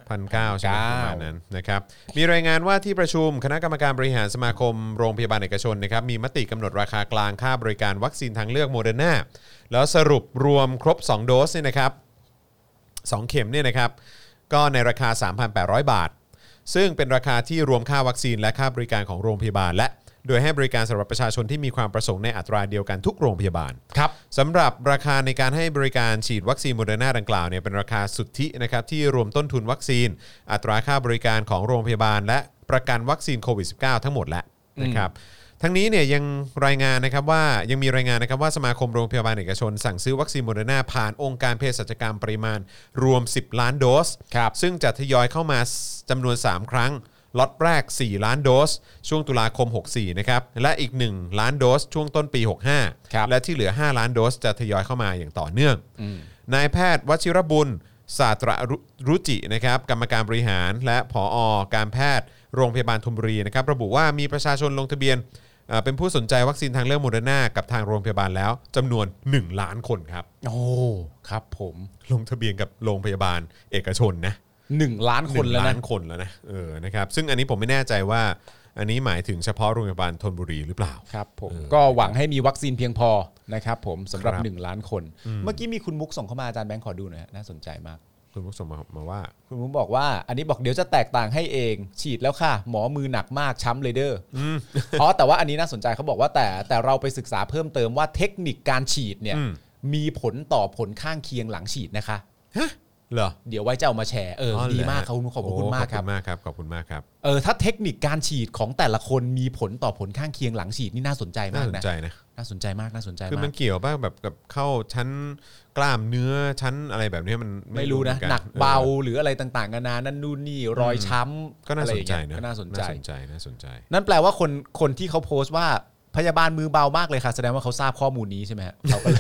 พันเก้าใช่ไหมประมาณนั้นนะครับมีรายงานว่าที่ประชุมคณะกรรมการบริหารสมาคมโรงพยาบาลเอกชนนะครับมีมติกำหนดราคากลางค่าบริการวัคซีนทางเลือกโมเดอร์นาแล้วสรุปรวมครบสองโดสเนี่ยนะครับสองเข็มเนี่ยนะครับก็ในราคา สามพันแปดร้อย บาทซึ่งเป็นราคาที่รวมค่าวัคซีนและค่าบริการของโรงพยาบาลและโดยให้บริการสำหรับประชาชนที่มีความประสงค์ในอัตราเดียวกันทุกโรงพยาบาลครับสำหรับราคาในการให้บริการฉีดวัคซีนโมเดอร์นาดังกล่าวเนี่ยเป็นราคาสุทธินะครับที่รวมต้นทุนวัคซีนอัตราค่าบริการของโรงพยาบาลและประกันวัคซีนโควิด สิบเก้า ทั้งหมดแล้วนะครับทั้งนี้เนี่ยยังรายงานนะครับว่ายังมีรายงานนะครับว่าสมาคมโรงพยาบาลเอกชนสั่งซื้อวัคซีนโมเดอร์นาผ่านองค์การเภสัชกรรมปริมาณรวมสิบล้านโดสซึ่งจะทยอยเข้ามาจำนวนสามครั้งล็อตแรกสี่ล้านโดสช่วงตุลาคมหกสิบสี่นะครับและอีกหนึ่งล้านโดสช่วงต้นปีหกสิบห้าและที่เหลือห้าล้านโดสจะทยอยเข้ามาอย่างต่อเนื่องนายแพทย์วชิรบุญศาสตรรุจินะครับกรรมการบริหารและผอ.การแพทย์โรงพยาบาลธนบุรีนะครับระบุว่ามีประชาชนลงทะเบียนเป็นผู้สนใจวัคซีนทางเลือกโมเดอร์นากับทางโรงพยาบาลแล้วจำนวนหนึ่งล้านคนครับโอ้ครับผมลงทะเบียนกับโรงพยาบาลเอกชนนะหนึ่งล้านคนแล้วนะล้านคนแล้วนะเออนะครับซึ่งอันนี้ผมไม่แน่ใจว่าอันนี้หมายถึงเฉพาะโรงพยาบาลธนบุรีหรือเปล่าครับผมก็หวังให้มีวัคซีนเพียงพอนะครับผมสำหรับหนึ่งล้านคนเมื่อกี้มีคุณมุกส่งเข้ามาอาจารย์แบงค์ขอดูหน่อยน่าสนใจมากคุณมุกส่งมามาว่าคุณมุกบอกว่าอันนี้บอกเดี๋ยวจะแตกต่างให้เองฉีดแล้วค่ะหมอมือหนักมากช้ำเลยเด้ออ๋อแต่ว่าอันนี้น่าสนใจเขาบอกว่าแต่แต่เราไปศึกษาเพิ่มเติมว่าเทคนิคการฉีดเนี่ยมีผลต่อผลข้างเคียงหลังฉีดนะคะฮะเหรอเดี๋ยวไว้จะเอามาแชร์เออดีมากครับขอบคุณมากครับขอบคุณมากครับขอบคุณมากครับเออถ้าเทคนิคการฉีดของแต่ละคนมีผลต่อผลข้างเคียงหลังฉีดนี่น่าสนใจมากนะน่าสนใจนะน่าสนใจมากน่าสนใจมากคือมันเกี่ยวบ้างแบบกับเข้าชั้นกล้ามเนื้อชั้นอะไรแบบนี้มันไม่รู้นะหนักเบาหรืออะไรต่างๆกันานานั่นนู่นนี่รอยช้ำก็น่าสนใจนะน่าสนใจน่าสนใจน่าสนใจนั่นแปลว่าคนคนที่เขาโพสต์ว่าพยาบาลมือเบามากเลยค่ะแสดงว่าเขาทราบข้อมูลนี้ใช่ไหมฮะเขาก็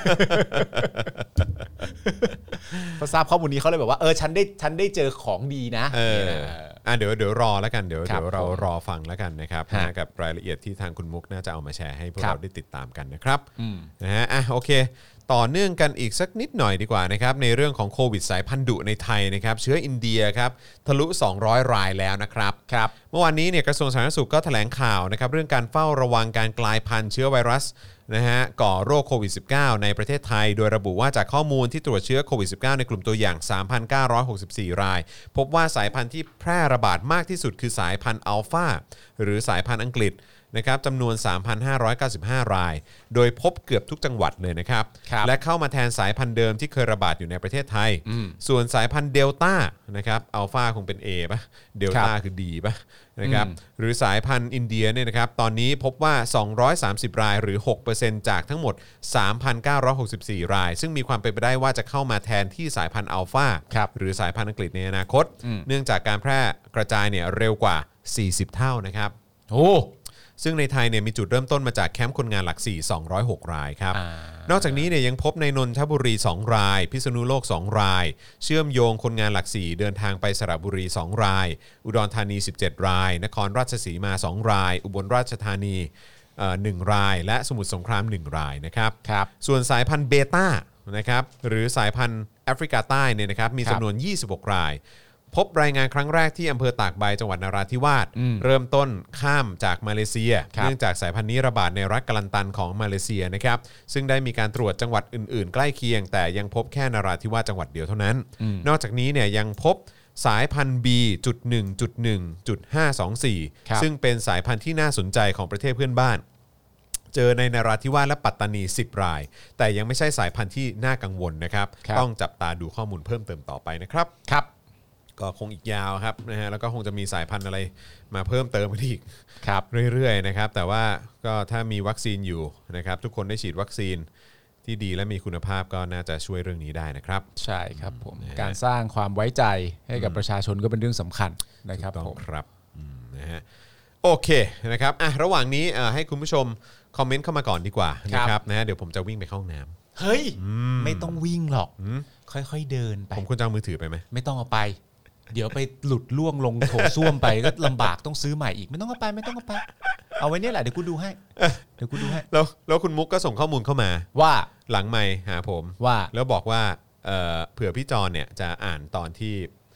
พอทราบข้อมูลนี้เขาเลยแบบว่าเออฉันได้ฉันได้เจอของดีนะเอออ่ะเดี๋ยวเดี๋ยวรอแล้วกันเดี๋ยวเดี๋ยวเรารอฟังแล้วกันนะครับนะกับรายละเอียดที่ทางคุณมุกน่าจะเอามาแชร์ให้พวกเราได้ติดตามกันนะครับนะฮะอ่ะโอเคต่อเนื่องกันอีกสักนิดหน่อยดีกว่านะครับในเรื่องของโควิดสายพันธุ์ดุในไทยนะครับเชื้ออินเดียครับทะลุสองร้อยรายแล้วนะครับครับเมื่อวานนี้เนี่ยกระทรวงสาธารณสุขก็แถลงข่าวนะครับเรื่องการเฝ้าระวังการกลายพันธุ์เชื้อไวรัสนะฮะก่อโรคโควิด สิบเก้า ในประเทศไทยโดยระบุว่าจากข้อมูลที่ตรวจเชื้อโควิด สิบเก้า ในกลุ่มตัวอย่าง สามพันเก้าร้อยหกสิบสี่ รายพบว่าสายพันธุ์ที่แพร่ระบาดมากที่สุดคือสายพันธุ์อัลฟาหรือสายพันธุ์อังกฤษนะครับจำนวน สามพันห้าร้อยเก้าสิบห้า รายโดยพบเกือบทุกจังหวัดเลยนะครับและเข้ามาแทนสายพันธุ์เดิมที่เคยระบาดอยู่ในประเทศไทยส่วนสายพันธุ์เดลต้านะครับอัลฟาคงเป็น A ป่ะเดลต้าคือ D ป่ะนะครับหรือสายพันธุ์อินเดียเนี่ยนะครับตอนนี้พบว่าสองร้อยสามสิบรายหรือ หกเปอร์เซ็นต์ จากทั้งหมด สามพันเก้าร้อยหกสิบสี่ รายซึ่งมีความเป็นไปได้ว่าจะเข้ามาแทนที่สายพันธุ์อัลฟาหรือสายพันธุ์อังกฤษในอนาคตเนื่องจากการแพร่กระจายเนี่ยเร็วกว่าสี่สิบเท่านะครับโอ้ซึ่งในไทยเนี่ยมีจุดเริ่มต้นมาจากแคมป์คนงานหลักสี่ สองร้อยหก รายครับนอกจากนี้เนี่ยยังพบในนนทบุรีสองรายพิษณุโลกสองรายเชื่อมโยงคนงานหลักสี่เดินทางไปสระบุรีสองรายอุดรธานีสิบเจ็ดรายนครราชสีมาสองรายอุบลราชธานีหนึ่งรายและสมุทรสงครามหนึ่งรายนะครับส่วนสายพันธุ์เบต้านะครับหรือสายพันธุ์แอฟริกาใต้เนี่ยนะครับมีจำนวนยี่สิบหกรายพบรายงานครั้งแรกที่อำเภอตากใบจังหวัดนราธิวาสเริ่มต้นข้ามจากมาเลเซียเนื่องจากสายพันธุ์นี้ระบาดในรัฐกะลันตันของมาเลเซียนะครับซึ่งได้มีการตรวจจังหวัดอื่นๆใกล้เคียงแต่ยังพบแค่นราธิวาสจังหวัดเดียวเท่านั้นนอกจากนี้เนี่ยยังพบสายพันธุ์ บี จุด หนึ่ง จุด หนึ่ง จุด ห้าสองสี่ ซึ่งเป็นสายพันธุ์ที่น่าสนใจของประเทศเพื่อนบ้านเจอในนราธิวาสและปัตตานีสิบรายแต่ยังไม่ใช่สายพันธุ์ที่น่ากังวลนะครับต้องจับตาดูข้อมูลเพิ่มเติมต่อไปนะครับครับก็คงอีกยาวครับนะฮะแล้วก็คงจะมีสายพันธุ์อะไรมาเพิ่มเติมอีกครับเรื่อยๆนะครับแต่ว่าก็ถ้ามีวัคซีนอยู่นะครับทุกคนได้ฉีดวัคซีนที่ดีและมีคุณภาพก็น่าจะช่วยเรื่องนี้ได้นะครับใช่ครับผมการสร้างความไว้ใจให้กับประชาชนก็เป็นเรื่องสำคัญนะครับผมครับนะฮะโอเคนะครับอ่ะระหว่างนี้ให้คุณผู้ชมคอมเมนต์เข้ามาก่อนดีกว่านะครับนะฮะเดี๋ยวผมจะวิ่งไปเข้าห้องน้ำเฮ้ยไม่ต้องวิ่งหรอกค่อยๆเดินไปผมควรจะเอามือถือไปไหมไม่ต้องเอาไปเดี๋ยวไปหลุดล่วงลงโถส้วมไปก็ลำบากต้องซื้อใหม่อีกไม่ต้องเอาไปไม่ต้องเอาไปเอาไว้เนี่ยแหละเดี๋ยวกูดูให้เดี๋ยวกูดูให้แล้วแล้วคุณมุกก็ส่งข้อมูลเข้ามาว่าหลังไมค์หาผมว่าแล้วบอกว่าเอ่อเผื่อพี่จอนเนี่ยจะอ่านตอนที่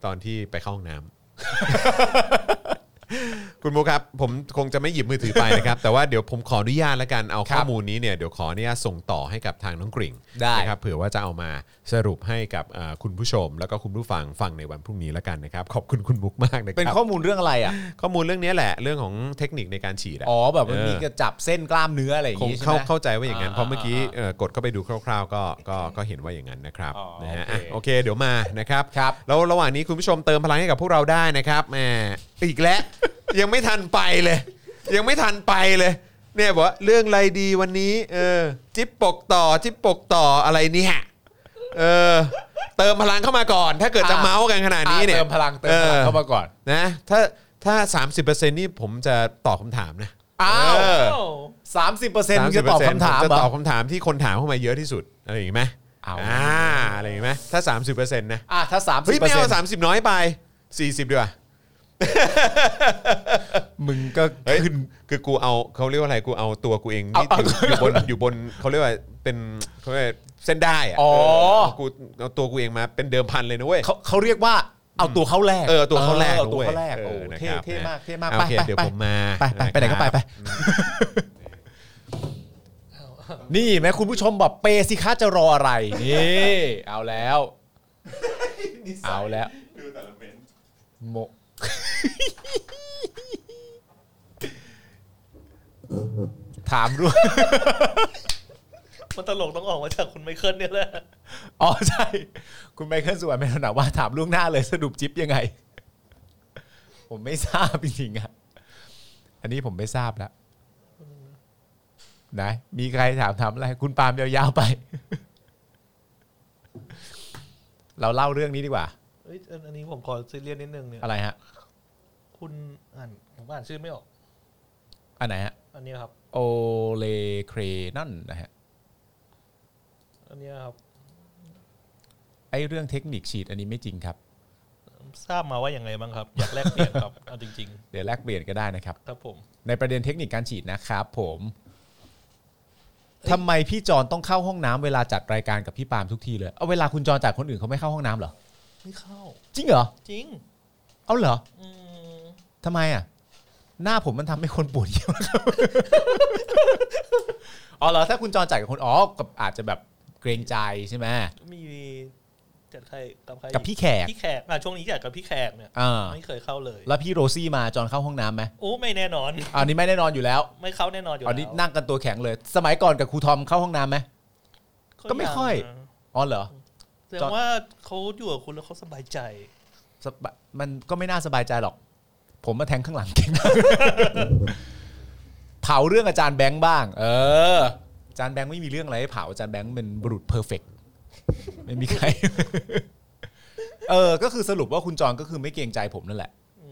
ตอนที่ไปเข้าห้องน้ำ คุณมุกครับผมคงจะไม่หยิบมือถือไปนะครับ แต่ว่าเดี๋ยวผมขออนุญาตแล้วกันเอาข้อมูลนี้เนี่ยเดี๋ยวขออนุญาตส่งต่อให้กับทางน้องกริ่งนะครับเผื่อว่าจะเอามาสรุปให้กับคุณผู้ชมแล้วก็คุณผู้ฟังฟังในวันพรุ่งนี้แล้วกันนะครับขอบคุณคุณมุกมากนะครับเป็นข้อมูลเรื่องอะไรอ่ะข้อมูลเรื่องนี้แหละเรื่องของเทคนิคในการฉีดอ๋อแบบมันมีกระจับเส้นกล้ามเนื้ออะไรอย่างงี้ใช่ไหมเข้าใจว่าอย่างนั้นเพราะเมื่อกี้กดเข้าไปดูคร่าวๆก็ก็ก็เห็นว่าอย่างนั้นนะครับนะฮะโอเคเดี๋ยวมานะครับแล้วระหว่างนี้คุณผู้ชมเติมพลังให้กับพวกเราได้นะครับแหมอีกแล้วยังไม่ทันไปเลยยังไม่ทันไปเลยเนี่ยบอกว่าเรื่องอะไรดีวันนี้เออจิ๊บปกต่อจิ๊บปกต่ออะไรเนี่ยเออเติมพลังเข้ามาก่อนถ้าเกิดจะเมาส์กันขนาดนี้เนี่ยเติมพลังเติมพลังเข้ามาก่อนนะถ้าถ้า สามสิบเปอร์เซ็นต์ นี่ผมจะตอบคำถามนะอ้าวสามสิบเปอร์เซ็นต์จะตอบคำถามจะตอบคำถามที่คนถามเข้ามาเยอะที่สุดอะไรอย่างงี้ไหมอ่าอะไรอย่างงี้ไหมถ้า สามสิบเปอร์เซ็นต์ นะอ่าถ้าสามสิบเปอร์เซ็นต์เฮ้ยไม่เอาสามสิบน้อยไปสี่สิบดีกว่ามึงก็ขึ้นคือกูเอาเขาเรียกว่าอะไรกูเอาตัวกูเองที่อยู่บนอยู่บนเขาเรียกว่าเป็นเขาเรียกเส้นได้อะอ๋อกูเอาตัวกูเองมาเป็นเดิมพันเลยนะเว้ยเขาเขาเรียกว่าเอาตัวเขาแรกเออตัวเขาแรกตัวเขาแรกโอ้เท่เท่มากเท่มากไปเดี๋ยวผมมาไปไปไปไหนก็ไปไปนี่แม้คุณผู้ชมบอกเปสิคะจะรออะไรนี่เอาแล้วเอาแล้วดูแต่ละเมนโมถามด้วยมันตลกต้องออกมาจากคุณไมเคิลเนี่ยแหละอ๋อใช่คุณไมเคิลสุวรรณเมธนาว่าถามล่วงหน้าเลยสรุปจิ๊บยังไงผมไม่ทราบจริงๆอ่ะอันนี้ผมไม่ทราบแล้วนะมีใครถามถามอะไรคุณปาล์มยาวๆไปเราเล่าเรื่องนี้ดีกว่าเอ้ยอันนี้ผมขอซีเรียสนิดนึงเนี่ยอะไรฮะคุณอ่านผมอ่านชื่อไม่ออกอันไหนฮะอันนี้ครับโอเลเครนั่นนะฮะอันนี้ครับไอเรื่องเทคนิคฉีดอันนี้ไม่จริงครับทราบมาว่าอย่างไรบ้างครับอยากแลกเปลี่ยนครับเอาจริงๆเดี๋ยวแลกเปลี่ยนก็ได้นะครับครับผมในประเด็นเทคนิคการฉีดนะครับผมทำไมพี่จอนต้องเข้าห้องน้ำเวลาจัดรายการกับพี่ปาล์มทุกทีเลยเอาเวลาคุณจอนจัดคนอื่นเขาไม่เข้าห้องน้ำเหรอไม่เข้าจริงเหรอจริงเอาเหรอทำไมอ่ะหน้าผมมันทำให้คนปวดเยี่ยวอ๋อเหรอถ้าคุณจอนจัดกับคนอ๋อกับอาจจะแบบเกรงใจใช่ไหมมีจัดใครกับใครกับพี่แขกพี่แขกอ่ะช่วงนี้จัดกับพี่แขกเนี่ยไม่เคยเข้าเลยแล้วพี่โรซี่มาจอนเข้าห้องน้ำไหมโอ้ไม่แน่นอนอันนี้ไม่แน่นอนอยู่แล้วไม่เข้าแน่นอนอยู่แล้วอันนี้นั่งกันตัวแข็งเลยสมัยก่อนกับครูทอมเข้าห้องน้ำไหมก็ไม่ค่อยอ๋อเหรอแสดงว่าเขาอยู่กับคุณแล้วเขาสบายใจมันก็ไม่น่าสบายใจหรอกผมมาแทงข้างหลังเก่งเผาเรื่องอาจารย์แบงค์บ้างเอออาจารย์แบงค์ไม่มีเรื่องอะไรให้เผาอาจารย์แบงค์เป็นบุรุษเพอร์เฟกต์ไม่มีใครเออก็คือสรุปว่าคุณจอนก็คือไม่เกรงใจผมนั่นแหละ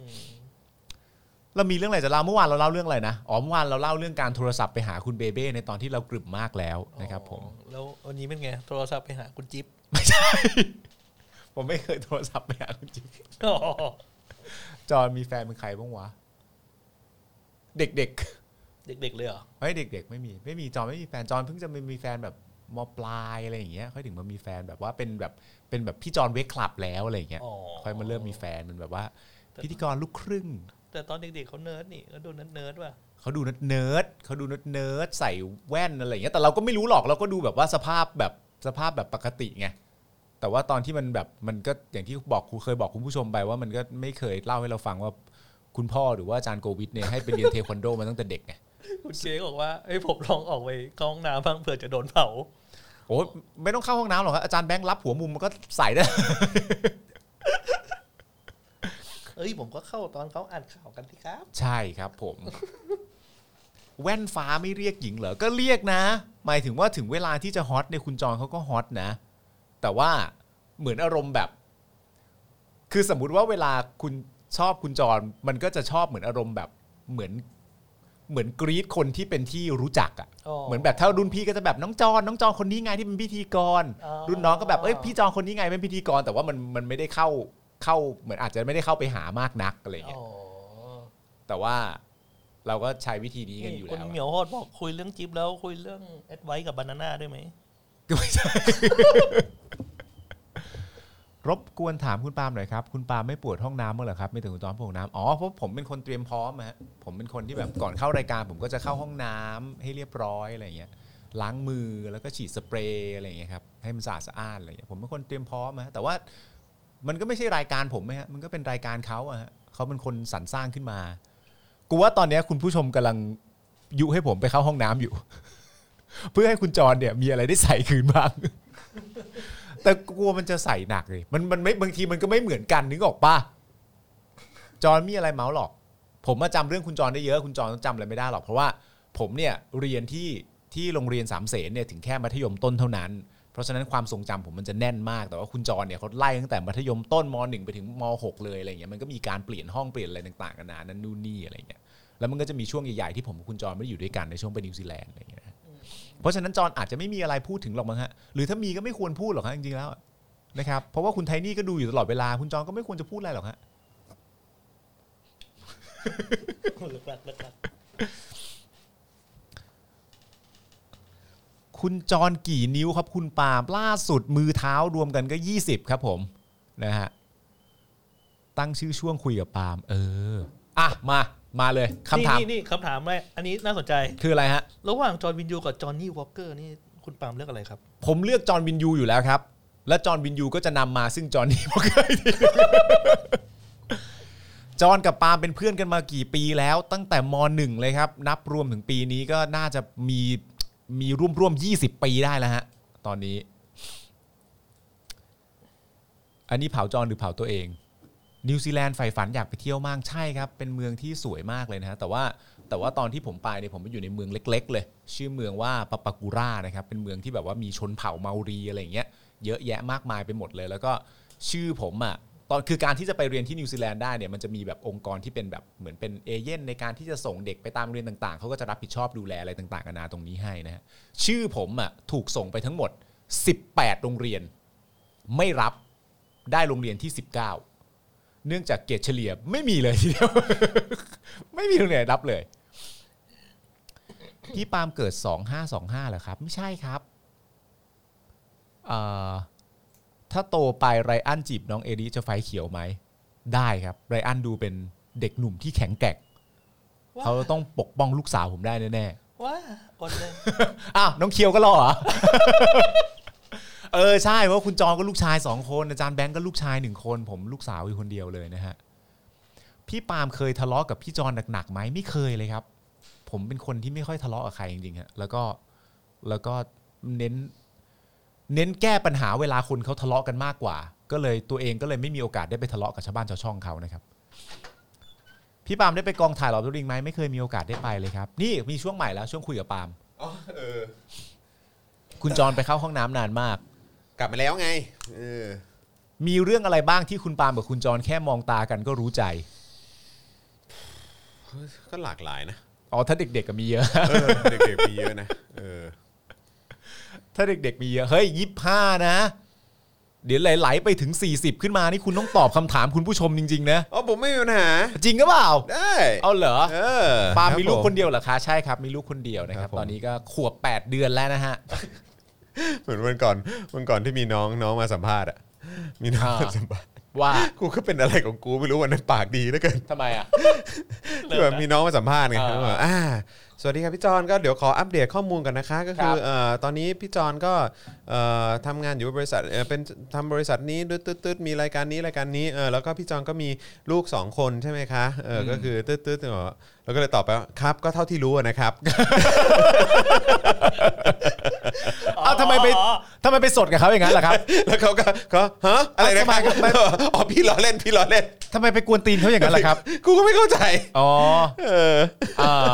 เรามีเรื่องอะไรจะเล่าเมื่อวานเราเล่าเรื่องอะไรนะอ๋อเมื่อวานเราเล่าเรื่องการโทรศัพท์ไปหาคุณเบเบ้ในตอนที่เรากลุ่มมากแล้วนะครับผมแล้ววันนี้เป็นไงโทรศัพท์ไปหาคุณจิ๊บไม่ใช่ผมไม่เคยโทรศัพท์ไปหาคุณจิ๊บจอนมีแฟนเป็นใครบ้างวะเด็กๆ เด็กๆเลยเหรอเฮ้ยเด็กๆไม่มีไม่มีจอนไม่มีแฟนจอนเพิ่งจะมีแฟนแบบม.ปลายอะไรอย่างเงี้ยค่อยถึงมามีแฟนแบบว่าเป็นแบบเป็นแบบพี่จอนเวกคลับแล้วอะไรอย่างเงี้ยค่อยมาเริ่มมีแฟนมันแบบว่าพิธีกรลูกครึ่งแต่ตอนเด็กๆเขาเนิร์ดนี่เขาดูเนิร์ดๆว่ะเขาดูเนิร์ดเขาดูเนิร์ดใส่แว่นอะไรอย่างเงี้ยแต่เราก็ไม่รู้หรอกเราก็ดูแบบว่าสภาพแบบสภาพแบบปกติไงแต่ว่าตอนที่มันแบบมันก็อย่างที่บอกครูเคยบอกคุณผู้ชมไปว่ามันก็ไม่เคยเล่าให้เราฟังว่าคุณพ่อหรือว่าอาจารย์โกวิทเนี่ยให้ไปเรียนเทควันโดมาตั้งแต่เด็กไงคุณเจ๊บอกว่าเอ้ยผมลองออกไปเข้าห้องน้ำบ้างเผื่อจะโดนเผาโอ้ไม่ต้องเข้าห้องน้ำหรอกครับอาจารย์แบงค์รับหัวมุมมันก็ใส่ได้เอ้ยผมก็เข้าตอนเขาอ่านข่าวกันที่ครับใช่ครับผมแว่นฟ้าไม่เรียกหญิงเหรอก็เรียกนะหมายถึงว่าถึงเวลาที่จะฮอตเนี่ยคุณจอนเขาก็ฮอตนะแต่ว่าเหมือนอารมณ์แบบคือสมมุติว่าเวลาคุณชอบคุณจอนมันก็จะชอบเหมือนอารมณ์แบบเหมือนเหมือนกรี๊ดคนที่เป็นที่รู้จักอ่ะเหมือนแบบถ้ารุ่นพี่ก็จะแบบน้องจอนน้องจอนคนนี้ไงที่เป็นพิธีกรรุ่นน้องก็แบบเอ้ยพี่จอนคนนี้ไงเป็นพิธีกรแต่ว่ามันมันไม่ได้เข้าเข้าเหมือนอาจจะไม่ได้เข้าไปหามากนักอะไรเงี้ยแต่ว่าเราก็ใช้วิธีนี้กันอยู่แล้วคุณเหมียวโหดบอกคุยเรื่องจิ๊บแล้วคุยเรื่องแอดไวซ์กับบานาน่าด้วยไหมก็ไม่ใช่รบกวนถามคุณปาล์มหน่อยครับคุณปาล์มไม่ปวดห้องน้ำมั้งเหรอครับไม่ถึงคุณตอนปวดน้ำอ๋อเพราะผมเป็นคนเตรียมพร้อมฮะผมเป็นคนที่แบบก่อนเข้ารายการผมก็จะเข้าห้องน้ำให้เรียบร้อยอะไรอย่างเงี้ยล้างมือแล้วก็ฉีดสเปรย์อะไรอย่างเงี้ยครับให้มันสะอาดสะอ้านอะไรอย่างเงี้ยผมเป็นคนเตรียมพร้อมฮะแต่ว่ามันก็ไม่ใช่รายการผมฮะมันก็เป็นรายการเขาอะฮะเขาเป็นคนสรรสร้างขึ้นมากูว่าตอนนี้คุณผู้ชมกำลังยุให้ผมไปเข้าห้องน้ำอยู่ เพื่อให้คุณจรเนี่ยมีอะไรได้ใส่คืนบ้าง แต่กลัวมันจะใส่หนักเลยมันมันไม่บางทีมันก็ไม่เหมือนกันนึกออกป่ะจรมีอะไรเมาส์หรอกผมมาจำเรื่องคุณจรได้เยอะคุณจรต้องจำอะไรไม่ได้หรอกเพราะว่าผมเนี่ยเรียนที่ที่โรงเรียนสามเสนเนี่ยถึงแค่มัธยมต้นเท่านั้นเพราะฉะนั้นความทรงจำผมมันจะแน่นมากแต่ว่าคุณจรเนี่ยเขาไล่ตั้งแต่มัธยมต้นม.หนึ่ง ไปถึงม.หก เลยอะไรเงี้ยมันก็มีการเปลี่ยนห้องเปลี่ยนอะไรต่างๆกันานานั่นนู่นนี่อะไรเงี้ยแล้วมันก็จะมีช่วงใหญ่ๆที่ผมกับคุณจรไม่ได้อยู่ด้วยกันในช่วงไปนิวซีแลนด์อะไรเงี้ยเพราะฉะนั้นจรอาจจะไม่มีอะไรพูดถึงหรอกมั้งฮะหรือถ้ามีก็ไม่ควรพูดหรอกฮะจริงๆแล้วนะครับเพราะว่าคุณไทนี่ก็ดูอยู่ตลอดเวลาคุณจรก็ไม่ควรจะพูดอะไรหรอกฮะเลิกลักเลิกลักคุณจรกี่นิ้วครับคุณปาล์มล่าสุดมือเท้ารวมกันก็ยี่สิบครับผมนะฮะตั้งชื่อช่วงคุยกับปาล์มเอออ่ะมามาเลยคำถามนี่นี่คำถามแรกอันนี้น่าสนใจคืออะไรฮะระหว่างจอห์นวินยูกับจอห์นนี่วอลเกอร์นี่คุณปาล์มเลือกอะไรครับผมเลือกจอห์นวินยูอยู่แล้วครับและจอห์นวินยูก็จะนำมาซึ่งจอห์นนี่วอลเกอร์จอห์นกับปาล์มเป็นเพื่อนกันมากี่ปีแล้วตั้งแต่ม.หนึ่ง เลยครับนับรวมถึงปีนี้ก็น่าจะมีมีร่วมๆยี่สิบปีได้แล้วฮะตอนนี้อันนี้เผาจอห์นหรือเผาตัวเองนิวซีแลนด์ใฝ่ฝันอยากไปเที่ยวมากใช่ครับเป็นเมืองที่สวยมากเลยนะฮะแต่ว่าแต่ว่าตอนที่ผมไปเนี่ยผมไปอยู่ในเมืองเล็กๆเลยชื่อเมืองว่าปาปากูรานะครับเป็นเมืองที่แบบว่ามีชนเผ่าเมารีอะไรอย่างเงี้ยเยอะแยะมากมายไปหมดเลยแล้วก็ชื่อผมอ่ะตอนคือการที่จะไปเรียนที่นิวซีแลนด์ได้เนี่ยมันจะมีแบบองค์กรที่เป็นแบบเหมือนเป็นเอเย่นในการที่จะส่งเด็กไปตามเรียนต่างๆเขาก็จะรับผิดชอบดูแลอะไรต่างๆกันานาตรงนี้ให้นะฮะชื่อผมอ่ะถูกส่งไปทั้งหมดสิบแปดโรงเรียนไม่รับได้โรงเรียนที่สิบเก้าเนื่องจากเกรดเฉลี่ยไม่มีเลยทีเดียว ไม่มีโรงเรียนรับเลยพี่ปาล์มเกิดสองห้าสองห้าเหรอครับไม่ใช่ครับเอ่อถ้าโตไปไรอันจีบน้องเอริจะไฟเขียวไหมได้ครับไรอันดูเป็นเด็กหนุ่มที่แข็งแกร่งเขาต้องปกป้องลูกสาวผมได้แน่ๆว้าอดเลยอ้าวน้องเคียวก็รอเหรอ เออใช่เพราะคุณจองก็ลูกชายสองคนอาจารย์แบงก์ก็ลูกชายหนึ่งคนผมลูกสาวอยู่คนเดียวเลยนะฮะพี่ปาล์มเคยทะเลาะกับพี่จอนหนักๆไหมไม่เคยเลยครับผมเป็นคนที่ไม่ค่อยทะเลาะกับใครจริงๆฮะแล้วก็แล้วก็เน้นเน้นแก้ปัญหาเวลาคนเขาทะเลาะกันมากกว่าก็เลยตัวเองก็เลยไม่มีโอกาสได้ไปทะเลาะกับชาวบ้านชาวช่องเขานะครับพี่ปาล์มได้ไปกองถ่ายหลอดริงไหมไม่เคยมีโอกาสได้ไปเลยครับนี่มีช่วงใหม่แล้วช่วงคุยกับปาล์มอ๋อเออคุณจอนไปเข้าห้องน้ำนานมากกลับมาแล้วไงเออมีเรื่องอะไรบ้างที่คุณปาล์มกับคุณจอนแค่มองตากันก็รู้ใจก็หลากหลายนะอ๋อถ้าเด็กๆก็มีเยอะเออเด็กๆมีเยอะนะเออถ้าเด็กๆมีเยอะเฮ้ยยี่สิบห้านะเดี๋ยวไหลๆไปถึงสี่สิบขึ้นมานี่คุณต้องตอบคำถามคุณผู้ชมจริงๆนะอ๋อผมไม่มีปัญหาจริงหรือเปล่าได้เอาเหรอเออปาล์มมีลูกคนเดียวเหรอคะใช่ครับมีลูกคนเดียวนะครับตอนนี้ก็ขวบแปดเดือนแล้วนะฮะเหมือนวันก่อนวันก่อนที่มีน้องน้องมาสัมภาษณ์อ่ะมีน้องมาสัมภาษณ์ว่ากูก็เป็นอะไรของกูไม่รู้วันนั้นปากดีเหลือเกินทำไมอ่ะที่แบบมีน้องมาสัมภาษณ์ไงเขาบอกอ่าสวัสดีครับพี่จอนก็เดี๋ยวขออัปเดตข้อมูลกันนะคะก็คือเอ่อตอนนี้พี่จอนก็เอ่อทำงานอยู่บริษัทเอ่อเป็นทำบริษัทนี้ตืดๆมีรายการนี้รายการนี้เออแล้วก็พี่จอนก็มีลูกสองคนใช่ไหมคะเออก็คือตืดๆอ๋อแล้วก็เลยตอบไปว่าครับก็เท่าที่รู้นะครับอ้าวทำไมไปทำไมไปสดกับเขาอย่างนั้นล่ะครับแล้วเขาก็เขาฮะอะไรนะอ๋อพี่ล้อเล่นพี่ล้อเล่นทำไมไปกวนตีนเขาอย่างนั้นล่ะครับกูก็ไม่เข้าใจอ๋อเอออ่า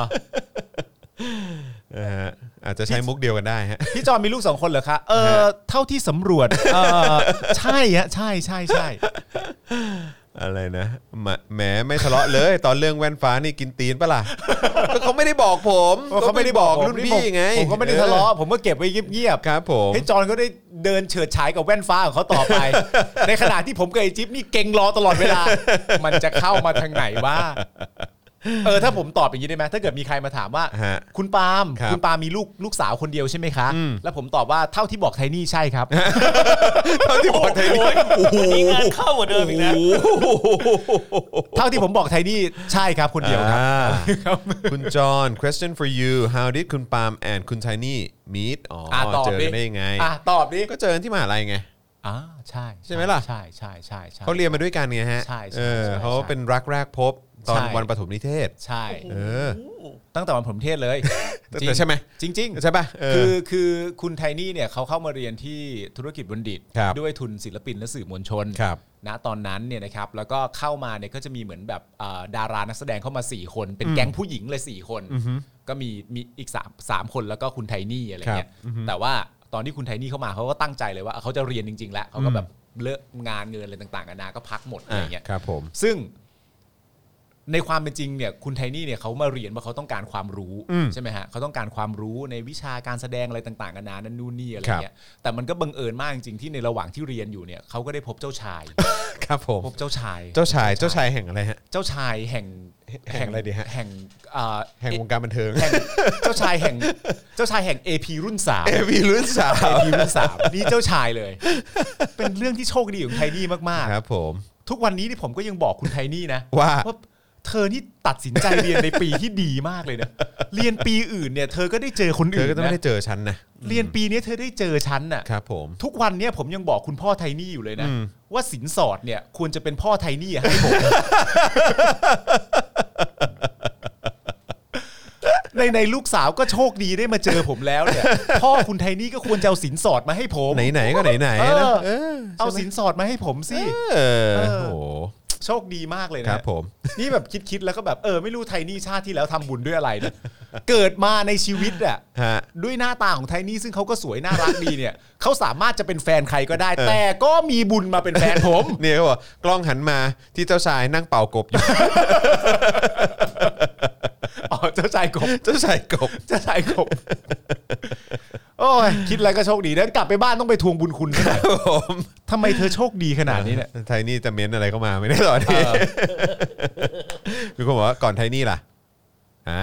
อาจจะใช้มุกเดียวกันได้ฮะพี่จอนมีลูกสองคนเหรอคะเออเท่าที่สำรวจเออใช่ฮะใช่ใช่ใช่อะไรนะแหมไม่ทะเลาะเลยตอนเรื่องแว่นฟ้านี่กินตีนปะล่ะก็เขาไม่ได้บอกผมเขาไม่ได้บอกรุ่นพี่ไงผมก็ไม่ได้ทะเลาะผมก็เก็บไว้เงียบๆครับผมให้จอนก็ได้เดินเฉิดฉายกับแว่นฟ้าของเขาต่อไปในขณะที่ผมกับไอ้จิ๊บนี่เก่งรอตลอดเวลามันจะเข้ามาทางไหนวะเออถ้าผมตอบอย่างนี้ได้ไหมถ้าเกิดมีใครมาถามว่าฮะคุณปาล์มครับคุณปาล์มมีลูกลูกสาวคนเดียวใช่ไหมคะอืมแล้วผมตอบว่าเท่าที่บอกไทนี่ใช่ครับเท่าที่บอกไทนี่โอ้โหมีงานเข้ากว่าเดิมอีกนะเท่าที่ผมบอกไทนี่ใช่ครับคนเดียวครับอ่าครับคุณจอห์น question for you how did คุณปาล์ม and คุณไทนี่ meet อ๋ออ่ะตอบเจอดิกันได้ยังไงอ่ะตอบดิก็เจอกันที่มหาลัยไงอ่าใช่ใช่ไหมล่ะใช่ใช่ใช่ใช่เขาเรียนมาด้วยกันไงฮะใช่ใช่เออใช่เขาเป็นรักแรกพบตอนใช่วันประถมนิเทศใช่เออตั้งแต่วันผมเทศเลยแต่ใช่ไหมจริงจริงใช่ป่ะเออคือคือคุณไทนี่เนี่ยเขาเข้ามาเรียนที่ธุรกิจบัณฑิตครับด้วยทุนศิลปินและสื่อมวลชนครับณตอนนั้นเนี่ยนะครับแล้วก็เข้ามาเนี่ยก็จะมีเหมือนแบบอ่าดารานักแสดงเข้ามาสี่คน เป็นแก๊งผู้หญิงเลยสี่คน ก็มีมีอีก3 3คนแล้วก็คุณไทนี่อะไรเงี้ยแต่ว่าตอนที่คุณไทนี่เข้ามาเขาก็ตั้งใจเลยว่าเขาจะเรียนจริงๆแล้วเขาก็แบบเลิกงานเงินอะไรต่างๆกันานาก็พักหมดอะไรเงี้ยครับผมซึ่งในความเป็นจริงเนี่ยคุณไทนี่เนี่ยเขามาเรียนว่าเขาต้องการความรู้อืมใช่ไหมฮะเขาต้องการความรู้ในวิชาการแสดงอะไรต่างๆกันานานั่นนู่นนี่อะไรเงี้ยแต่มันก็บังเอิญมากจริงๆที่ในระหว่างที่เรียนอยู่เนี่ยเขาก็ได้พบเจ้าชายครับผมพบเจ้าชายเจ้าชายเจ้าชายแห่งอะไรฮะเจ้าชายแห่งแห่งอะไรดีฮะแห่งอ่าแห่งวงการบันเทิงแห่งเจ้าชายแห่งเจ้าชายแห่ง เอ พี รุ่นสามเอวีรุ่นสามเอ พี รุ่นสามนี่เจ้าชายเลย เป็นเรื่องที่โชคดีของไทนี่มากครับผมๆทุกวันนี้ที่ผมก็ยังบอกคุณไทนี่นะว่าเธอนี่ตัดสินใจเรียนในปีที่ดีมากเลยนะเรียนปีอื่นเนี่ยเธอก็ได้เจอคนเธออื่นก็ต้องนะได้เจอฉันนะเรียนปีนี้เธอได้เจอฉันน่ะครับผมทุกวันเนี่ยผมยังบอกคุณพ่อไทนี่อยู่เลยนะอืมว่าสินสอดเนี่ยควรจะเป็นพ่อไทนี่ให้ผม ในในลูกสาวก็โชคดีได้มาเจอผมแล้วเนี่ย พ่อคุณไทนี่ก็ควรจะเอาสินสอดมาให้ผมไหนๆก็ไหนเอๆนะอเออเอาสินสอดมาให้ผมสิเออเออโอ้โหโชคดีมากเลยคนะรับผมนี่แบบคิดๆแล้วก็แบบเออไม่รู้ไทนี่ชาติที่แล้วทำบุญด้วยอะไรเนี่ยเกิดมาในชีวิตอ่ะฮะด้วยหน้าตาของไทนี่ซึ่งเขาก็สวยน่ารักดีเนี่ยเขาสามารถจะเป็นแฟนใครก็ได้ แต่ก็มีบุญมาเป็นแฟนผมเนี่ยเขาบอกกล้องหันมาที่เจ้าชายนั่งเป่ากบอยู่อ๋อเจ้าชายกบเจ้าชายกบเจ้าชายกบโอ้ยคิดอะไรก็โชคดีแล้วกลับไปบ้านต้องไปทวงบุญคุณซะหน่อยผมทำไมเธอโชคดีขนาดนี้เนี่ยไทนี่จะเม้นอะไรเข้ามาไม่ได้ตอนนี้มีคนบอกว่าก่อนไทนี่ล่ะอ่า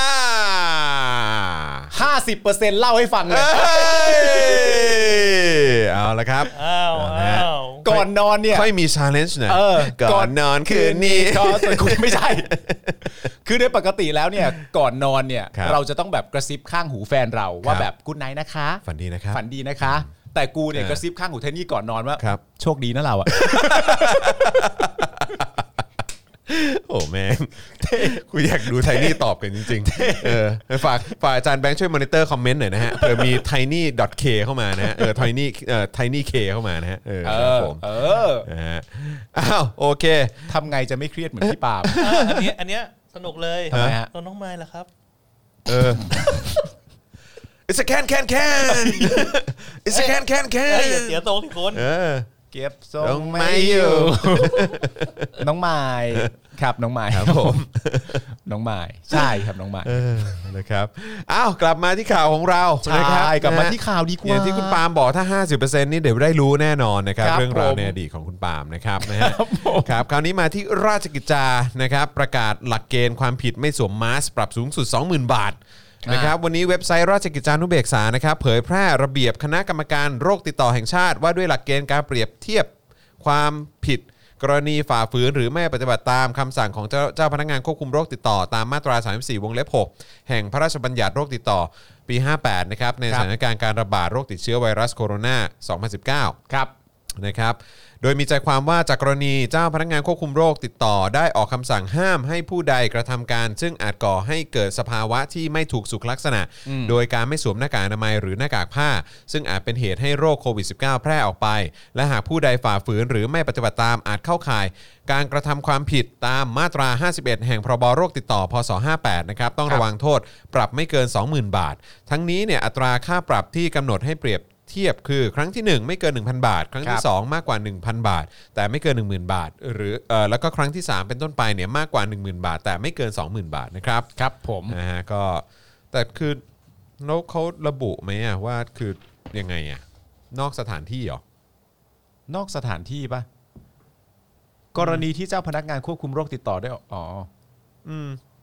ห้าสิบเปอร์เซ็นต์เล่าให้ฟังเลยเอ้ยเอาละครับอ้าวอ้าวก่อนนอนเนี่ยค่อยมี challenge หน่อยเออก่อนนอนคืนนี้ก็แต่คุณไม่ใช่ คือในปกติแล้วเนี่ยก่อนนอนเนี่ยครับเราจะต้องแบบกระซิบข้างหูแฟนเราว่าครับแบบกู๊ดไนท์นะคะฝันดีนะครับฝันดีนะคะ แต่กูเนี่ยเออกระซิบข้างหูเทนนี่ก่อนนอนว่าครับโชคดีนะเราอะโอ้แม่งกูอยากดูไทนี่ตอบกันจริงๆเออฝากฝากอาจารย์แบงค์ช่วยมอนิเตอร์คอมเมนต์หน่อยนะฮะเผื่อมี tiny.k เข้ามานะฮะเออ tiny เอ่อ tinyk เข้ามานะฮะเออเอครับอผมเออนะฮะอ้าวโอเคทำไงจะไม่เครียดเหมือนพี่ปาล์มอ่ะอันเนี้ยอันเนี้ยสนุกเลยทำไมฮะตัวน้องไม้ล่ะครับเออ it's a can can can it's a can can เอ้ย can อย่าเสียทรงที่คนเออเก็บทรน้อง งไม้อยู่น้องไม้ครับน้องไม้ครับผมน้องไม้ใช่ครับน้องไม้เออนะครับอ้าวกลับมาที่ข่าวของเราใช่นะครับกลับมานะฮะที่ข่าวดีกอว่าย่างที่คุณปาล์มบอกถ้า ห้าสิบเปอร์เซ็นต์ นี่เดี๋ยวได้รู้แน่นอนนะครับครับเรื่องราวผมในอดีตของคุณปาล์มนะครับนะฮะครับคราวนี้มาที่ราชกิจจานะครับประกาศหลักเกณฑ์ความผิดไม่สวมมาสก์ปรับสูงสุด สองหมื่น บาทนะครับวันนี้เว็บไซต์ราชกิจจานุเบกษานะครับเผยแพร่ระเบียบคณะกรรมการโรคติดต่อแห่งชาติว่าด้วยหลักเกณฑ์การเปรียบเทียบความผิดกรณีฝ่าฝืนหรือไม่ปฏิบัติตามคำสั่งของเจ้าเจ้าพนักงานควบคุมโรคติดต่อตามมาตราสามสิบสี่วงเล็บหกแห่งพระราชบัญญัติโรคติดต่อปีห้าแปดนะครับในสถานการณ์การระบาดโรคติดเชื้อไวรัสโคโรนาสองพันสิบเก้าครับนะครับโดยมีใจความว่าจากกรณีเจ้าพนักงานควบคุมโรคติดต่อได้ออกคำสั่งห้ามให้ผู้ใดกระทำการซึ่งอาจก่อให้เกิดสภาวะที่ไม่ถูกสุขลักษณะ โดยการไม่สวมหน้ากากอนามัยหรือหน้ากากผ้า ซึ่งอาจเป็นเหตุให้โรคโควิด สิบเก้า แพร่ออกไป และหากผู้ใดฝ่าฝืนหรือไม่ปฏิบัติตามอาจเข้าข่าย การกระทำความผิดตามมาตราห้าสิบเอ็ดแห่งพรบโรคติดต่อพศห้าแปดนะครับต้องระวังโทษปรับไม่เกิน สองหมื่น บาท ทั้งนี้เนี่ยอัตราค่าปรับที่กำหนดให้เปรียบเทียบคือครั้งที่หนึ่งไม่เกิน หนึ่งพัน บาท ครั้งที่สองมากกว่า หนึ่งพัน บาท แต่ไม่เกิน หนึ่งหมื่น บาทหรือเอ่อแล้วก็ครั้งที่สามเป็นต้นไปเนี่ยมากกว่า หนึ่งหมื่น บาท แต่ไม่เกิน สองหมื่น บาทนะครับครับผมนะฮะก็แต่คือแล้วเขาระบุไหมอ่ะว่าคือยังไงอ่ะนอกสถานที่เหรอนอกสถานที่ปะกรณีที่เจ้าพนักงานควบคุมโรคติดต่อได้อ๋ออืม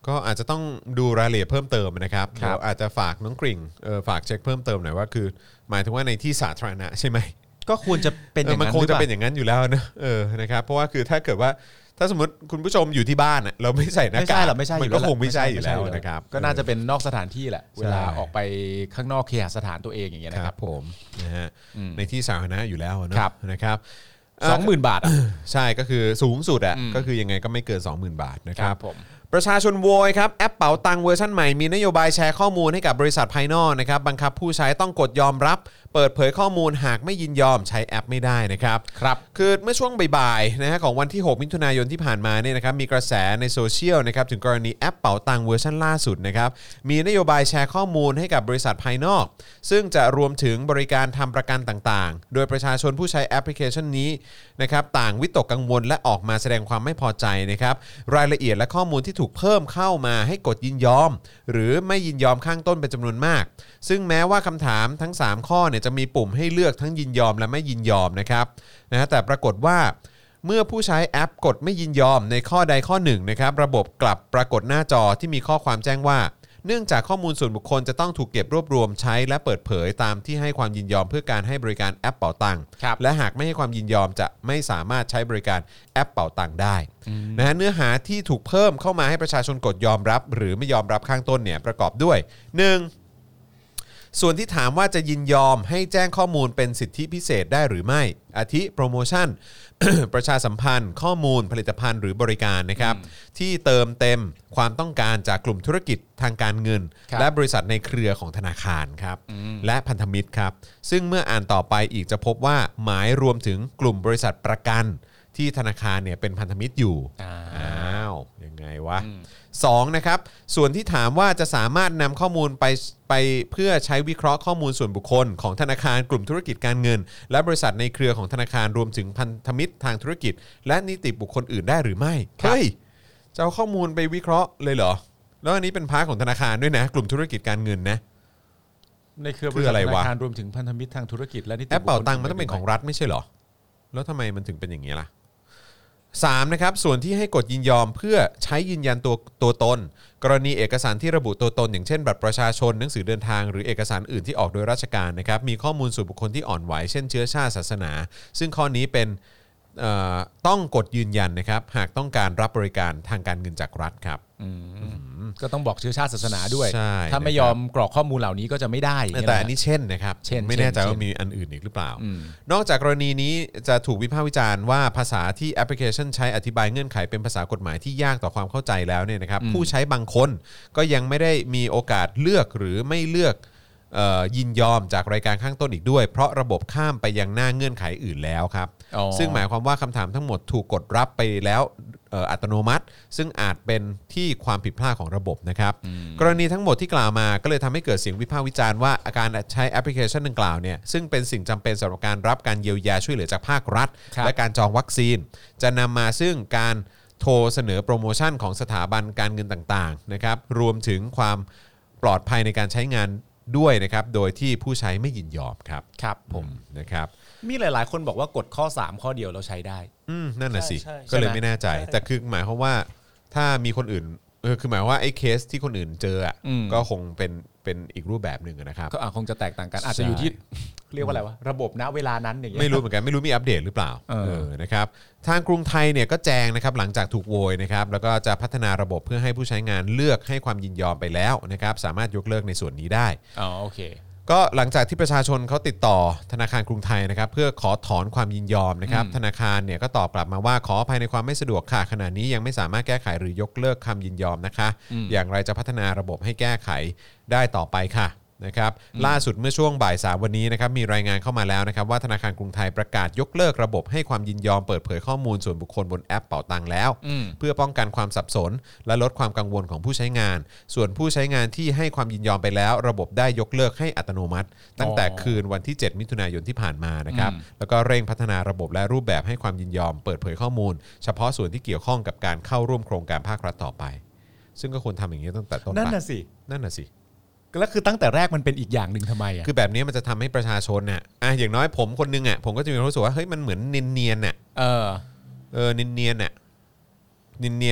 ก็อาจจะต้องดูรายละเอียดเพิ่มเติมนะครับครับเดี๋ยวอาจจะฝากน้องกริ่งเออฝากเช็คเพิ่มเติมหน่อยว่าคือหมายถึงว่าในที่สาธารณะใช่ไหมก็ควรจะเป็นอย่างมันนั้นคงหรือจะเปล่าเป็นอย่างนั้นอยู่แล้วนะเออนะครับเพราะว่าคือถ้าเกิดว่าถ้าสมมติคุณผู้ชมอยู่ที่บ้านน่ะเราไม่ใส่หน้าไม่กาใช่กหรอกไม่ใช่มันก็คงไม่ใช่อยู่แล้วนะครับก็น่าจะเป็นนอกสถานที่แหละใช่เวลาออกไปข้างนอกเคหสถานตัวเองอย่างเงี้ยคนะครัรับบ ผมนะฮะอืมในที่สาธารณะอยู่แล้วนะครับ นะครับสองหมื่นบาทอ่ะใช่ก็คือสูงสุดอ่ะอืมก็คือยังไงก็ไม่เกิน สองหมื่น บาทนะคครัรับบ ผมประชาชนโวยครับแอปเป๋าตังเวอร์ชันใหม่มีนโยบายแชร์ข้อมูลให้กับบริษัทภายนอกนะครับบังคับผู้ใช้ต้องกดยอมรับเปิดเผยข้อมูลหากไม่ยินยอมใช้แอปไม่ได้นะครับครับคือเมื่อช่วงบ่ายๆนะฮะของวันที่หกมิถุนายนที่ผ่านมาเนี่ยนะครับมีกระแสในโซเชียลนะครับถึงกรณีแอปเป๋าตังเวอร์ชันล่าสุดนะครับมีนโยบายแชร์ข้อมูลให้กับบริษัทภายนอก ซึ่งจะรวมถึงบริการทำประกันต่างๆ โดยประชาชนผู้ใช้แอปพลิเคชันนี้นะครับต่างวิตกกังวลและออกมาแสดงความไม่พอใจนะครับรายละเอียดและข้อมูลที่ถูกเพิ่มเข้ามาให้กดยินยอม หรือไม่ยินยอมข้างต้นเป็นจำนวนมาก ซึ่งแม้ว่าคำถามทั้งสามข้อเนี่ยจะมีปุ่มให้เลือกทั้งยินยอมและไม่ยินยอมนะครับนะฮะแต่ปรากฏว่าเมื่อผู้ใช้แอปกดไม่ยินยอมในข้อใดข้อหนึ่งนะครับระบบกลับปรากฏหน้าจอที่มีข้อความแจ้งว่าเนื่องจากข้อมูลส่วนบุคคลจะต้องถูกเก็บรวบรวมใช้และเปิดเผยตามที่ให้ความยินยอมเพื่อการให้บริการแอปเป๋าตังค์ครับและหากไม่ให้ความยินยอมจะไม่สามารถใช้บริการแอปเป๋าตังค์ได้นะฮะเนื้อหาที่ถูกเพิ่มเข้ามาให้ประชาชนกดยอมรับหรือไม่ยอมรับข้างต้นเนี่ยประกอบด้วย หนึ่ง ส่วนที่ถามว่าจะยินยอมให้แจ้งข้อมูลเป็นสิทธิพิเศษได้หรือไม่อาทิโปรโมชั่น ประชาสัมพันธ์ ข้อมูลผลิตภัณฑ์หรือบริการนะครับที่เติมเต็มความต้องการจากกลุ่มธุรกิจทางการเงินครับและบริษัทในเครือของธนาคารครับและพันธมิตรครับซึ่งเมื่ออ่านต่อไปอีกจะพบว่าหมายรวมถึงกลุ่มบริษัทประกันที่ธนาคารเนี่ยเป็นพันธมิตรอยู่อ่าอ้าวยังไงวะสองนะครับส่วนที่ถามว่าจะสามารถนำข้อมูลไปไปเพื่อใช้วิเคราะห์ข้อมูลส่วนบุคคลของธนาคารกลุ่มธุรกิจการเงิน และบริษัทในเครือของธนาคารรวมถึงพันธมิตรทางธุรกิจ และนิติบุคคลอื่นได้หรือไม่เฮ้ยจะเอาข้อมูลไปวิเคราะห์เลยเหรอแล้วอันนี้เป็นพาร์ทของธนาคารด้วยนะกลุ่มธุรกิจการเงินนะในเครือบคืริอษัอะไรทธวะนาคารรวมถึงพันธมิตรทางธุรกิจและนิติแอปเป่าตังค์บุคคลมันต้องเป็นของรัฐไม่ใช่เหรอแล้วทำไมมันถึงเป็นอย่างนี้ล่ะสามนะครับส่วนที่ให้กดยินยอมเพื่อใช้ยืนยันตัวตัวตนกรณีเอกสารที่ระบุตัวตนอย่างเช่นบัตรประชาชนหนังสือเดินทางหรือเอกสารอื่นที่ออกโดยราชการนะครับมีข้อมูลส่วนบุคคลที่อ่อนไหวเช่นเชื้อชาติศาสนา ซึ่งข้อนี้เป็นเอ่อต้องกดยืนยันนะครับหากต้องการรับบริการทางการเงินจากรัฐครับก็ต้องบอกเชื้อชาติศาสนาด้วยใช่ถ้าไม่นะครับยอมกรอกข้อมูลเหล่านี้ก็จะไม่ได้ย่างเงี้ยแต่นะอันนี้เช่นนะครับเช่นไม่แน่ใจเช่นว่ามีอันอื่นอีกหรือเปล่า นอกจากกรณีนี้จะถูกวิพากษ์วิจารณ์ว่าภาษาที่แอปพลิเคชันใช้อธิบายเงื่อนไขเป็นภาษากฎหมายที่ยากต่อความเข้าใจแล้วเนี่ยนะครับผู้ใช้บางคนก็ยังไม่ได้มีโอกาสเลือกหรือไม่เลือกเอ่อยินยอมจากรายการข้างต้นอีกด้วย เพราะระบบข้ามไปยังหน้าเงื่อนไขอื่นแล้วครับอ๋อซึ่งหมายความว่าคำถามทั้งหมดถูกกดรับไปแล้วเอ่ออัตโนมัติ ซึ่งอาจเป็นที่ความผิดพลาดของระบบนะครับกรณีทั้งหมดที่กล่าวมาก็เลยทำให้เกิดเสียงวิพากษ์วิจารณ์ว่าอาการใช้แอปพลิเคชันดังกล่าวเนี่ยซึ่งเป็นสิ่งจำเป็นสำหรับการรับการเยียวยาช่วยเหลือจากภาครัฐครับและการจองวัคซีน จะนำมาซึ่งการโทรเสนอโปรโมชั่นของสถาบันการเงินต่างๆนะครับรวมถึงความปลอดภัยในการใช้งานด้วยนะครับโดยที่ผู้ใช้ไม่ยินยอมครับครับผมนะครับมีหลาย ๆ คนบอกว่ากดข้อสามข้อเดียวเราใช้ได้อืมนั่นน่ะสิใช่ใช่ก็เลยใช่ไหมไม่แน่ใจใช่แต่คือหมายความว่าถ้ามีคนอื่นเออคือหมายความว่าไอ้เคสที่คนอื่นเจออ่ะอืมก็คงเป็นเป็นอีกรูปแบบหนึ่งนะครับก็อ่ะคงจะแตกต่างกัน อาจใช่จะอยู่ที่เรียกว่าอะไรวะระบบณเวลานั้นอย่างเงี้ยไม่รู้เหมือนกันไม่รู้มีอัปเดตหรือเปล่าเออเออนะครับทางกรุงไทยเนี่ยก็แจ้งนะครับหลังจากถูกโวยนะครับแล้วก็จะพัฒนาระบบเพื่อให้ผู้ใช้งานเลือกให้ความยินยอมไปแล้วนะครับสามารถยกเลิกในส่วนนี้ได้อ๋อโอเคก็หลังจากที่ประชาชนเขาติดต่อธนาคารกรุงไทยนะครับเพื่อขอถอนความยินยอมนะครับธนาคารเนี่ยก็ตอบกลับมาว่าขออภัยในความไม่สะดวกค่ะขณะนี้ยังไม่สามารถแก้ไขหรือยกเลิกคำยินยอมนะคะ อย่างไรจะพัฒนาระบบให้แก้ไขได้ต่อไปค่ะนะครับล่าสุดเมื่อช่วงบ่ายสามวันนี้นะครับมีรายงานเข้ามาแล้วนะครับว่าธนาคารกรุงไทยประกาศยกเลิกระบบให้ความยินยอมเปิดเผยข้อมูลส่วนบุคคลบนแอปเป๋าตังแล้ว เพื่อป้องกันความสับสน และลดความกังวลของผู้ใช้งาน ส่วนผู้ใช้งานที่ให้ความยินยอมไปแล้ว ระบบได้ยกเลิกให้อัตโนมัติ ตั้งแต่คืนวันที่เจ็ดมิถุนายนที่ผ่านมานะครับแล้วก็เร่งพัฒนาระบบและรูปแบบให้ความยินยอมเปิดเผยข้อมูล เฉพาะส่วนที่เกี่ยวข้องกับการเข้าร่วมโครงการภาครัฐต่อไป ซึ่งก็ควรทำอย่างนี้ตั้งแต่ต้นนั่นปะน่ะสินั่นน่ะสิแล้วคือตั้งแต่แรกมันเป็นอีกอย่างหนึ่งทำไมอ่ะคือแบบนี้มันจะทำให้ประชาชนน่ะอ่ะอย่างน้อยผมคนนึงอ่ะผมก็จะมีความรู้สึกว่าเฮ้ยมันเหมือนเนียนๆน่ะเออเออเนียนๆน่ะเนียนๆแบบ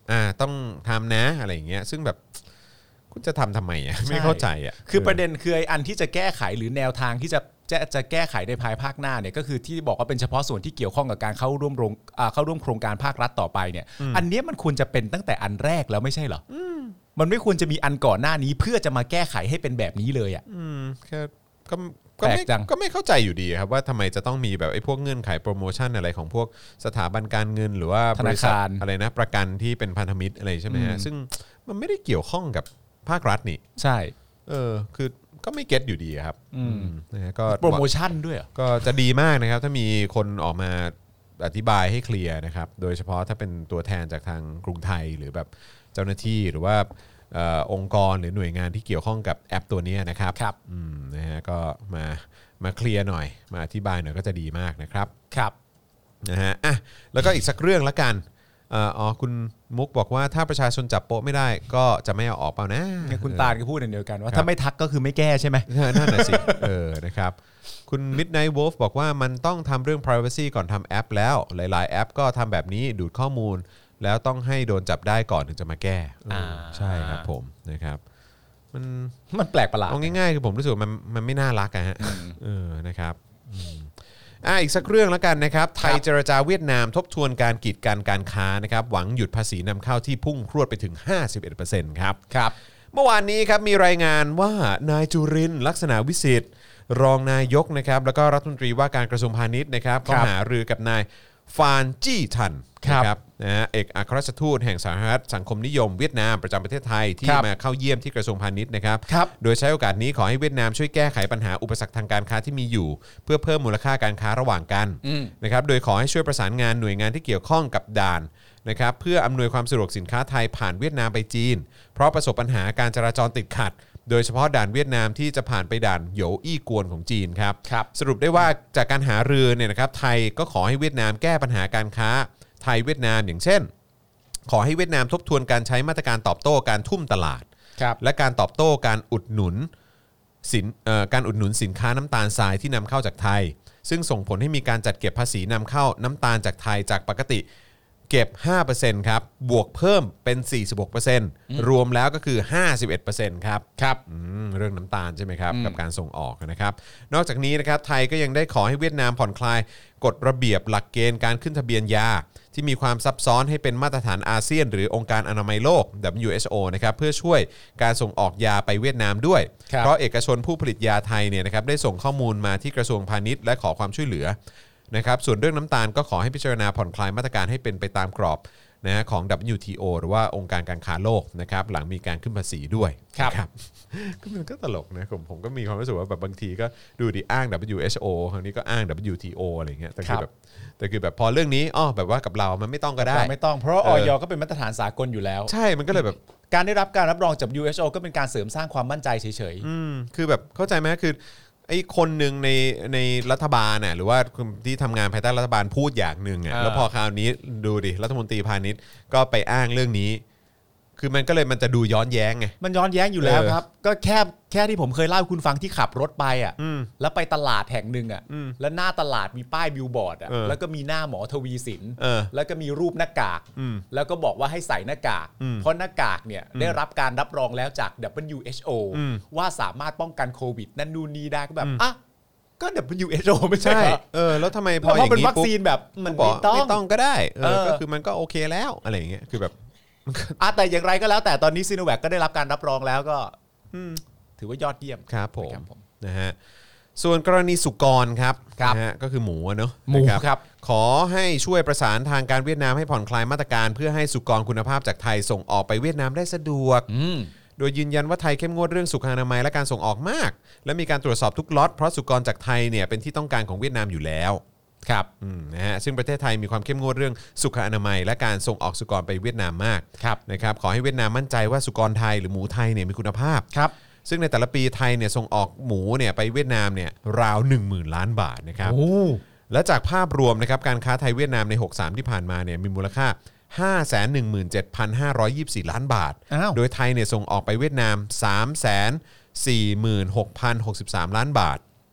อ่าต้องทำนะอะไรอย่างเงี้ยซึ่งแบบคุณจะทำทำไมอ่ะไม่เข้าใจอ่ะคือประเด็นคือไอ้อันที่จะแก้ไขหรือแนวทางที่จะจะจะแก้ไขในภายภาคหน้าเนี่ยก็คือที่บอกว่าเป็นเฉพาะส่วนที่เกี่ยวข้องกับการเข้าร่วมโรงอ่าเข้าร่วมโครงการภาครัฐต่อไปเนี่ยอันนี้มันควรจะเป็นตั้งแต่อันแรกแล้วไม่ใช่เหรอมันไม่ควรจะมีอันก่อนหน้านี้เพื่อจะมาแก้ไขให้เป็นแบบนี้เลยอ่ะอืมแค่ก็ก็ไม่ก็ไม่เข้าใจอยู่ดีครับว่าทำไมจะต้องมีแบบไอ้พวกเงื่อนไขโปรโมชั่นอะไรของพวกสถาบันการเงินหรือว่าบริษัทอะไรนะประกันที่เป็นพันธมิตรอะไรใช่ไหมฮะซึ่งมันไม่ได้เกี่ยวข้องกับภาครัฐนี่ใช่เออคือก็ไม่เก็ตอยู่ดีครับนะฮะก็โปรโมชั่นด้วยก็จะดีมากนะครับถ้ามีคนออกมาอธิบายให้เคลียร์นะครับโดยเฉพาะถ้าเป็นตัวแทนจากทางกรุงไทยหรือแบบเจ้าหน้าที่หรือว่าองค์กรหรือหน่วยงานที่เกี่ยวข้องกับแอปตัวนี้นะครับครับนะฮะก็มามาเคลียร์หน่อยมาอธิบายหน่อยก็จะดีมากนะครับครับนะฮะอ่ะแล้วก็อีกสักเรื่องละกันอ๋อคุณมุกบอกว่าถ้าประชาชนจับโป๊ะไม่ได้ก็จะไม่เอาออกเปล่านะคุณตาลก็พูดอย่างเดียวกันว่าถ้าไม่ทักก็คือไม่แก้ใช่ไหมนั่นแหละสิเออนะครับคุณ Midnight Wolf บอกว่ามันต้องทำเรื่อง privacy ก่อนทำแอปแล้วหลายๆแอปก็ทำแบบนี้ดูดข้อมูลแล้วต้องให้โดนจับได้ก่อนถึงจะมาแก้ใช่ครับผมนะครับมันมันแปลกประหลาดเอาง่ายๆคือผมรู้สึกมันมันไม่น่ารักอะฮะเออนะครับอ่าอีกสักเรื่องแล้วกันนะครับไทยเจรจาเวียดนามทบทวนการกีดกันการค้านะครับหวังหยุดภาษีนำเข้าที่พุ่งพรวดไปถึง ห้าสิบเอ็ดเปอร์เซ็นต์ ครับครับเมื่อวานนี้ครับมีรายงานว่านายจุรินทร์ลักษณะวิสิทธิ์รองนายกนะครับแล้วก็รัฐมนตรีว่าการกระทรวงพาณิชย์นะครับก็หารือกับนายฟานจี้ทันนะครับนะฮะเอกอัครราชทูตแห่งสหรัฐสังคมนิยมเวียดนามประจำประเทศไทยที่มาเข้าเยี่ยมที่กระทรวงพาณิชย์นะครับโดยใช้โอกาสนี้ขอให้เวียดนามช่วยแก้ไขปัญหาอุปสรรคทางการค้าที่มีอยู่เพื่อเพิ่มมูลค่าการค้าระหว่างกันนะครับโดยขอให้ช่วยประสานงานหน่วยงานที่เกี่ยวข้องกับด่านนะครับเพื่ออำนวยความสะดวกสินค้าไทยผ่านเวียดนามไปจีนเพราะประสบปัญหาการจราจรติดขัดโดยเฉพาะด่านเวียดนามที่จะผ่านไปด่านโหยวอี้กวนของจีนครับสรุปได้ว่าจากการหารือเนี่ยนะครับไทยก็ขอให้เวียดนามแก้ปัญหาการค้าไทยเวียดนามอย่างเช่นขอให้เวียดนามทบทวนการใช้มาตรการตอบโต้การทุ่มตลาดและการตอบโต้การอุดหนุนสินการอุดหนุนสินค้าน้ำตาลทรายที่นำเข้าจากไทยซึ่งส่งผลให้มีการจัดเก็บภาษีนำเข้าน้ำตาลจากไทยจากปกติเก็บ ห้าเปอร์เซ็นต์ ครับบวกเพิ่มเป็น สี่สิบหกเปอร์เซ็นต์ รวมแล้วก็คือ ห้าสิบเอ็ดเปอร์เซ็นต์ ครับครับเรื่องน้ำตาลใช่ไหมครับกับการส่งออกนะครับนอกจากนี้นะครับไทยก็ยังได้ขอให้เวียดนามผ่อนคลายกฎระเบียบหลักเกณฑ์การขึ้นทะเบียนยาที่มีความซับซ้อนให้เป็นมาตรฐานอาเซียนหรือองค์การอนามัยโลก ดับเบิลยู เอช โอ นะครับเพื่อช่วยการส่งออกยาไปเวียดนามด้วยเพราะเอกชนผู้ผลิตยาไทยเนี่ยนะครับได้ส่งข้อมูลมาที่กระทรวงพาณิชย์และขอความช่วยเหลือนะครับส่วนเรื่องน้ำตาลก็ขอให้พิจารณาผ่อนคลายมาตรการให้เป็นไปตามกรอบนะของ ดับเบิลยู ที โอ หรือว่าองค์การการค้าโลกนะครับหลังมีการขึ้นภาษีด้วยครับก็มันก็ตลกนะผมผมก็มีความรู้สึกว่าแบบบางทีก็ดูดิอ้าง ดับเบิลยู เอช โอ คราวนี้ก็อ้าง ดับเบิลยู ที โอ อะไรเงี้ยแต่คือแบบแต่คือแบบพอเรื่องนี้อ้อแบบว่ากับเรามันไม่ต้องก็ได้ไม่ต้องเพราะอย.ก็เป็นมาตรฐานสากลอยู่แล้วใช่มันก็เลยแบบการได้รับการรับรองจาก ดับเบิลยู เอช โอ ก็เป็นการเสริมสร้างความมั่นใจเฉยๆอืมคือแบบเข้าใจไหมคือไอ้คนหนึ่งในในรัฐบาลน่ะหรือว่าที่ทำงานภายใต้รัฐบาลพูดอย่างหนึ่งอ่ะแล้วพอคราวนี้ดูดิรัฐมนตรีพาณิชย์ก็ไปอ้างเรื่องนี้คือมันก็เลยมันจะดูย้อนแย้งไงมันย้อนแย้งอยู่แล้วครับก็แค่แค่ที่ผมเคยเล่าคุณฟังที่ขับรถไปอ่ะแล้วไปตลาดแห่งหนึ่งอ่ะแล้วหน้าตลาดมีป้ายบิลบอร์ดอ่ะแล้วก็มีหน้าหมอทวีสินแล้วก็มีรูปหน้ากากแล้วก็บอกว่าให้ใส่หน้ากากเพราะหน้ากากเนี่ยได้รับการรับรองแล้วจาก ดับเบิลยู เอช โอ ว่าสามารถป้องกันโควิดนั่นนู่นนี่ได้ก็แบบอ่ะก็ ดับเบิลยู เอช โอ ไม่ใช่เออแล้วทำไมพออย่างนี้ปุ๊บเป็นวัคซีนแบบมันไม่ต้องไม่ต้องก็ได้เออก็คือมันก็โอเคแล้วอะไรอย่างเงี้ยคือแบบอ่ะแต่อย่างไรก็แล้วแต่ตอนนี้ซีโนแวคก็ได้รับการรับรองแล้วก็ถือว่ายอดเยี่ยมครับผมนะฮะส่วนกรณีสุกรครับนะฮะก็คือหมูเนาะหมูครับขอให้ช่วยประสานทางการเวียดนามให้ผ่อนคลายมาตรการเพื่อให้สุกรคุณภาพจากไทยส่งออกไปเวียดนามได้สะดวกโดยยืนยันว่าไทยเข้มงวดเรื่องสุขอนามัยและการส่งออกมากและมีการตรวจสอบทุกล็อตเพราะสุกรจากไทยเนี่ยเป็นที่ต้องการของเวียดนามอยู่แล้วครับนะฮะซึ่งประเทศไทยมีความเข้มงวดเรื่องสุขอนามัยและการส่งออกสุกรไปเวียดนามมากนะครับขอให้เวียดนามมั่นใจว่าสุกรไทยหรือหมูไทยเนี่ยมีคุณภาพครับซึ่งในแต่ละปีไทยเนี่ยส่งออกหมูเนี่ยไปเวียดนามเนี่ยราว หนึ่งหมื่น ล้านบาทนะครับและจากภาพรวมนะครับการค้าไทยเวียดนามในหกสิบสามที่ผ่านมาเนี่ยมีมูลค่า ห้าแสนหนึ่งหมื่นเจ็ดพันห้าร้อยยี่สิบสี่ ล้านบาทโดยไทยเนี่ยส่งออกไปเวียดนาม สามแสนสี่หมื่นหกพันหกสิบสาม ล้านบาท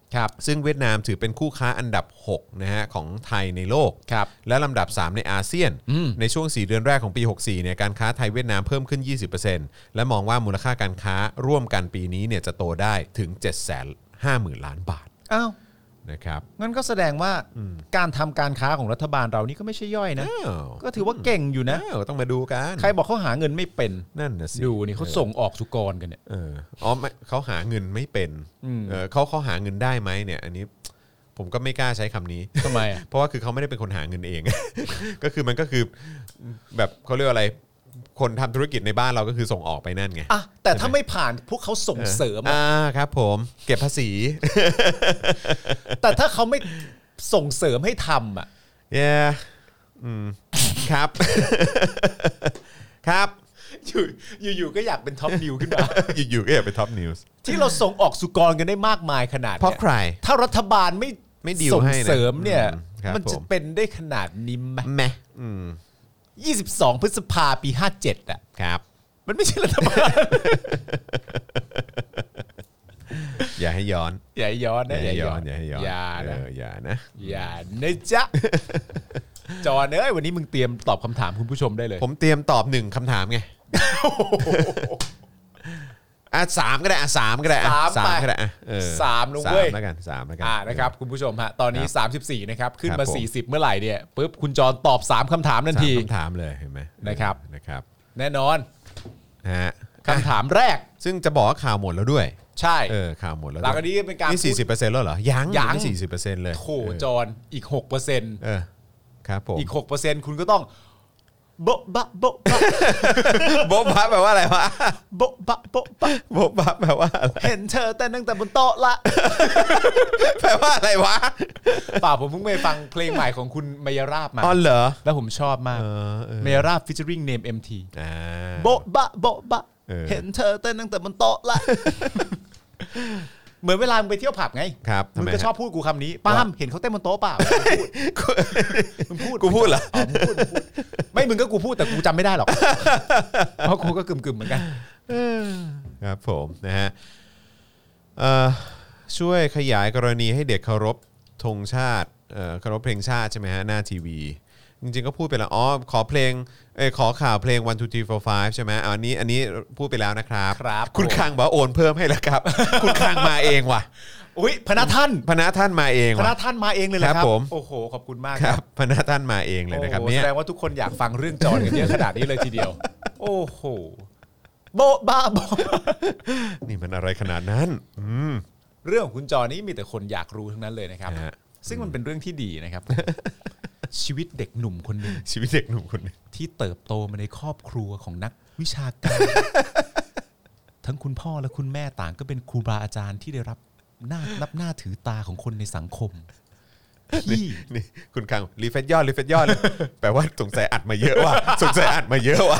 ครับซึ่งเวียดนามถือเป็นคู่ค้าอันดับหกนะฮะของไทยในโลกครับและลำดับสามในอาเซียนอืมในช่วงสี่เดือนแรกของปีหกสี่เนี่ยการค้าไทยเวียดนามเพิ่มขึ้น ยี่สิบเปอร์เซ็นต์ และมองว่ามูลค่าการค้าร่วมกันปีนี้เนี่ยจะโตได้ถึง เจ็ดแสนห้าหมื่น ล้านบาทอ้าวนะครับงั้นก็แสดงว่าการทำการค้าของรัฐบาลเรานี่ก็ไม่ใช่ย่อยนะอ้าวก็ถือว่าเก่งอยู่นะอ้าวต้องมาดูกันใครบอกเขาหาเงินไม่เป็นนั่นนะสิดูนี่เขาส่งออกสุกรกันเนี่ยเอออ๋อไม่เขาหาเงินไม่เป็นอืมเออเขาเขาหาเงินได้ไหมเนี่ยอันนี้ผมก็ไม่กล้าใช้คำนี้ทำไมอ่ะเพราะว่าคือเขาไม่ได้เป็นคนหาเงินเอง ก็คือมันก็คือแบบเขาเรียกว่าอะไรคนทำธุรกิจในบ้านเราก็คือส่งออกไปนั่นไงอ่ะแต่ถ้าไม่ผ่านพวกเขาส่งเสริมอะอ่าครับผมเก็บภาษีแต่ถ้าเขาไม่ส่งเสริมให้ทำอ่ะเย้อืมครับ ครับอยู่อยู่ๆก็อยากเป็นท็อปนิวขึ้นมาอยู่ๆก็อยากไปท็อปนิวส์ที่เราส่งออกสุกรกันได้มากมายขนาดเพราะเนี้ยใครถ้ารัฐบาลไม่ไม่ดีลส่งให้นะเสริมเนี่ยอืมครับมันจะผมเป็นได้ขนาดนี้ไหมแหมอืมยี่สิบสองพฤษภาปีห้าเจ็ดอ่ะครับมันไม่ใช่รัฐบาลอย่าให้ย้อนอย่าย้อนอย่านะให้ย้อนอย่าให้ย้อนอย่าเอนะออย่านะอย่านะจ๊ะ จอนเอ้ยวันนี้มึงเตรียมตอบคำถามคุณผู้ชมได้เลยผมเตรียมตอบหนึ่งคำถามไงอ่ะสามก็ได้อ่ะสามก็ได้อ่ะสามสามไปก็ได้อ่ะเออสามลงเว้ยสามแล้วกันสามแล้วกันอ่านะครับคุณผู้ชมฮะตอนนี้ครับสามสิบสี่นะครับขึ้นครับมาผมสี่สิบเมื่อไหร่เนี่ยปุ๊บคุณจอนตอบสามคำถามทันสามทีคำถามเลยเห็นไหมนะครับนะครับแน่นอนนะฮะคำถามแรกซึ่งจะบอกว่าข่าวหมดแล้วด้วยใช่เออข่าวหมดแล้วหลังจากนี้เป็นการนี่สี่สิบเปอร์เซ็นต์แล้วเหรอยังยังไม่สี่สิบเปอร์เซ็นต์เลยโถจอนอีกหกเปอร์เซ็นต์เออครับผมอีกหกเปอร์เซ็นต์คุณก็ต้องโบ๊ะบะโบ๊ะบะโบ๊ะบะแปลว่าอะไรวะโบ๊ะบะโบ๊ะบะโบ๊ะบะแปลว่าอะไรเห็นเธอแต่นั่งแต่บนโต๊ะละแปลว่าอะไรวะเปล่าผมเพิ่งไปฟังเพลงใหม่ของคุณมายราบมาอ๋อเหรอแล้วผมชอบมากเออเออมายราบฟิชเชอริงเนมเอ็มทีอ่าโบ๊ะบะโบ๊ะบะเออเห็นเธอเต้นตั้งแต่บนโต๊ะละ เหมือนเวลามึงไปเที่ยวผับไงครับทำมึงไมก็ฮะชอบพูดกูคำนี้ป้ามเห็นเขาเต้นบนโต๊ะเปล่ามึงพูดกูพูดเหรออ๋อมึงพูดมึงพูดไม่มึงก็กูพูดแต่กูจำไม่ได้หรอกเพราะกูก็กึ่มๆเหมือนกันครับผมนะฮะเอ่อช่วยขยายกรณีให้เด็กเคารพธงชาติเอ่อเคารพเพลงชาติใช่ไหมฮะหน้าทีวีจริงๆก็พูดไปแล้วอ๋อขอเพลงเอ้ยขอข่าวเพลงone two three four fiveใช่ไหมอะอันนี้อันนี้พูดไปแล้วนะครับครับคุณผมคังบอกว่าโอนเพิ่มให้แล้วครับ คุณคังมาเองว่ะอุ้ยพนักท่านพนักท่านมาเองพนัว่ะกท่านมาเองเลยเหรอคครัรับบผมโอ้โหขอบคุณมากคครัรับบ พนักท่านมาเองเลยนะครับโอ้โหเนี่ยแสดงว่าทุกคนอยากฟังเรื่องจอนกันเยอะขนาดนี้เลยทีเดียว โอ้โหโบ๊ะบ้าโบ๊ะนี่มันอะไรขนาดนั้นอืมเรื่องของคุณจอนี่มีแต่คนอยากรู้ทั้งนั้นเลยนะครับนะฮะซึ่งมันเป็นเรื่องที่ดีนะครับ ชีวิตเด็กหนุ่มคนหนึ่งชีวิตเด็กหนุ่มคนหนึงที่เติบโตมาในครอบครัวของนักวิชาการ ทั้งคุณพ่อและคุณแม่ต่างก็เป็นครูบาอาจารย์ที่ได้รับหน้านับหน้าถือตาของคนในสังคมที่นี่คุณคังรีเฟซยอดรีเฟซยอด แปลว่าสงสัยอัดมาเยอะว่ะสงสัยอัดมาเยอะว่ะ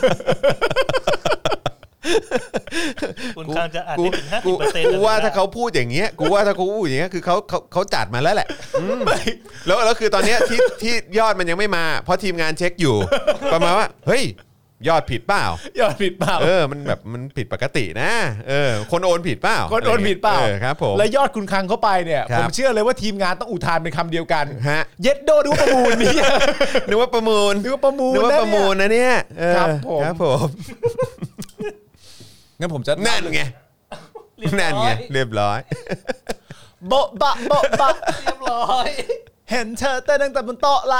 คุณคางจะอ่านได้ถึงห้าสิบเปอร์เซ็นต์กูว่าถ้าเขาพูดอย่างเงี้ยกูว่าถ้าเขาพูดอย่างเงี้ยคือเขาเขาเขาจัดมาแล้วแหละอืมแล้วแล้วคือตอนเนี้ยที่ที่ยอดมันยังไม่มา เพราะทีมงานเช็คอยู่ ประมาณว่าเฮ้ยยอดผิดเปล่ายอดผิดเปล่าเออมันแบบมันผิดปกตินะเออคนโอนผิดเปล่าคนโอนผิดเปล่าออครับผมแล้วยอดคุณคังเข้าไปเนี่ยครับผมเชื่อเลยว่าทีมงานต้องอุทานเป็นคำเดียวกันฮะเย็ดโดดูประมูลนี่นึกว่าประมูลนึกว่าประมูลนึกว่าประมูลนะเนี่ยเออครับผมครับผมงั้นผมจะนั่นไงนั่นไงเรียบร้อยโบ๊ะบะโบ๊ะบะเรียบร้อยเห็นเธอเต้นตั้งแต่บนโต๊ะละ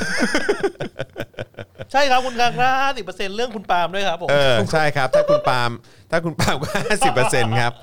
ใช่ครับคุณคางห้าสิบเปอร์เซ็นต์เรื่องคุณปาล์มด้วยครับผมเออใช่ครับถ้าคุณปาล์มถ้าคุณปาล์มก็ห้าสิบเปอร์เซ็นต์ครับ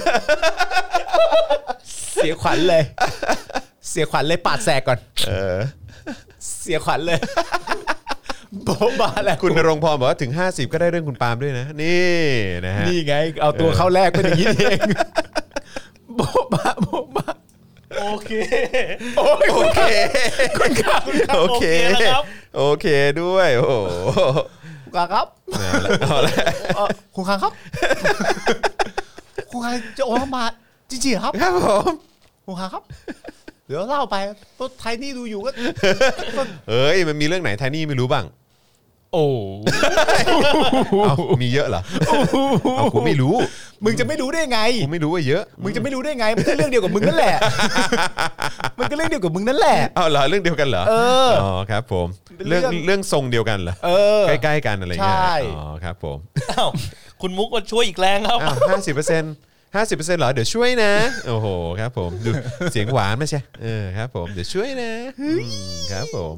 เสียขวัญเลย เสียขวัญเลยปาดแสกก่อนเออเสียขวัญเลย โบ๊ะบะแล้วคุณณรงค์พรบอกว่าถึงห้าสิบก็ได้เรื่องคุณปาล์มด้วยนะนี่นะฮะนี่ไง เอาตัวเข้าแรกเป็นอย่างนี้เองโบ๊ะบะโบ๊ะบะโอเคโอ้ยโอเคคุณครับครับโอเคโอเคแล้วครับโอเคด้วยโอ้โหคุณคังครับเอาละเอาละเอ่อคุณคังครับคุณคังจะโอนเข้ามาจริงๆเหรอครับครับผมคุณคังครับเดี๋ยวเล่าไปตัวไทยนี่ดูอยู่ก็เอ้ยมันมีเรื่องไหนไทนี่ไม่รู้บ้างโอ้เอามีเยอะเหรอเอากูไม่รู้มึงจะไม่รู้ได้ไงกูไม่รู้ว่าเยอะมึงจะไม่รู้ได้ไงมันก็เรื่องเดียวกับมึงนั่นแหละมันก็เรื่องเดียวกับมึงนั่นแหละอ้าวเหรอเรื่องเดียวกันเหรอเอออ๋อครับผมเรื่องเรื่องทรงเดียวกันเหรอเออใกล้ๆกันอะไรเงี้ยอ๋อครับผมอ้าวคุณมุกมาช่วยอีกแรงครับอ้าวห้าสิบเปอร์เซ็นต์ห้าสิบเปอร์เซ็นต์เหรอเดี๋ยวช่วยนะโอ้โหครับผมดูเสียงหวานไม่ใช่เออครับผมเดี๋ยวช่วยนะครับผม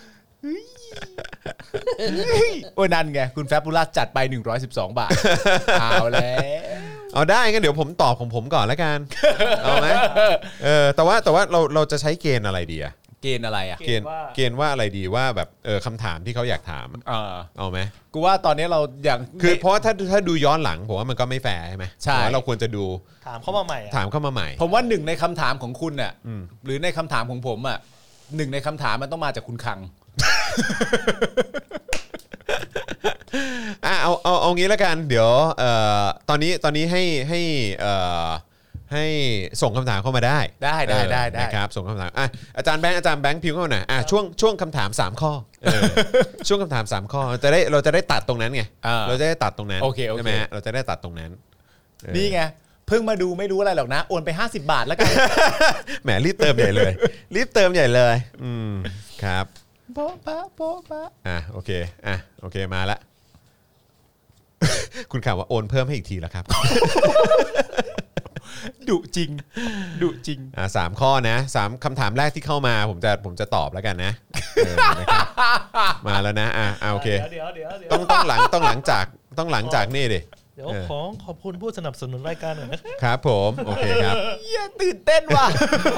โอ้ยนั่นไงคุณแฟบูลัสจัดไปหนึ่งร้อยสิบสองบาทเอาแล้วเอาได้งั้นเดี๋ยวผมตอบของผมก่อนแล้วกันเอาไหมเออแต่ว่าแต่ว่าเราเราจะใช้เกณฑ์อะไรดีอะเกณฑ์อะไรอะเกณฑ์เกณฑ์ว่าอะไรดีว่าแบบเออคำถามที่เขาอยากถามเออเอาไหมกูว่าตอนนี้เราอย่างคือเพราะถ้าถ้าดูย้อนหลังผมว่ามันก็ไม่แฟร์ใช่ไหมใช่เราควรจะดูถามเข้ามาใหม่ถามเข้ามาใหม่ผมว่าหนึ่งในคำถามของคุณน่ะหรือในคำถามของผมอ่ะหนึ่งในคำถามมันต้องมาจากคุณคังอ่ะเอาเอาเอางี้แล้วกันเดี๋ยวเอ่อตอนนี้ตอนนี้ให้ให้เอ่อให้ส่งคำถามเข้ามาได้ได้ได้ได้นะครับส่งคำถามอ่ะอาจารย์แบงค์อาจารย์แบงค์พิมพ์เข้ามาหน่อยอ่ะช่วงช่วงคำถามสามข้อช่วงคำถามสามข้อจะได้เราจะได้ตัดตรงนั้นไงเราจะได้ตัดตรงนั้นใช่ไหมเราจะได้ตัดตรงนั้นนี่ไงเพิ่งมาดูไม่รู้อะไรหรอกนะโอนไปห้าสิบบาทแล้วกันแหมรีบเติมใหญ่เลยรีบเติมใหญ่เลยอืมครับโป๊ะปะโป๊ะปะอ่ะโอเคอ่ะโอเคมาละคุณข่าวว่าโอนเพิ่มให้อีกทีแล้วครับดุจริงดุจริงอ่าสามข้อนะสามคำถามแรกที่เข้ามาผมจะผมจะตอบแล้วกันนะมาแล้วนะอ่าโอเคเดี๋ยวเดี๋ยวต้องต้องหลังต้องหลังจากต้องหลังจากนี่ดิเดี๋ยวขอขอบคุณผู้สนับสนุนรายการหน่อยนะครับผมโอเคครับเหี้ยตื่นเต้นว่ะ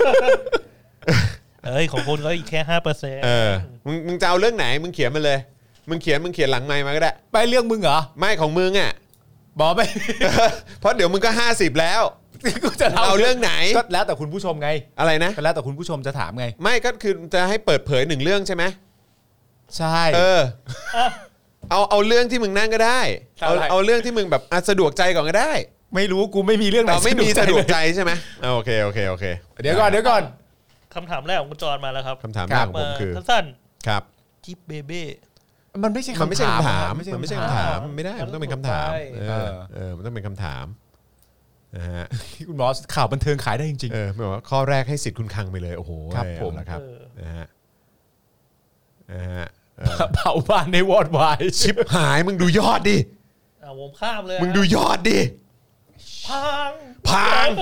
เอ้ยของคุณก็อีกแค่ห้าเปอร์เซ็นต์เออมึงมึงจะเอาเรื่องไหนมึงเขียนมาเลยมึงเขียนมึงเขียนหลังไมค์มาก็ได้ไปเรื่องมึงเหรอไม่ของมึงอ่ะบอกไปเพราะเดี๋ยวมึงก็ห้าสิบแล้วกูจะเอาเรื่องไหนก็แล้วแต่คุณผู้ชมไงอะไรนะก็แล้วแต่คุณผู้ชมจะถามไงไม่ก็คือจะให้เปิดเผยหนึ่งเรื่องใช่ไหมใช่เออเอาเอาเรื่องที่มึงนั่งก็ได้เอาเอาเรื่องที่มึงแบบสะดวกใจก่อนก็ได้ไม่รู้กูไม่มีเรื่องไหนไม่มีสะดวกใจใช่ไหมโอเคโอเคโอเคเดี๋ยวก่อนเดี๋ยวก่อนคำถามแรกของคุณจรมาแล้วครับคำถามแรกของผมคือสั้นครับจิ๊บเบเบ้มันไม่ใช่มันไม่ใช่คำถามมันไม่ใช่คำถามไม่ได้มันต้องเป็นคำถามเออเออมันต้องเป็นคำถามนะฮะคุณหมอข่าวบันเทิงขายได้จริงๆเออหมายว่าข้อแรกให้สิทธิ์คุณคังไปเลยโอ้โหครับผมนะครับนะฮะนะฮะเผาบ้านในวอดวายชิบหายมึงดูยอดดิอ่าผมข้ามเลยมึงดูยอดดิพังพัง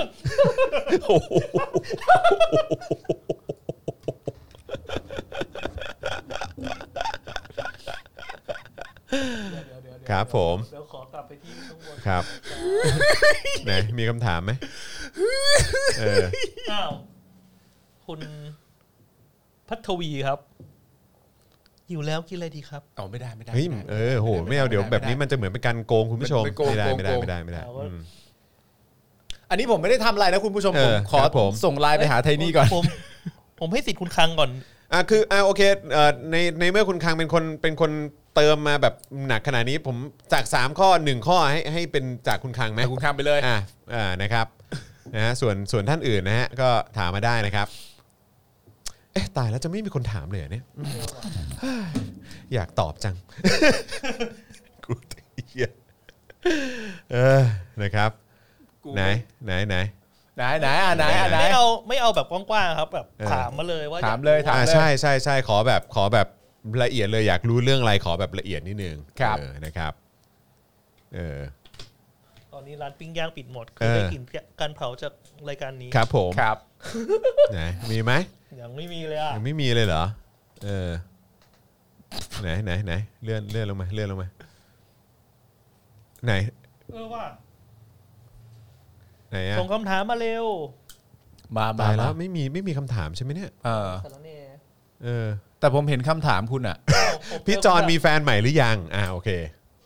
ครับผมเดี๋ยวขอกลับไปที่ข้างบนครับไหนมีคำถามไหมเอออ้าวคุณพัทวีครับอยู่แล้วกินอะไรดีครับอ๋อไม่ได้ไม่ได้เฮ้ยเออโหไม่เอาเดี๋ยวแบบนี้มันจะเหมือนเป็นการโกงคุณผู้ชมไม่ได้ไม่ได้ไม่ได้ไม่ได้อันนี้ผมไม่ได้ทำอะไรนะคุณผู้ชมผมขอส่งไลน์ไปหาไทนี่ก่อนผมผมให้สิทธิ์คุณคังก่อนอ่ะคืออ่ะโอเคเอ่อในในเมื่อคุณคังเป็นคนเป็นคนเติมมาแบบหนักขนาดนี้ผมจากสามข้อหนึ่งข้อให้ให้เป็นจากคุณคังไหมคุณคังไปเลยอ่ะอ่านะครับนะฮะส่วนส่วนท่านอื่นนะฮะก็ถามมาได้นะครับเอ๊ะตายแล้วจะไม่มีคนถามเลยเนี่ยอยากตอบจังกูเหี้ยเออนะครับไหนไหนไหนไหนไหนอ่ะไหนอ่ะไหนไม่เอาไม่เอาแบบกว้างๆครับแบบถามมาเลยว่าถามเลยถามเลยใช่ใช่ใช่ขอแบบขอแบบละเอียดเลยอยากรู้เรื่องอะไรขอแบบละเอียดนิดนึงนะครับเออตอนนี้ร้านปิ้งย่างปิดหมดคือได้กลิ่นการเผาจากรายการนี้ครับผมครับไหนมีไหมยังไม่มีเลยอ่ะยังไม่มีเลยเหรอเออไหนไหนไหนเลื่อนเลื่อนลงมาเลื่อนลงมาไหนเออว่าไหนอะส่งคำถามมาเร็วมาตายแล้วไม่มีไม่มีคำถามใช่ไหมเนี่ยเออเออแต่ผมเห็นคำถามคุณอ่ะพี่จอนมีแฟนใหม่หรือยังอ่าโอเค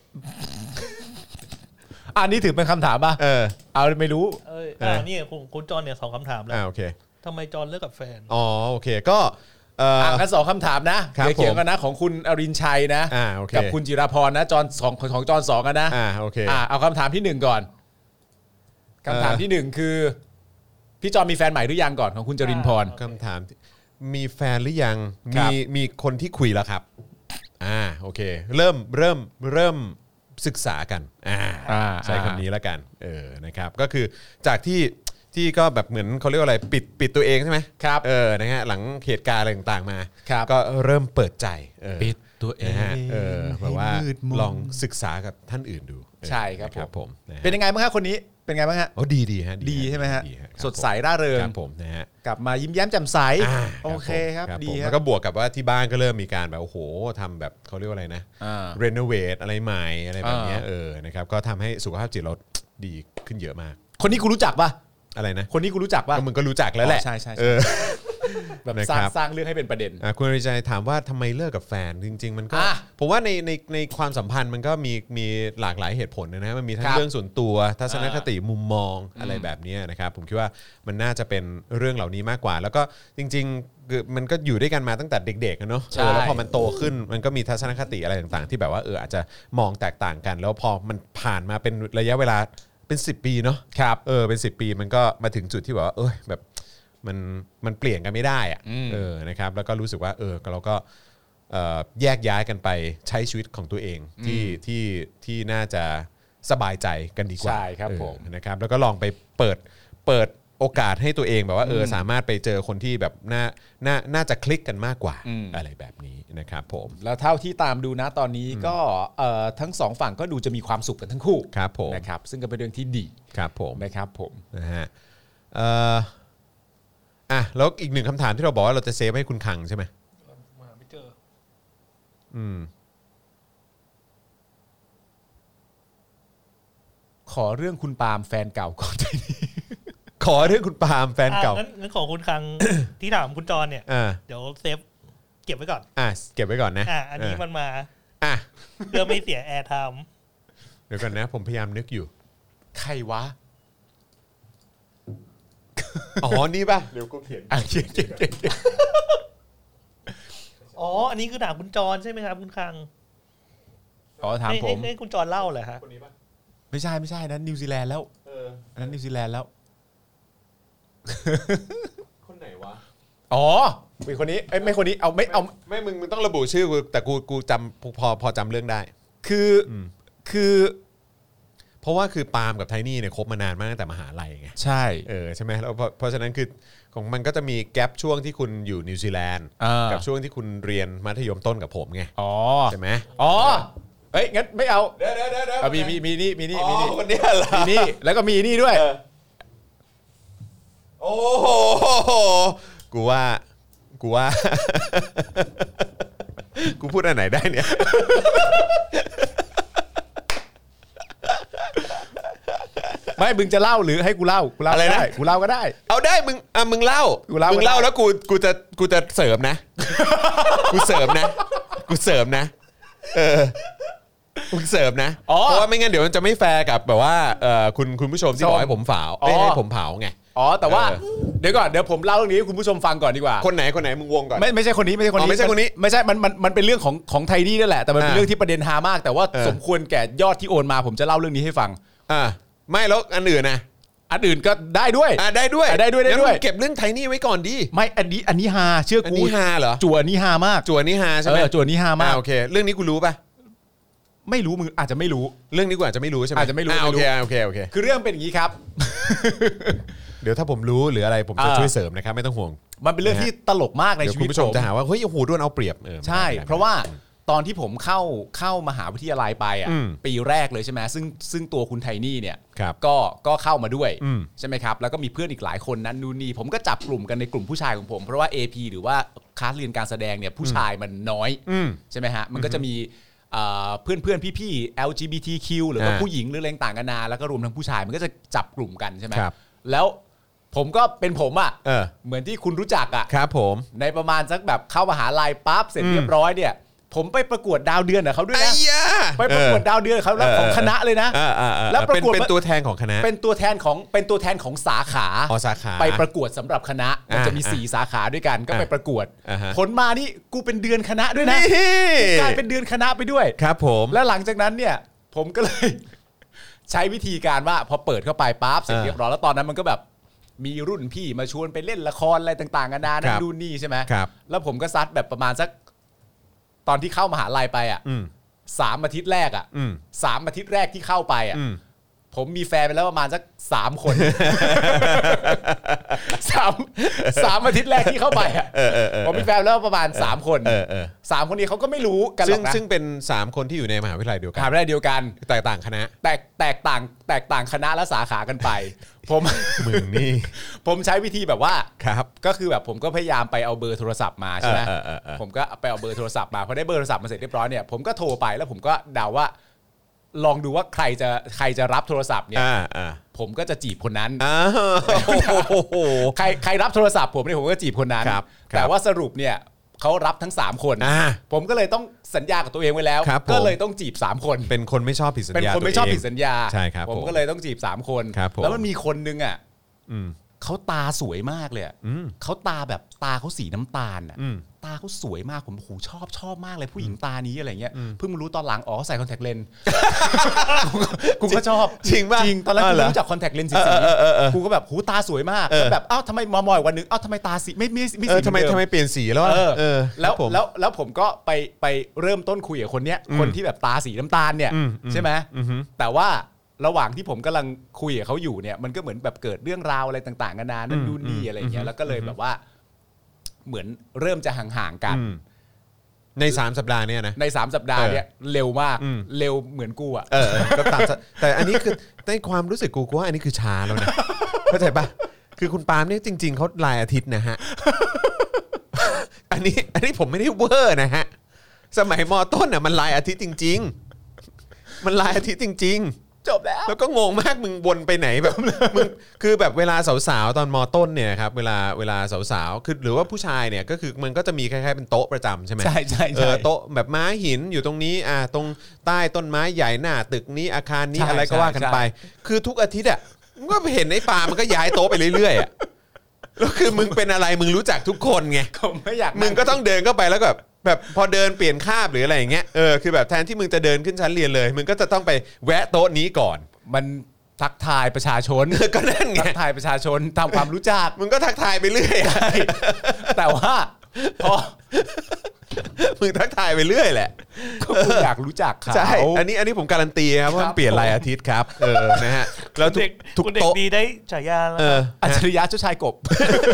อันนี้ถือเป็นคำถามป่ะเออเอาไม่รู้เอออ่านี่คุณคุณจอนเนี่ยสองคำถามแล้วอ่าโอเคทำไมจอนเลิกกับแฟนอ๋อโอเคก็อ่านกันสองคำถามนะเดี๋ยวเขียนกันนะของคุณอรินชัยนะกับคุณจิราพรนะจอนสองของจอนสองกันนะอ่าโอเคอ่าเอาคำถามที่หนึ่งก่อนคำถามที่หนึ่งคือพี่จอนมีแฟนใหม่หรือยังก่อนของคุณจรินพรคำถามมีแฟนหรือยังมีมีคนที่คุยแล้วครับอ่าโอเคเริ่มเริ่มเริ่มศึกษากันอ่าอ่าใช้คำนี้แล้วกันเออนะครับก็คือจากที่ที่ก็แบบเหมือนเขาเรียกว่าอะไรปิดปิดตัวเองใช่ไหมครับเออนะฮะหลังเหตุการณ์อะไรต่างๆมาครับก็เริ่มเปิดใจเออปิดตัวเองนะฮะเออแบบว่าให้มืดมนลองศึกษากับท่านอื่นดูใช่ครับนะผมนะฮะเป็นยังไงบ้างฮะคนนี้เป็นไงบ้างฮะโอ้ดีดีฮะดีใช่ไหมฮะดีครับสดใสร่าเริงครับผมนะฮะกลับมายิ้มแย้มแจ่มใสอ่าโอเคครับผมดีผมคแล้รับวก็บวกกับว่าที่บ้านก็เริ่มมีการแบบโอ้โหทำแบบเขาเรียกว่าอะไรนะอ่ารีโนเวทอะไรใหม่อะไรแบบเนี้ยอ่าเออนะครับก็ทำให้สุขภาพจิตเราดีขึ้นเยอะมากคนนี้กูรู้จักปะอะไรนะคนนี้กูรู้จักปะก็มึงก็รู้จักแล้วแหละอ๋อใช่ใช่ใช่เออแบบนะสร้างครับสร้างเรื่องให้เป็นประเด็นอ่ะคุณอริชัยถามว่าทำไมเลิกกับแฟนจริง ๆ มันก็อ่ะผมว่าในในในความสัมพันธ์มันก็มีมีหลากหลายเหตุผลนะฮะมันมีทั้งครับเรื่องส่วนตัวทัศนคติมุมมองอืมอะไรแบบเนี้ยนะครับผมคิดว่ามันน่าจะเป็นเรื่องเหล่านี้มากกว่า แล้วก็จริงๆคือมันก็อยู่ด้วยกันมาตั้งแต่เด็กๆอะเนาะใช่เออแล้วพอมันโตขึ้นมันก็มีทัศนคติอะไรต่างๆ ที่แบบว่าเอออาจจะมองแตกต่างกัน แล้วพอมันผ่านมาเป็นระยะเวลาเป็นสิบปีเนาะครับเออเป็นสิบปีมันก็มาถึงจุดที่แบบว่าเออแบบมันมันเปลี่ยนกันไม่ได้อะอืมเออนะครับแล้วก็รู้สึกว่าเออเราก็เอ่อแยกย้ายกันไปใช้ชีวิตของตัวเองที่ที่ที่น่าจะสบายใจกันดีกว่าใช่ครับเออผมนะครับแล้วก็ลองไปเปิดเปิดโอกาสให้ตัวเองแบบว่าเออสามารถไปเจอคนที่แบบน่าน่าน่าจะคลิกกันมากกว่าอืมอะไรแบบนี้นะครับผมแล้วเท่าที่ตามดูนะตอนนี้ก็เอ่อทั้งสองฝั่งก็ดูจะมีความสุขกันทั้งคู่ครับผมนะครับซึ่งก็เป็นเรื่องที่ดีครับผมนะครับผมนะฮะเอ่ออ่ะแล้วอีกหนึ่งคำถามที่เราบอกว่าเราจะเซฟให้คุณคังใช่ไหมมาไม่เจออืมขอเรื่องคุณปาล์มแฟนเก่าก่อนได้นี้ขอเรื่องคุณปาล์มแฟนเก่าอ่ะงั้นงั้นของคุณคัง ที่ถามคุณจรเนี่ยอ่าเดี๋ยวเซฟเก็บไว้ก่อนอ่ะเก็บไว้ก่อนนะอ่ะอันนี้มันมาอ่ะเพื่อไม่เสียแอร์ไทม์เดี๋ยวก่อนนะผมพยายามนึกอยู่ใครวะอ๋อ นี่ป่ะ เดี๋ยวกูเขียนอ่ะเขียนเขียนเขียนเขียนอ๋อ อันนี้คือถามคุณจรใช่ไหมครับคุณคังอ๋อถามให้ผให้มให้คุณจรเล่าเหรอฮะคนนี้ป่ะไม่ใช่ไม่ใช่นั้นนิวซีแลนด์แล้วเอออันนั้นนิวซีแลนด์แล้วคนไหนวะอ๋อเป็นคนนี้เอ้ยไม่คนนี้เอาไม่เอาไม่มึงมึงต้องระบุชื่อกูแต่กูกูจำพอพอจำเรื่องได้คืออมคือเพราะว่าคือปาล์มกับไทนี่เนี่ยคบมานานมากตั้งแต่มหาลัยไงใช่เออใช่ไหมแล้วเพราะเพราะฉะนั้นคือของมันก็จะมีแกลบช่วงที่คุณอยู่นิวซีแลนด์อ่ากับช่วงที่คุณเรียนมัธยมต้นกับผมไงอ๋อใช่ไหมอ๋อเอ้ยงั้นไม่เอาเดี๋ยวเดี๋ยวเดี๋ยวเอามีมีมีนี่มีนี่อ๋อมีนี่คนเนี้ยเหรอมีนี่แล้วก็มีนี่ด้วยโอ้โหกูว่ากูว่า กูพูดอันไหนได้เนี่ยไม่มึงจะเล่าหรือให้กูเล่ากูเล่าอะไรนะด้กูเล่าก็ได้เอาได้มึงอ่ะมึงเล่ากูเล่ามึงเล่าก็ได้แล้วกูกูจะกูจะเสริมนะ กูเสริมนะ กูเสริมนะ เออกูเสริมนะอ๋อเพราะว่าไม่งั้นเดี๋ยวมันจะไม่แฟร์กับแบบว่าเอ่อคุณคุณผู้ชมที่บอกให้ผมเผาอ๋อเอ้ยให้ผมเผาไงอ๋อแต่ว่าเออเดี๋ยวก่อนเดี๋ยวผมเล่าเรื่องนี้ให้คุณผู้ชมฟังก่อนดีกว่าคนไหนคนไหนมึงวงก่อนไม่ไม่ใช่คนนี้ไม่ใช่คนอ๋นี้อไม่ใช่คนนี้ไม่ใช่มันมันมันเป็นเรื่องของของไทนี่นั่นแหละแต่มันเป็นอ่าเรื่องที่ประเด็นฮามาก แต่ว่าเออสมควรแก่ยอดที่โอนมาผมจะเล่าเรื่องนี้ให้ฟังอ่าไม่แล้วอันอื่นนะอันอื่นก็ได้ด้วยอ่าได้ด้วยอ่ะได้ด้วยได้งั้นด้วยมึงเก็บเรื่องไทนี่ไว้ก่อนดิไม่อันนี้อันนี้ฮาเชื่ออันกูนี้ฮาเหรอจั่วอันนี้ฮามากจั่วนี่ฮาใช่ไหมเออจั่วนี้ฮามากอ่โอเค เรื่องนี้กูรู้ป่ะไม่รู้มึงอาจจะไม่รู้เรื่องนี้กูอาจจะไม่รู้ใช่ไหมอาจจะไม่รู้อ่โอไม่รู้เคโอเคโอเคคือเรื่องเป็นอย่างนี้ครับเดี๋ยวถ้าผมรู้หรืออะไรผมจะอ่าช่วยเสริมนะครับไม่ต้องห่วงมันเป็นเรื่องที่ตลกมากในเดี๋ยวชีคุวิณตผู้ชมผมจะหาว่าเฮ้ยโอ้โหโดนเอาเปรียบออใช่ไม่ได้เพราะว่าตอนที่ผมเข้าเข้ามหาวิทยาลัยไปอ่ะอืมปีแรกเลยใช่ไหมซึ่งซึ่งตัวคุณไทนี่เนี่ยครับก็ก็เข้ามาด้วยอืมใช่ไหมครับแล้วก็มีเพื่อนอีกหลายคนนั้นนู่นนี่ผมก็จับกลุ่มกันในกลุ่มผู้ชายของผม เพราะว่า เอ พี หรือว่าคลาสเรียนการแสดงเนี่ยผู้ชายมันน้อยอืมใช่ไหมฮะมันก็จะมีเพื่อนเพื่อนๆพี่ๆ แอล จี บี ที คิว หรือว่าอ่าผู้หญิงหรืออะไรต่างกันานาแล้วก็รวมทั้งผู้ชายมันก็จะจับกลุ่มกันใช่ไหมครับแล้วผมก็เป็นผมอ่ะเออเหมือนที่คุณรู้จักอ่ะครับผมในประมาณสักแบบเข้ามหาลัยปั๊บเสร็จอืมเรียบร้อยเนี่ยผมไปประกวดดาวเดือนกับเขาด้วยไอ้นะยาไปประกวดดาวเดือนเขาแล้วของคณะเลยนะอ่าอ่าอ่าแล้วประกวดเป็นเป็นตัวแทนของคณะเป็นตัวแทนของเป็นตัวแทนของสาขาอ๋อสาขาไปประกวดสำหรับคณะมันจะมีอ่าสี่สาขาด้วยกันก็ไปประกวดอ่าฮะผลมานี่กูเป็นเดือนคณะด้วยนะนี่กลายเป็นเดือนคณะไปด้วยครับผมแล้วหลังจากนั้นเนี่ยผมก็เลย ใช้วิธีการว่าพอเปิดเข้าไปปั๊บเสร็จอ่าเรียบร้อยแล้วตอนนั้นมันก็แบบมีรุ่นพี่มาชวนไปเล่นละครอะไรต่างๆกันานานั่ครันบนู่นนี่ใช่ไหมครับแล้วผมก็ซัดแบบประมาณสักตอนที่เข้ามหาลัยไปอ่ะอืมสามอาทิตย์แรกอ่ะอืมสามอาทิตย์แรกที่เข้าไปอ่ะอืมผมมีแฟนไปแล้วประมาณสักสามคน สามสามอาทิตย์แรกที่เข้าไปอ่ะผมมีแฟนไปแล้วประมาณสามคนสามคนนี้เขาก็ไม่รู้กันหรอกนะซึ่งเป็นสามคนที่อยู่ในมหาวิทยาลัยเดียวกันมหาวิทยาลัยเดียวกันแตกต่างคณะแตกแตกต่างแตกต่างคณะและสาขากันไป ผมมึงนี่ผมใช้วิธีแบบว่าครับก็คือแบบผมก็พยายามไปเอาเบอร์โทรศัพท์มาใช่ไหมเออเออเออผมก็ไปเอาเบอร์โทรศัพท์มาพอได้เบอร์โทรศัพท์มาเสร็จเรียบร้อยเนี่ยผมก็โทรไปแล้วผมก็เดาว่า ลองดูว่าใครจะใครจะรับโทรศัพท์เนี่ยอ่าอ่าผมก็จะจีบคนนั้นอ้าวโอ้โหใครใครรับโทรศัพท์ผมเนี่ยผมก็จีบคนนั้นครับครับแต่ว่าสรุปเนี่ยเขารับทั้งสามคนอ่าผมก็เลยต้องสัญญากับตัวเองไว้แล้วครับผมก็เลยต้องจีบสามคนเป็นคนไม่ชอบผิดสัญเป็นญาคนไม่ชอบตัวเงผิดสัญญาใช่ครับผมผมก็เลยต้องจีบสามคนครับผมแล้วมันมีคนนึงอ่ะอืมเขาตาสวยมากเลยอะอืมเขาตาแบบตาเขาสีน้ำตาลอ่ะอืมตาเขาสวยมากผมโอ้โหชอบชอบมากเลยผู้หญิงตานี้อะไรเงี้ยเพิ่งมารู้ตอนหลังอ๋อใส่คอนแทคเลนส์ กูก็ชอบจริงป่ะจริงตอนแรกเออกูเหรอรู้จักคอนแทคเลนส์สีเออเออเออเออกูก็แบบหูตาสวยมากแล้วแบบเอ้าทำไมมามอยวันนึงเอ้าทำไมตาสีไม่ไม่ไม่เอสีอทำไมเหอนเดิทำไมเปลี่ยนสีแล้วอะเออเออแล้วครับผมแล้วแล้วผมก็ไปไปเริ่มต้นคุยกับคนเนี้ยคนที่แบบตาสีน้ำตาลเนี่ยอืมอืมใช่ไหมอือฮึแต่ว่าระหว่างที่ผมกำลังคุยกับเขาอยู่เนี่ยมันก็เหมือนแบบเกิดเรื่องราวอะไรต่างๆกันานานั่นนู่นนี่อะไรอย่างเงี้ยแล้วก็เลยแบบว่า เหมือนเริ่มจะห่างๆกันอืมในสามสัปดาห์เนี่ยนะในสามสัปดาห์เนี่ยเร็วมากอืมเร็วเหมือนกูอ่ะเออเออก็ตามสแต่อันนี้คือในความรู้สึกกูกูว่าอันนี้คือช้าแล้วนะเข้าใจปะคือคุณปาล์มเนี่ยจริงๆเขารายอาทิตย์นะฮะ อันนี้อันนี้ผมไม่ได้เวอร์นะฮะสมัยมต้นน่ะมันรายอาทิตย์จริง ๆ มันรายอาทิตย์จริง ๆจบแล้วแล้วก็งงมากมึงวนไปไหนแบบมึงคือแบบเวลาสาวๆตอนมต้นเนี่ยครับเวลาเวลาสาวๆคือหรือว่าผู้ชายเนี่ยก็คือมันก็จะมีคล้ายๆเป็นโต๊ะประจำใช่ไหมใช่ใช่เอใช่อโต๊ะแบบม้าหินอยู่ตรงนี้อ่าตรงใต้ต้นไม้ใหญ่หน้าตึกนี้อาคารนี้ใช่อะไรก็ว่ากันใช่ไป คือทุกอาทิตย์อ่ะมึงก็เห็นไอ้ปามันก็ย้ายโต๊ะไปเรื่อยๆอ่ะแล้วคือมึงเป็นอะไรมึงรู้จักทุกคนไงผมไม่อยากมึงก็ต้องเดินเข้าไปแล้วก็แบบแบบพอเดินเปลี่ยนคาบหรืออะไรอย่างเงี้ยเออคือแบบแทนที่มึงจะเดินขึ้นชั้นเรียนเลยมึงก็จะต้องไปแวะโต๊ะนี้ก่อนมันทักทายประชาชนก็นั่นไงทักทายประชาชนทำความรู้จักมึงก็ทักทายไปเรื่อยอะแต่ว่าพอมึงทักทายไปเรื่อยแหละก็กูอยากรู้จักเขาใช่อันนี้อันนี้ผมการันตีครับว่ามันเปลี่ยนรายอาทิตย์ครับเออนะฮะแล้วทุกเด็กทุกคุณเด็กโต๊ะดีได้ฉายาแล้วเอออัจฉริยะเจ้าชายกบ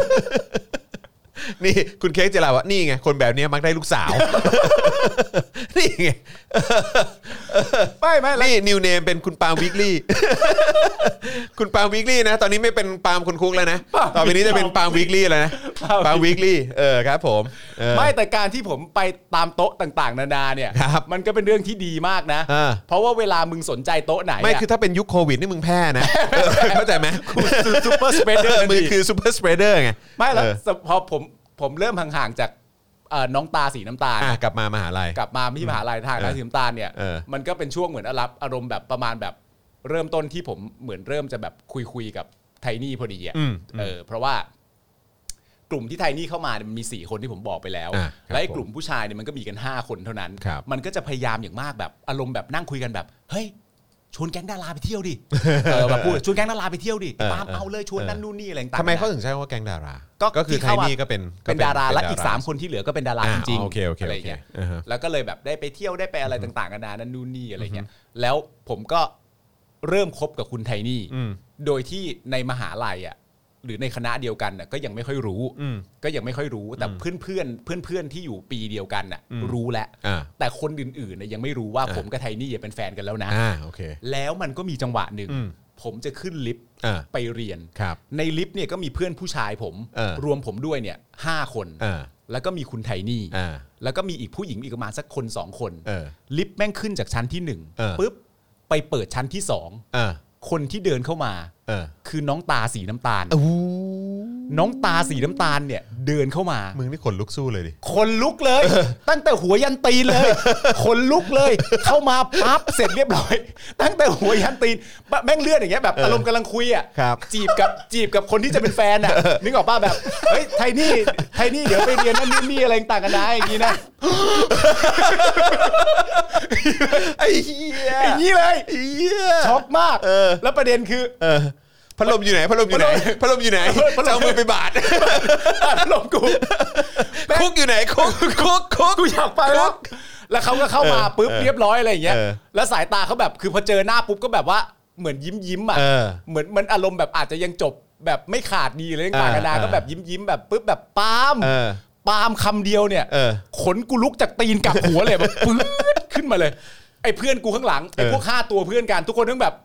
นี่คุณเค้กจะเล่าว่านี่ไงคนแบบนี้มักได้ลูกสาว นี่ไงไม่ไม่แล้วนี่นิวเนมเป็นคุณปาล์มวิกลี่ คุณปาล์มวิกลี่นะตอนนี้ไม่เป็นปาล์มคนคุกแล้วนะต่อไปนี้จะเป็นปาล์มวิกลี่แล้วนะปาล์มวิกลี่เออครับผมเออไม่แต่การที่ผมไปตามโต๊ะต่างๆ นานาเนี่ยครับมันก็เป็นเรื่องที่ดีมากนะอ่าเพราะว่าเวลามึงสนใจโต๊ะไหนไม่คือถ้าเป็นยุคโควิดนี่มึงแพ้นะเออเข้าใจไหมซูเปอร์สเปเดอร์มึงคือซูเปอร์สเปรเดอร์ไงไม่แล้วเออพอผมผมเริ่มห่างๆจากเอ่อน้องตาสีน้ำตาลอ่ะกลับมามหาลัยกลับมาที่มหาลัยทางเออน้าสีน้ำตาลเนี่ยเออมันก็เป็นช่วงเหมือนอารมณ์อารมณ์แบบประมาณแบบเริ่มต้นที่ผมเหมือนเริ่มจะแบบคุยคุยกับไทนี่พอดีอ่ะอืมเออเพราะว่ากลุ่มที่ไทนี่เข้ามาเนี่ยมันมีสี่คนที่ผมบอกไปแล้วอ่ะครับและไอ้กลุ่มผู้ชายเนี่ยมันก็มีกันห้าคนเท่านั้นครับมันก็จะพยายามอย่างมากแบบอารมณ์แบบนั่งคุยกันแบบเฮ้ยชวนแก๊งดาราไปเที่ยวดิ เออแบบพูดชวนแก๊งดาราไปเที่ยวดิเออปาล์มเอาเลยชวนนั่นนู่นนี่อะไรต่างๆทำไมเขาถึงใช้คำว่าแก๊งดาราก็ก็คือที่ไทเข้ามานี่ก็เป็นเป็นดาราป็และอีกสามคนที่เหลือก็เป็นดาราอ่าจริงโอเคโอเคอะไรโอเคเงี้ยอ่าฮะแล้วก็เลยแบบได้ไปเที่ยวได้ไปอะไรต่างๆกันานานั่นนู่นนี่อะไรเงี้ยแล้วผมก็เริ่มคบกับคุณไทนี่อืมโดยที่ในมหาลัยอ่ะหรือในคณะเดียวกันน่ะก็ยังไม่ค่อยรู้อืมก็ยังไม่ค่อยรู้แต่เพื่อนเพื่อนเพื่อนเพื่อนๆที่อยู่ปีเดียวกันน่ะอืมรู้แล้วอ่าแต่คนอื่นๆน่ะยังไม่รู้ว่าอ่าผมกับไทนี่เป็นแฟนกันแล้วนะอ่าโอเคแล้วมันก็มีจังหวะหนึ่งอืมผมจะขึ้นลิฟต์อ่าไปเรียนครับในลิฟต์เนี่ยก็มีเพื่อนผู้ชายผมเออรวมผมด้วยเนี่ยห้าคนอ่าแล้วก็มีคุณไทนี่อ่าแล้วก็มีอีกผู้หญิงอีกประมาณสักคนสองคนเออลิฟต์แม่งขึ้นจากชั้นที่หนึ่งเออปุ๊บไปเปิดชั้นที่สองอ่าคนที่เดินเข้ามาเออคือน้องตาสีน้ำตาลอู้น้องตาสีน้ำตาลเนี่ยเดินเข้ามามึงนี่ขนลุกสู้เลยดิคนลุกเลย ตั้งแต่หัวยันตีนเลย คนลุกเลย เข้ามาปั๊บเสร็จเรียบร้อย ตั้งแต่หัวยันตีนแม่งเลื่อนอย่างเงี้ยแบบอารมณ์กำลังคุยอ่ะครับจีบกับจีบกับคนที่จะเป็นแฟนอ่ะนึกออกป่ะแบบเฮ้ยไทนี่ไทนี่เดี๋ยวไปเรียนนั่นนี่นี่อะไรต่างกันนะอย่างงี้นะไอ้เหี้ยอย่างนี้เลยไอ้เหี้ยช็อกมากเออแล้วประเด็นคือเออพัดลมอยู่ไหนพัดลมอยู่ไหนพัดลมอยู่ไหนจะเอามือไปบาดพัดลมกูคุกอยู่ไหนคุกคุกคุกกูอยากไปแล้วแล้วเขาก็เข้ามาปุ๊บเรียบร้อยอะไรอย่างเงี้ยแล้วสายตาเขาแบบคือพอเจอหน้าปุ๊บก็แบบว่าเหมือนยิ้มยิ้มอ่ะเหมือนมันอารมณ์แบบอาจจะยังจบแบบไม่ขาดดีเลยต่างๆกันาก็แบบยิ้มยิ้มแบบปุ๊บแบบปามปามคำเดียวเนี่ยขนกูลุกจากตีนกับหัวเลยแบบปื๊ดขึ้นมาเลยไอ้เพื่อนกูข้างหลังไอ้พวกห้าตัวเพื่อนกันทุกคนทั้งแบบ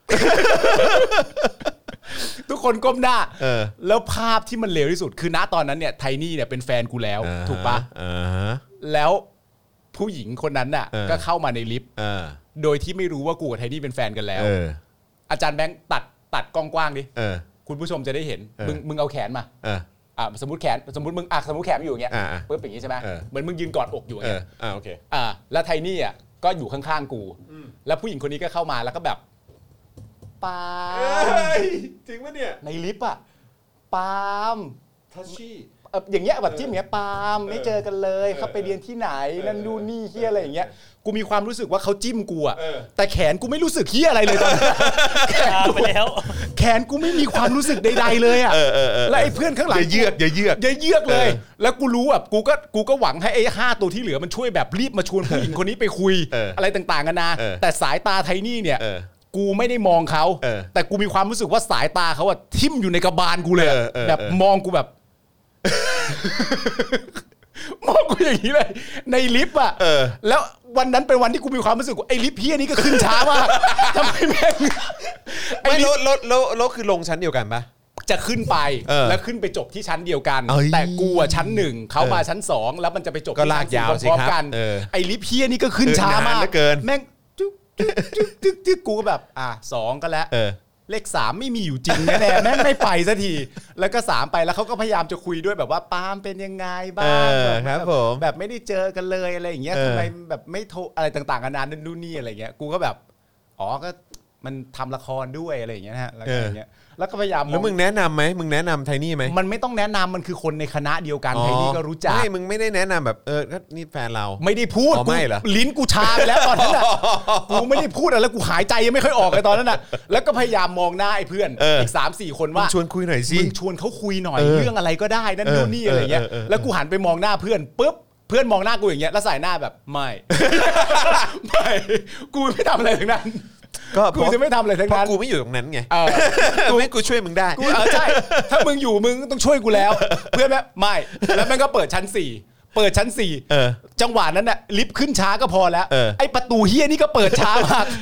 ทุกคนก้มหน้าแล้วภาพที่มันเลวที่สุดคือณตอนนั้นเนี่ยไทนี่เนี่ยเป็นแฟนกูแล้วถูกปะแล้วผู้หญิงคนนั้นน่ะก็เข้ามาในลิฟต์โดยที่ไม่รู้ว่ากูกับไทนี่เป็นแฟนกันแล้วอาจารย์แบงค์ตัดตัดกว้างๆดิคุณผู้ชมจะได้เห็นมึงมึงเอาแขนมาอ่าสมมติแขนสมมติมึงอ่ะสมมติแขนอยู่อย่างเงี้ยปึ๊บอย่างงี้ใช่ไหมเหมือนมึงยืนกอดอกอยู่อย่างเงี้ยอ่าโอเคอ่าแล้วไทนี่อ่ะก็อยู่ข้างๆกูแล้วผู้หญิงคนนี้ก็เข้ามาแล้วก็แบบปาล์มจริงปะเนี่ยในลิฟต์อ่ะปาล์มทัชชี่อย่างเงี้ยแบบจิ้มอย่างเงี้ยปาล์มไม่เจอกันเลยเขาไปเรียนที่ไหนนั่นนู่นนี่เฮียอะไรอย่างเงี้ยกูมีความรู้สึกว่าเขาจิ้มกูอ่ะแต่แขนกูไม่รู้สึกเฮียอะไรเลยตอนนั้นแขนกูไปแล้วแขนกูไม่มีความรู้สึกใดๆเลยอ่ะแล้วไอ้เพื่อนข้างหลังอย่าเยือกอย่าเยือกอย่าเยือกเลยแล้วกูรู้แบบกูก็กูก็หวังให้ไอ้ห้าตัวที่เหลือมันช่วยแบบรีบมาชวนผู้หญิงคนนี้ไปคุยอะไรต่างๆกันนะแต่สายตาไทนี่เนี่ยกูไม่ได้มองเขาแต่กูมีความรู้สึกว่าสายตาเขาอะทิ่มอยู่ในกระบาลกูเลยแบบมองกูแบบมองกูอย่างนี้เลยในลิฟต์อะแล้ววันนั้นเป็นวันที่กูมีความรู้สึกว่าไอ้ลิฟต์เพี้ยนี้ก็ขึ้นช้ามากทำไมแม่งไม่รถรถรถรถคือลงชั้นเดียวกันปะจะขึ้นไปแล้วขึ้นไปจบที่ชั้นเดียวกันแต่กูอะชั้นหนึ่งเขามาชั้นสองแล้วมันจะไปจบที่ชั้นสี่พร้อมกันไอ้ลิฟต์เพี้ยนี้ก็ขึ้นช้ามากแม่งจึ๊กกูก็แบบอ่ะสองก็แล้วเลขสามไม่มีอยู่จริงแน่ๆแม่งไม่ไปสักทีแล้วก็สามไปแล้วเขาก็พยายามจะคุยด้วยแบบว่าปาล์มเป็นยังไงบ้างครับผมแบบไม่ได้เจอกันเลยอะไรอย่างเงี้ยทำไมแบบไม่โทรอะไรต่างๆกันานานู่นนี่อะไรเงี้ยกูก็แบบอ๋อก็มันทำละครด้วยอะไรอย่างเงี้ยฮะแล้วก็อย่างเงี้ยแล้วก็พยายามแล้วมึงแนะนำไหมมึงแนะนำไทนี่ไหมมันไม่ต้องแนะนำมันคือคนในคณะเดียวกันไทนี่ก็รู้จักไม่มึงไม่ได้แนะนำแบบเออก็นี่แฟนเราไม่ได้พูดไม่เหรอลิ้นกูชาไปแล้วตอนนั้นอ่ะกูไม่ได้พูดอะไรแล้วกูหายใจยังไม่ค่อยออกเลยตอนนั้นอ่ะแล้วก็พยายามมองหน้าไอ้เพื่อนอีก สามสี่ คนว่าชวนคุยหน่อยสิมึงชวนเขาคุยหน่อยเรื่องอะไรก็ได้นั่นนู่นนี่อะไรเงี้ยแล้วกูหันไปมองหน้าเพื่อนปุ๊บเพื่อนมองหน้ากูอย่างเงี้ยแล้วใส่หน้าแบบไม่ไม่กูไม่ทำอะไรทั้งนั้นก็กูจะไม่ทำอะไรทั้งนั้นกูไม่อยู่ตรงนั้นไงกูไม่กูช่วยมึงได้กูเออใช่ถ้ามึงอยู่มึงต้องช่วยกูแล้วเพื่อนแม่ไม่แล้วมันก็เปิดชั้นสี่เปิดชั้นสี่จังหวะนั้นน่ะลิฟต์ขึ้นช้าก็พอแล้วไอ้ประตูเฮี้ยนี่ก็เปิดช้ามาก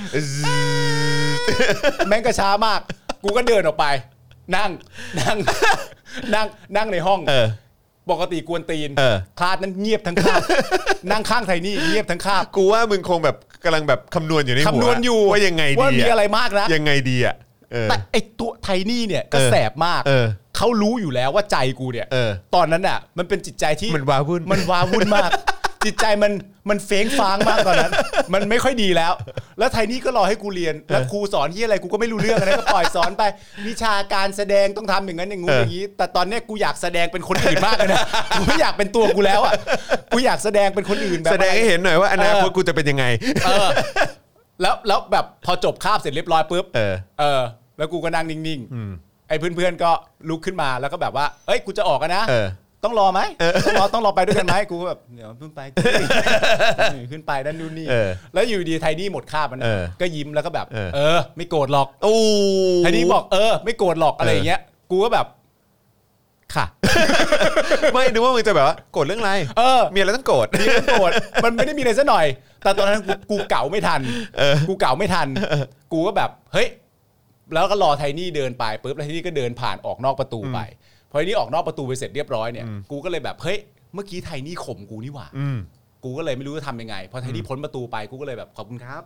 แม่งก็ช้ามากกูก็เดินออกไปนั่งนั่งนั่งนั่งในห้องปกติกวนตีนคลาดนั้นเงียบทั้งคาบนั่งข้างไทนี่เงียบทั้งคาบกูว่ามึงคงแบบกำลังแบบคำนวณอยู่ในหัวคำนวณอยู่ว่ายังไงดีว่ามีอะไรมากนะยังไงดีอ่ะแต่ไอตัวไทนี่เนี่ยก็แสบมากเขารู้อยู่แล้วว่าใจกูเนี่ยตอนนั้นอ่ะมันเป็นจิตใจที่มันว้าวุ่นมันว้าวุ่นมากจิตใจมันมันเฟ้งฟ้างมากตอนนั้นมันไม่ค่อยดีแล้วแล้วไทนี่ก็รอให้กูเรียนแล้วครูสอนที่อะไรกูก็ไม่รู้เรื่องนะก็ปล่อยสอนไปวิชาการแสดงต้องทำอย่างนั้นอย่างงู้นอย่างนี้แต่ตอนนี้กูอยากแสดงเป็นคนอื่นมากเลยนะกูไม่อยากเป็นตัวกูแล้วอ่ะกูอยากแสดงเป็นคนอื่นแบบแสดงให้เห็นหน่อยว่าอนาคตกูจะเป็นยังไงแล้วแล้วแบบพอจบคาบเสร็จเรียบร้อยปุ๊บเออเออแล้วกูก็นั่งนิ่งๆไอ้เพื่อนๆก็ลุกขึ้นมาแล้วก็แบบว่าเอ้ยกูจะออกกันนะต้องรอไหมต้องรอต้องรอไปด้วยกันไหมกูแบบเดี๋ยวขึ้นไปขึ้นไปด้านนู่นนี่แล้วอยู่ดีไทนี่หมดคาบมันก็ยิ้มแล้วก็แบบเออไม่โกรธหรอกไทนี่บอกเออไม่โกรธหรอกอะไรอย่างเงี้ยกูก็แบบค่ะไม่นึกว่ามึงจะแบบว่าโกรธเรื่องอะไรเออมีอะไรต้องโกรธมีอะไรโกรธมันไม่ได้มีอะไรซะหน่อยแต่ตอนนั้นกูเก่าไม่ทันกูเก่าไม่ทันกูก็แบบเฮ้ยแล้วก็รอไทนี่เดินไปปุ๊บแล้วไทนี่ก็เดินผ่านออกนอกประตูไปพอไอ้นี่ออกนอกประตูไปเสร็จเรียบร้อยเนี่ยกูก็เลยแบบเฮ้ยเมื่อกี้ไทนี่ข่มกูนี่หว่ากูก็เลยไม่รู้จะทำยังไงพอไทนี่พ้นประตูไปกูก็เลยแบบขอบคุณครับ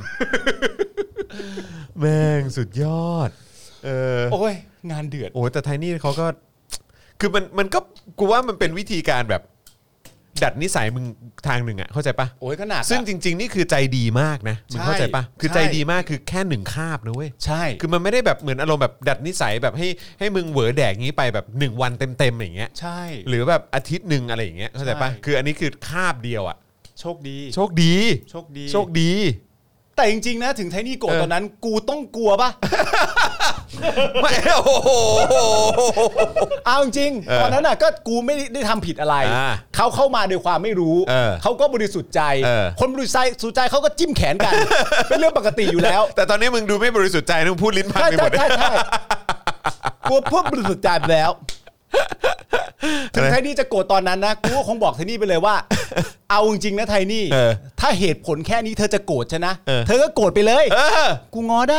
แม่งสุดยอดเออโอ้ยงานเดือดโอ้แต่ไทนี่เขาก็คือมันมันก็กูว่ามันเป็นวิธีการแบบดัดนิสัยมึงทางหนึ่งอ่ะเข้าใจปะโอ้ยขนาดซึ่งจริงๆนี่คือใจดีมากนะมึงเข้าใจปะคือใจดีมากคือแค่หนึ่งคาบนะเว้ยใช่คือมันไม่ได้แบบเหมือนอารมณ์แบบดัดนิสัยแบบให้ให้มึงเหวอแดกงี้ไปแบบหนึ่งวันเต็มๆอย่างเงี้ยใช่หรือแบบอาทิตย์นึงอะไรอย่างเงี้ยเข้าใจปะคืออันนี้คือคาบเดียวอ่ะโชคดีโชคดีโชคดีโชคดีแต่จริงๆนะถึงไทนี่โกรธตอนนั้นกูต้องกลัวป่ะไม่โอ้โหเอาจริงตอนนั้นน่ะก็กูไม่ได้ทำผิดอะไรเขาเข้ามาด้วยความไม่รู้เขาก็บริสุทธิ์ใจคนบริสุทธิ์ใจสุดใจเขาก็จิ้มแขนกันเป็นเรื่องปกติอยู่แล้วแต่ตอนนี้มึงดูไม่บริสุทธิ์ใจมึงพูดลิ้นพันไปหมดใช่ใช่กูพูดบริสุทธิ์ใจไปแล้วถึงไทนี่จะโกรธตอนนั้นนะกูก็คงบอกไทนี่ไปเลยว่าเอาจริงๆนะไทนี่ถ้าเหตุผลแค่นี้เธอจะโกรธฉันนะเธอก็โกรธไปเลยกูง้อได้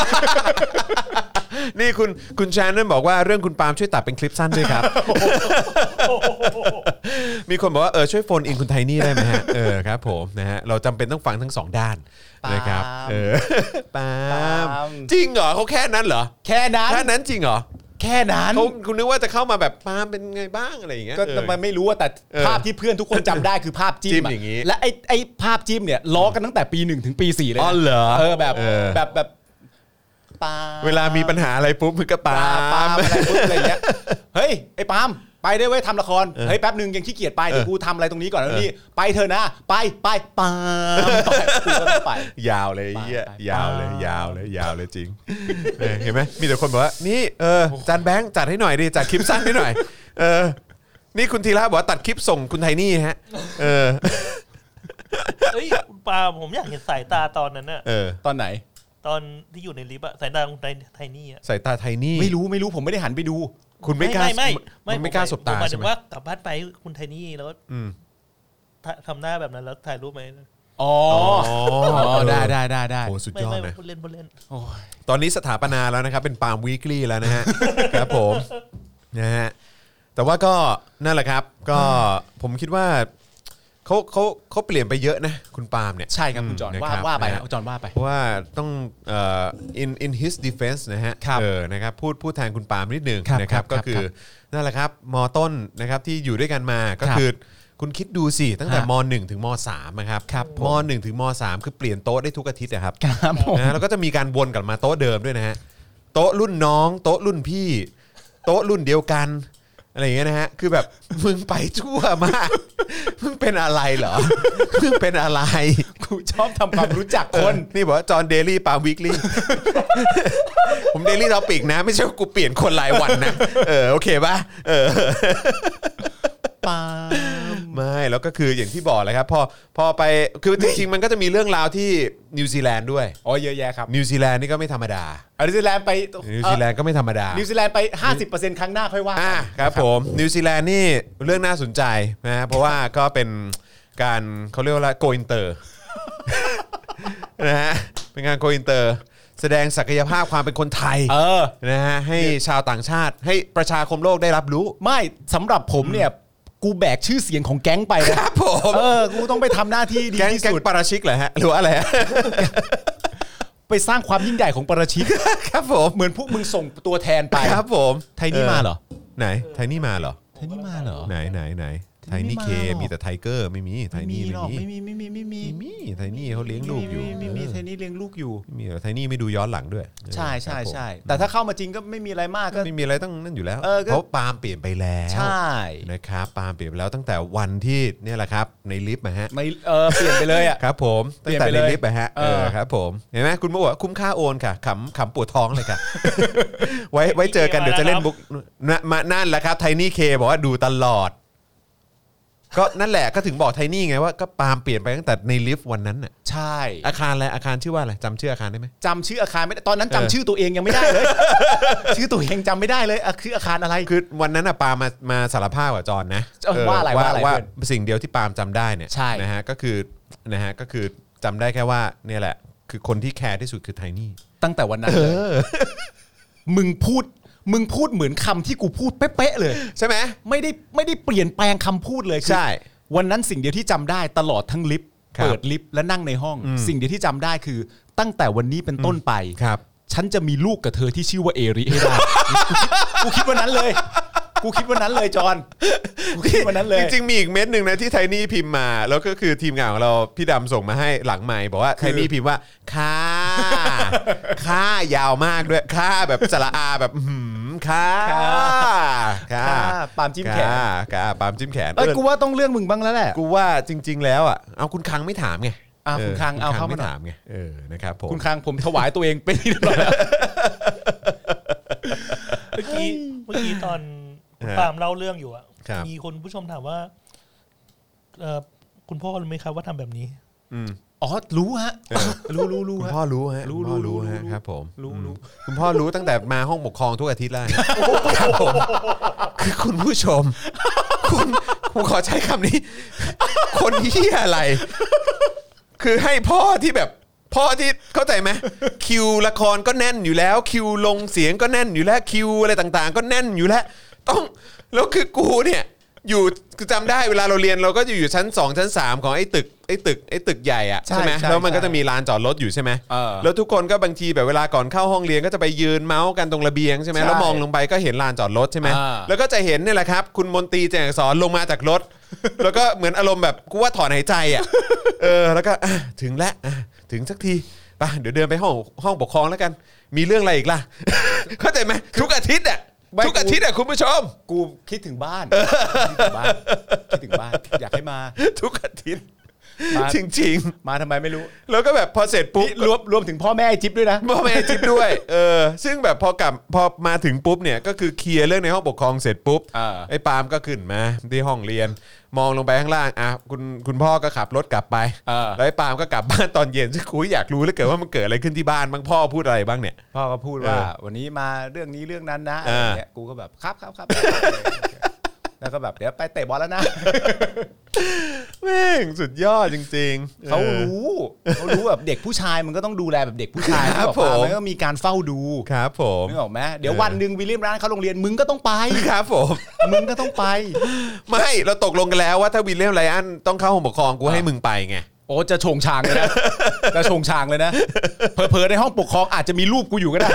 นี่คุณคุณแชนนั่นบอกว่าเรื่องคุณปาล์มช่วยตัดเป็นคลิปสั้นด้วยครับมีคนบอกว่าเออช่วยโฟนอินคุณไทนี่ได้ไหมฮะเออครับผมนะฮะเราจำเป็นต้องฟังทั้งสองด้านนะครับเออปาล์มจริงเหรอเขาแค่นั้นเหรอแค่นั้นแค่นั้นจริงเหรอแค่นั้นเขาคุณนึกว่าจะเข้ามาแบบปาล์มเป็นไงบ้างอะไรอย่างเงี้ยก็ทำไมไม่รู้ว่าแต่ภาพที่เพื่อนทุกคนจำได้คือภาพจิ้มอย่างนี้และไอ้ไอ้ภาพจิ้มเนี่ยล้อกันตั้งแต่ปีหนึ่งถึงปีสี่เลยอ๋อเหรอเออแบบแบบแบบปาเวลามีปัญหาอะไรปุ๊บมันก็ปาล์มอะไรปุ๊บอะไรเงี้ยเฮ้ยไอ้ปาล์มไปได้เว้ยทำละครเฮ้ยแป๊บนึงยังขี้เกียจไปเดี๋ยวกูทำอะไรตรงนี้ก่อนแล้วนี่ไปเถอะนะไปไปปาล์มไปกูก็ต้องไปยาวเลยเหี้ยยาวเลยยาวเลยยาวเลยจริงเห็นไหมมีแต่คนบอกว่านี่เออจานแบงค์จัดให้หน่อยดิจัดคลิปสั้นให้หน่อยเออนี่คุณธีระบอกว่าตัดคลิปส่งคุณไทนี่ฮะเออเฮ้ยปาล์มผมอยากเห็นสายตาตอนนั้นน่ะเออตอนไหนตอนที่อยู่ในลิฟต์อะสายตาของไทนี่อะสายตาไทนี่ไม่รู้ไม่รู้ผมไม่ได้หันไปดูคุณไม่กล้าไม่ไม่ไม่กล้าสบตาใช่ไหมว่ากลับบ้านไปคุณไทนี่แล้วทำหน้าแบบนั้นแล้วถ่ายรูปไหมอ๋อได้ได้ได้ได้โอ้สุดยอดเลยพูดเล่นพูดเล่นตอนนี้สถาปนาแล้วนะครับเป็นปาล์มวีคลี่แล้วนะฮะครับผมนะฮะแต่ว่าก็นั่นแหละครับก็ผมคิดว่าเขาเขาเขาเปลี่ยนไปเยอะนะคุณปาล์มเนี่ยใช่ครับคุณจอนว่าว่าไปนะจอนว่าไปเพราะว่าต้องเอ่อ in in his defense นะฮะเออนะครับพูดพูดแทนคุณปาล์มนิดนึงนะครับก็คือนั่นแหละครับม.ต้นนะครับที่อยู่ด้วยกันมาก็คือคุณคิดดูสิตั้งแต่ม.หนึ่งถึงม.สามนะครับม.หนึ่งถึงม.สามคือเปลี่ยนโต๊ะได้ทุกอาทิตย์นะครับนะแล้วก็จะมีการวนกลับมาโต๊ะเดิมด้วยนะฮะโต๊ะรุ่นน้องโต๊ะรุ่นพี่โต๊ะรุ่นเดียวกันอะไรอย่างเงี้ยนะฮะคือแบบมึงไปชั่วมากมึงเป็นอะไรเหรอมึงเป็นอะไรกูชอบทำความรู้จักคนนี่บอกว่าจอห์นเดลี่ปาล์มวีคลี่ผมเดลี่ท็อปิกนะไม่ใช่ว่ากูเปลี่ยนคนรายวันนะเออโอเคป่ะเออปาไม่แล้วก็คืออย่างที่บอกเลยครับพอพอไปคือจริงๆมันก็จะมีเรื่องราวที่นิวซีแลนด์ด้วยอ๋อเยอะแยะครับนิวซีแลนด์นี่ก็ไม่ธรรมดานิวซีแลนด์ไปนิวซีแลนด์ก็ไม่ธรรมดานิวซีแลนด์ไป ห้าสิบเปอร์เซ็นต์ ครั้งหน้าค่อยว่าอ่าครับผมนิวซีแลนด์นี่เรื่องน่าสนใจนะเพราะว่าก็เป็นการเขาเรียกว่าโกอินเตอร์นะฮะเป็นงานโกอินเตอร์แสดงศักยภาพความเป็นคนไทยนะฮะให้ชาวต่างชาติให้ประชาคมโลกได้รับรู้ไม่สำหรับผมเนี่ยกูแบกชื่อเสียงของแก๊งไปนะครับผมเออกูต้องไปทำหน้าที่ดีที่สุดแก๊งปาราชิกเหรอฮะหรืออะไรไปสร้างความยิ่งใหญ่ของปาราชิกครับผมเหมือนพวกมึงส่งตัวแทนไปครับผมไทนี่มาเหรอไหนไทนี่มาเหรอไทนี่มาเหรอไหนไหนไหนไทนี่เคมีแต่ไทเกอร์ไม่มีไทนี่ไม่มีไม่มีไม่มีไม่มีไทนี่เขาเลี้ยงลูกอยู่ไม่มีไทนี่เลี้ยงลูกอยู่มีไทนี่ไม่ดูย้อนหลังด้วยใช่ใช่ใช่แต่ถ้าเข้ามาจริงก็ไม่มีอะไรมากก็ไม่มีอะไรต้องนั่นอยู่แล้วเพราะปาล์มเปลี่ยนไปแล้วใช่นะครับปาล์มเปลี่ยนไปแล้วตั้งแต่วันที่เนี่ยแหละครับในลิฟต์นะฮะในเออเปลี่ยนไปเลยอ่ะครับผมตั้งแต่ในลิฟต์นะฮะเออครับผมเห็นไหมคุณบอกว่าคุ้มค่าโอนค่ะขำขำปวดท้องเลยค่ะไว้ไว้เจอกันเดี๋ยวจะเล่นบุ๊กมานั่นแหละครับไทนี่เคบอกว่าดูตลอดก็นั่นแหละก็ถึงบอกไทนี่ไงว่าก็ปาล์มเปลี่ยนไปตั้งแต่ในลิฟต์วันนั้นน่ะใช่อาคารอะไรอาคารชื่อว่าอะไรจำชื่ออาคารได้ไหมจำชื่ออาคารไม่ได้ตอนนั้นจำชื่อตัวเองยังไม่ได้เลยชื่อตัวเองจำไม่ได้เลยคืออาคารอะไรคือวันนั้นน่ะปาล์มมามาสารภาพกับจอนนะว่าอะไรว่าว่าสิ่งเดียวที่ปาล์มจำได้เนี่ยนะฮะก็คือนะฮะก็คือจำได้แค่ว่าเนี่ยแหละคือคนที่แคร์ที่สุดคือไทนี่ตั้งแต่วันนั้นเลยมึงพูดมึงพูดเหมือนคำที่กูพูดเป๊ะๆเลยใช่ไหมไม่ได้ไม่ได้เปลี่ยนแปลงคำพูดเลยใช่วันนั้นสิ่งเดียวที่จำได้ตลอดทั้งลิฟต์เปิดลิฟต์และนั่งในห้องสิ่งเดียวที่จำได้คือตั้งแต่วันนี้เป็นต้นไปฉันจะมีลูกกับเธอที่ชื่อว่าเอริให้ได้กูคิดวันนั้นเลยกูคิดวันนั้นเลยจอนกูคิดวันนั้นเลยจริงๆมีอีกเม็ดหนึ่งนะที่ไทนี่พิมพ์มาแล้วก็คือทีมงานของเราพี่ดำส่งมาให้หลังไมค์บอกว่าไทนี่พิมพ์ว่าค่าค่ายาวมากด้วยค่าแบบสระอาแบบหืมค่าค่าปามจิ้มแขนค่าปามจิ้มแขนเอ้ยกูว่าต้องเรื่องมึงบ้างแล้วแหละกูว่าจริงๆแล้วอ่ะเอาคุณคังไม่ถามไงอ่ะคุณคังเอาเข้ามาไม่ถามไงเออนะครับผมคุณคังผมถวายตัวเองเป็นที่เรียบร้อยแล้วเมื่อกี้เมื่อกี้ตอนคุณปาล์มเล่าเรื่องอยู่อ่ะมีคนผู้ชมถามว่าเอ่อคุณพ่อรู้ไหมครับว่าทำแบบนี้อืมอ๋อรู้ฮะรู้รู้รู้คุณพ่อรู้ฮะรู้รู้รู้ฮะครับผมรู้รู้คุณพ่อรู้ตั้งแต่มาห้องปกครองทุกอาทิตย์แล้วครับผมคือคุณผู้ชมคุณผมขอใช้คำนี้คนเหี้ยอะไรคือให้พ่อที่แบบพ่อที่เข้าใจไหมคิวละครก็แน่นอยู่แล้วคิวลงเสียงก็แน่นอยู่แล้วคิวอะไรต่างๆก็แน่นอยู่แล้วต้องแล้วคือกูเนี่ยอยู่จำได้เวลาเราเรียนเราก็จะอยู่ชั้นสองชั้นสามของไอ้ตึกไอ้ตึกไอ้ตึกใหญ่อะใช่ไหมแล้วมันก็จะมีลานจอดรถอยู่ใช่ไหมแล้วทุกคนก็บางทีแบบเวลาก่อนเข้าห้องเรียนก็จะไปยืนเมาส์กันตรงระเบียงใช่ไหมแล้วมองลงไปก็เห็นลานจอดรถใช่ไหมแล้วก็จะเห็นนี่แหละครับคุณมนตรีแจงสอนลงมาจากรถแล้วก็เหมือนอารมณ์แบบกูว่าถอนหายใจอ่ะเออแล้วก็ถึงแล้วถึงสักทีไปเดี๋ยวเดินไปห้องห้องปกครองแล้วกันมีเรื่องอะไรอีกล่ะเข้าใจไหมทุกอาทิตย์อ่ะทุกอาทิตย์อ่ะคุณผู้ชมกูคิดถึงบ้านคิดถึงบ้านคิดถึงบ้านอยากให้มาทุกอาทิตย์จริงๆมาทำไมไม่รู้แล้วก็แบบพอเสร็จปุ๊บรวมรวมถึงพ่อแม่จิ๊บด้วยนะพ่อแม่จิ๊บด้วยเออซึ่งแบบพอกลับพอมาถึงปุ๊บเนี่ยก็คือเคลียร์เรื่องในห้องปกครองเสร็จปุ๊บไอ้ปาล์มก็ขึ้นมาที่ห้องเรียนมองลงไปข้างล่างอ่ะคุณคุณพ่อก็ขับรถกลับไปแล้วไอ้ปาล์มก็กลับบ้านตอนเย็นซึ่งกูอยากรู้เหลือเกินว่ามันเกิดอะไรขึ้นที่บ้านบ้างพ่อพูดอะไรบ้างเนี่ยพ่อก็พูดว่าวันนี้มาเรื่องนี้เรื่องนั้นนะอะไรเงี้ยกูก็แบบครับครับครับแล้วก็แบบเดี๋ยวไปเตะบอลแล้วนะแม่งสุดยอดจริงๆเขารู้เขารู้แบบเด็กผู้ชายมันก็ต้องดูแลแบบเด็กผู้ชายที่บอกว่ามันก็มีการเฝ้าดูครับผมนึกออกไหมเดี๋ยววันหนึ่งวิลเลียมร้านเขาโรงเรียนมึงก็ต้องไปครับผมมึงก็ต้องไปไม่เราตกลงกันแล้วว่าถ้าวิลเลียมไรอันต้องเข้าห้องปกครองกูให้มึงไปไงโอ้จะโฉงฉางเลยนะจะโฉงฉางเลยนะเผลอๆในห้องปกครองอาจจะมีรูปกูอยู่ก็ได้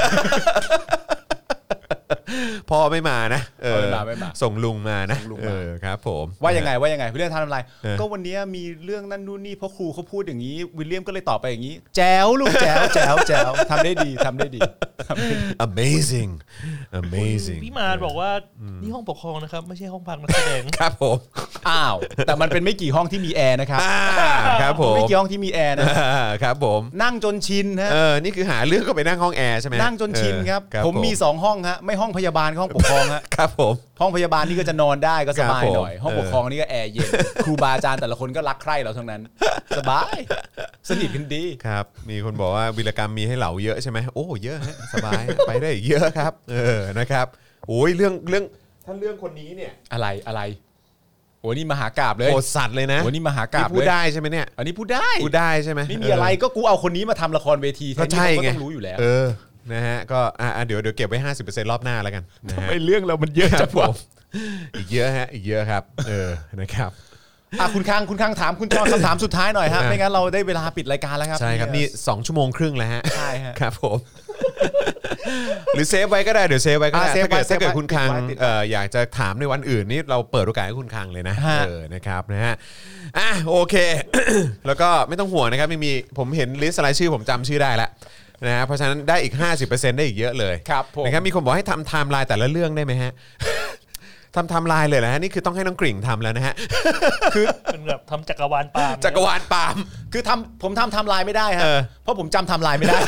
พ่อไม่มานะเออไม่มาส่งลุงมานะเออครับผมว่ายังไงว่ายังไงวิลเลียมทำอะไรก็วันนี้มีเรื่องนั่นนู่นนี่เพราะครูเขาพูดอย่างนี้วิลเลียมก็เลยตอบไปอย่างนี้แจ๋วลูกแจ๋วแจ๋วแจ๋วทำได้ดีทำได้ดี amazing amazing พี่มาบอกว่านี่ห้องปกครองนะครับไม่ใช่ห้องพักนักแสดงครับผมอ้าวแต่มันเป็นไม่กี่ห้องที่มีแอร์นะครับครับผมไม่กี่ห้องที่มีแอร์นะครับผมนั่งจนชินฮะเออนี่คือหาเรื่องก็ไปนั่งห้องแอร์ใช่ไหมนั่งจนชินครับผมมีสองห้องฮะไม่ห้องพยาบาลห้องปกครองฮะครับผมห้องพยาบาลนี่ก็จะนอนได้ก็สบายหน่อยห้องปกครองนี่ก็แอร์เย็นครูบาอาจารย์แต่ละคนก็รักใคร่เราทั้งนั้นสบายสนิทกันดีครับมีคนบอกว่าวีรกรรมมีให้เหล่าเยอะใช่ไหมโอ้เยอะฮะสบายไปได้เยอะครับเออนะครับโอ้ยเรื่องเรื่องถ้าเรื่องคนนี้เนี่ยอะไรอะไรโอ้นี่มหากาพย์เลยโหดสัตว์เลยนะโอ้นี่มหากาพย์เลยพูดได้ใช่ไหมเนี่ยอันนี้พูดได้พูดได้ใช่ไหมไม่มีอะไรก็กูเอาคนนี้มาทำละครเวทีก็ใช่ไงก็ต้องรู้อยู่แล้วเออนะฮะก็อ่ะเดี๋ยวเดี๋ยวเก็บไว้ ห้าสิบเปอร์เซ็นต์ รอบหน้าแล้วกันนะฮะไม่เรื่องเรามันเยอะจังวะอีกเยอะฮะอีกเยอะครับเออนะครับอ่ะคุณคังคุณคังถามคุณจอคำถามสุดท้ายหน่อยฮะไม่งั้นเราได้เวลาปิดรายการแล้วครับใช่ครับนี่สองชั่วโมงครึ่งแล้วฮะใช่ฮะครับผมหรือเซฟไว้ก็ได้เดี๋ยวเซฟไว้ก็ได้ถ้าเกิดถ้าเกิดคุณคังเอ่ออยากจะถามในวันอื่นนี่เราเปิดโอกาสให้คุณคังเลยนะเออนะครับนะฮะอ่ะโอเคแล้วก็ไม่ต้องห่วงนะครับไม่มีผมเห็นลิสต์รายชื่อผมจำชื่อได้แล้วนะฮะเพราะฉะนั้นได้อีก ห้าสิบเปอร์เซ็นต์ ได้อีกเยอะเลยนะครับมีคนบอกให้ทำไทม์ไลน์แต่ละเรื่องได้ไหมฮะทำไทม์ไลน์เลยนะฮะนี่คือต้องให้น้องกริ่งทำแล้วนะฮะคือเป็นแบบทำจักรวาลปาล์มจักรวาลปาล์มคือทำผมทำไทม์ไลน์ไม่ได้ฮะเพราะผมจำไทม์ไลน์ไม่ได้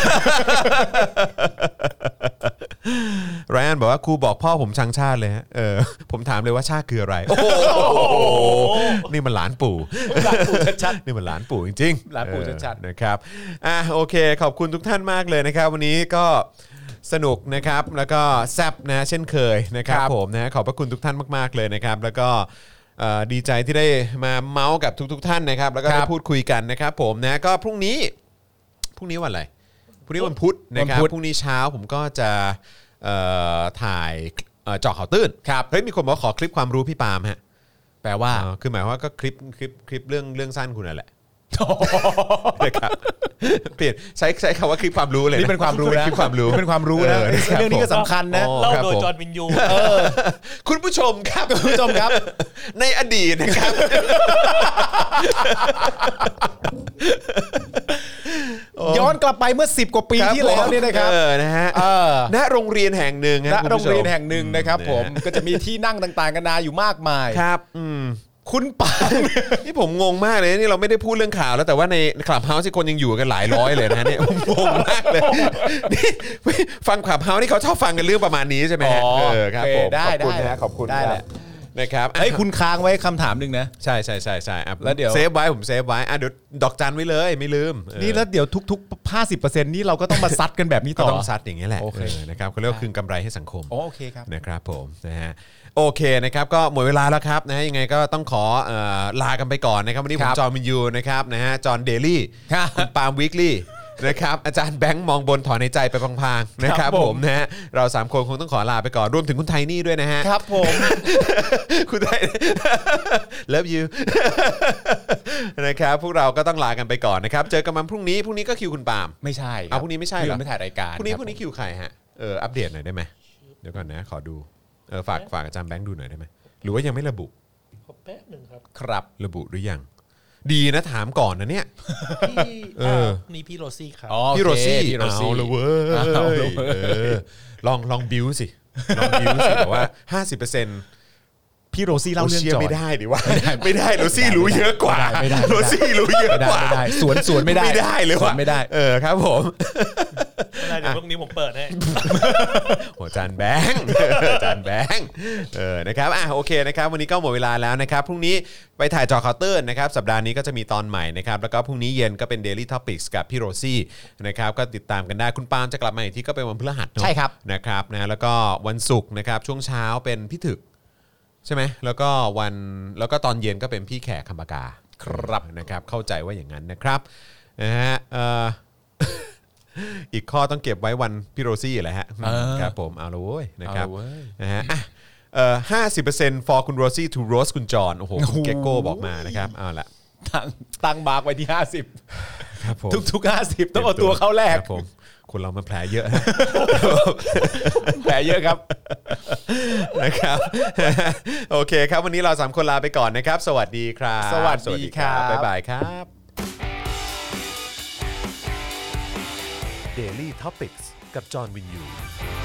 ไรอันบอกว่าครูบอกพ่อผมชังชาติเลยฮะเออผมถามเลยว่าชาติคืออะไรโอ้โหนี่มันหลานปู่หลานปู่ชัดๆนี่มันหลานปู่จริงๆหลานปู่ชัดๆนะครับอ่ะโอเคขอบคุณทุกท่านมากเลยนะครับวันนี้ก็สนุกนะครับแล้วก็แซ่บนะเช่นเคยนะครับผมนะขอบพระคุณทุกท่านมากๆเลยนะครับแล้วก็ดีใจที่ได้มาเมาส์กับทุกๆท่านนะครับแล้วก็ได้พูดคุยกันนะครับผมนะก็พรุ่งนี้พรุ่งนี้วันอะไรพรุ่งนี้วันพุธนะครับพรุ่งนี้เช้าผมก็จะถ่ายเจาะข่าวตื้นครับเฮ้ยมีคนบอกขอคลิปความรู้พี่ปาล์มฮะแปลว่าคือหมายว่าก็คลิปคลิปคลิปเรื่องเรื่องสั้นคุณนั่นแหละนะครับเปลี่ยนใช้ใช้คำว่าคลิปความรู้เลยนี่เป็นความรู้นะคลิปความรู้เป็นความรู้นะเรื่องนี้ก็สำคัญนะเล่าโดยจอห์นวินยูคุณผู้ชมครับคุณผู้ชมครับในอดีตนะครับย้อนกลับไปเมื่อสิบกว่าปีที่แล้วเนี่ยนะครับเออนะฮะณโรงเรียนแห่งหนึ่งณโรงเรียนแห่งหนึ่งนะครับผมก็จะมีที่นั่งต่างๆกันานาอยู่มากมายครับอืมคุณปาล์มนี่ผมงงมากเลยนี่เราไม่ได้พูดเรื่องข่าวแล้วแต่ว่าในคลับเฮาส์ที่คนยังอยู่กันหลายร้อยเลยนะเนี่ยผมงงมากเลยนี่ฟังคลับเฮาส์นี่เขาชอบฟังกันเรื่องประมาณนี้ใช่ไหมฮะอ๋อเออครับโอเคผมได้ขอบคุณได้นะขอบคุณได้ครับแหละนะครับเฮ้ยคุณค้างไว้คำถามหนึ่งนะใช่ใช่ใช่ใช่อ่ะแล้วเดี๋ยวเซฟไว้ผมเซฟไว้อ่ะเดี๋ยวดอกจันไว้เลยไม่ลืมเออนี่แล้วเดี๋ยวทุกๆ ห้าสิบเปอร์เซ็นต์ นี่เราก็ต้องมาซัดกันแบบนี้ก็ต่อต้องซัดอย่างนี้ยแหละโอเคเออนะครับเขาเรียกว่าคืนกำไรให้สังคมอ๋อโอเคครับนะครับผมนะฮะโอเคนะครับก็หมดเวลาแล้วครับนะฮะยังไงก็ต้องขอเอ่อลากันไปก่อนนะครับวันนี้ผคมรับจอห์นวินยูนะครับนะฮะจอห์นเดลี่ครับคุณปาล์มวีคลี่นะครับอาจารย์แบงค์มองบนถอนในใจไปพลางๆนะครับครับผผม มนะฮะเราสามคนคงต้องขอลาไปก่อนรวมถึงคุณไทนี่ด้วยนะฮะครับผมคุณไทย love you นะครับพวกเราก็ต้องลากันไปก่อนนะครับเจอกันวันพรุ่งนี้พรุ่งนี้ก็คิวคุณปาล์มไม่ใช่คเอาพรุ่งนี้ไม่ใช่เหรอไม่ถ่ายรายการพรุ่งนี้คบพรุ่งนี้คิวใครฮะเอออัปเดตหน่อยได้ไหมเดี๋ยวก่อนนะขอดูเออฝากฝากอาจารย์แบงค์ดูหน่อยได้ไหมหรือว่ายังไม่ระบุขอแป๊บหนึ่งครับครับระบุหรือยังดีนะถามก่อนนะเนี่ยพี่เออานี่พี่โรซี่ครับอ๋อพี่โรซี่พี่โรซี่เอาละเว้ยเอาละเว้ยเออลองลองบิวสิลองบิวสิแต่ว่าห้าสิบเปอร์เซ็นต์พี่โรซี่เล่าเรื่องเชื่อจอไม่ยได้ดิว่าไม่ได้โรซี่รู้เยอะกว่าไม่ได้ไม่ได้โรซี่รู้เยอะไม่ได้กว่าไม่ได้สวนสวนไม่ได้ไม่ได้เลยสวว่ะนไม่ได้เออครับผมอะไรเดี๋ยวพรุ่งนี้ผมเปิดให้โหจานแบงค์ จานแบงค์เออนะครับอ่ะโอเคนะครับวันนี้ก็หมดเวลาแล้วนะครับพรุ่งนี้ไปถ่ายจอเคาน์เตอร์นะครับสัปดาห์นี้ก็จะมีตอนใหม่นะครับแล้วก็พรุ่งนี้เย็นก็เป็น Daily Topics กับพี่โรซี่นะครับก็ติดตามกันได้คุณปาล์มจะกลับมาอีกทีก็เป็นวันพฤหัสเนอะใช่ครับนะครับนะแล้วก็วันศุกร์นะครับช่วงเช้าเป็นพี่ถึกใช่ไหมแล้วก็วันแล้วก็ตอนเย็นก็เป็นพี่แขกคำปากาครับนะครับเข้าใจว่าอย่างนั้นนะครับนะฮะเอ่อ อีกข้อต้องเก็บไว้วันพี่โรซี่แหละฮะเออครับผมเอาละเว้ยนะครับเอาละเว้ยนะฮะอ่ะเอ่อห้าสิบเปอร์เซ็นต์ for คุณโรซี่ to roast คุณจอห์นโอ้โหคุณเกโก้บอกมานะครับเอาละตั้งตั้งมาร์กไว้ที่ห้าสิบครับผมทุกๆห้าสิบต้องเอาตัวเข้าแรกครับผมคนเรามันแผลเยอะนะแผลเยอะครับนะครับ โอเคครับวันนี้เราสามคนลาไปก่อนนะครับ สวัสดีครับสวัสดีครับบ๊ายบายครับ Daily Topics กับจอห์นวินยู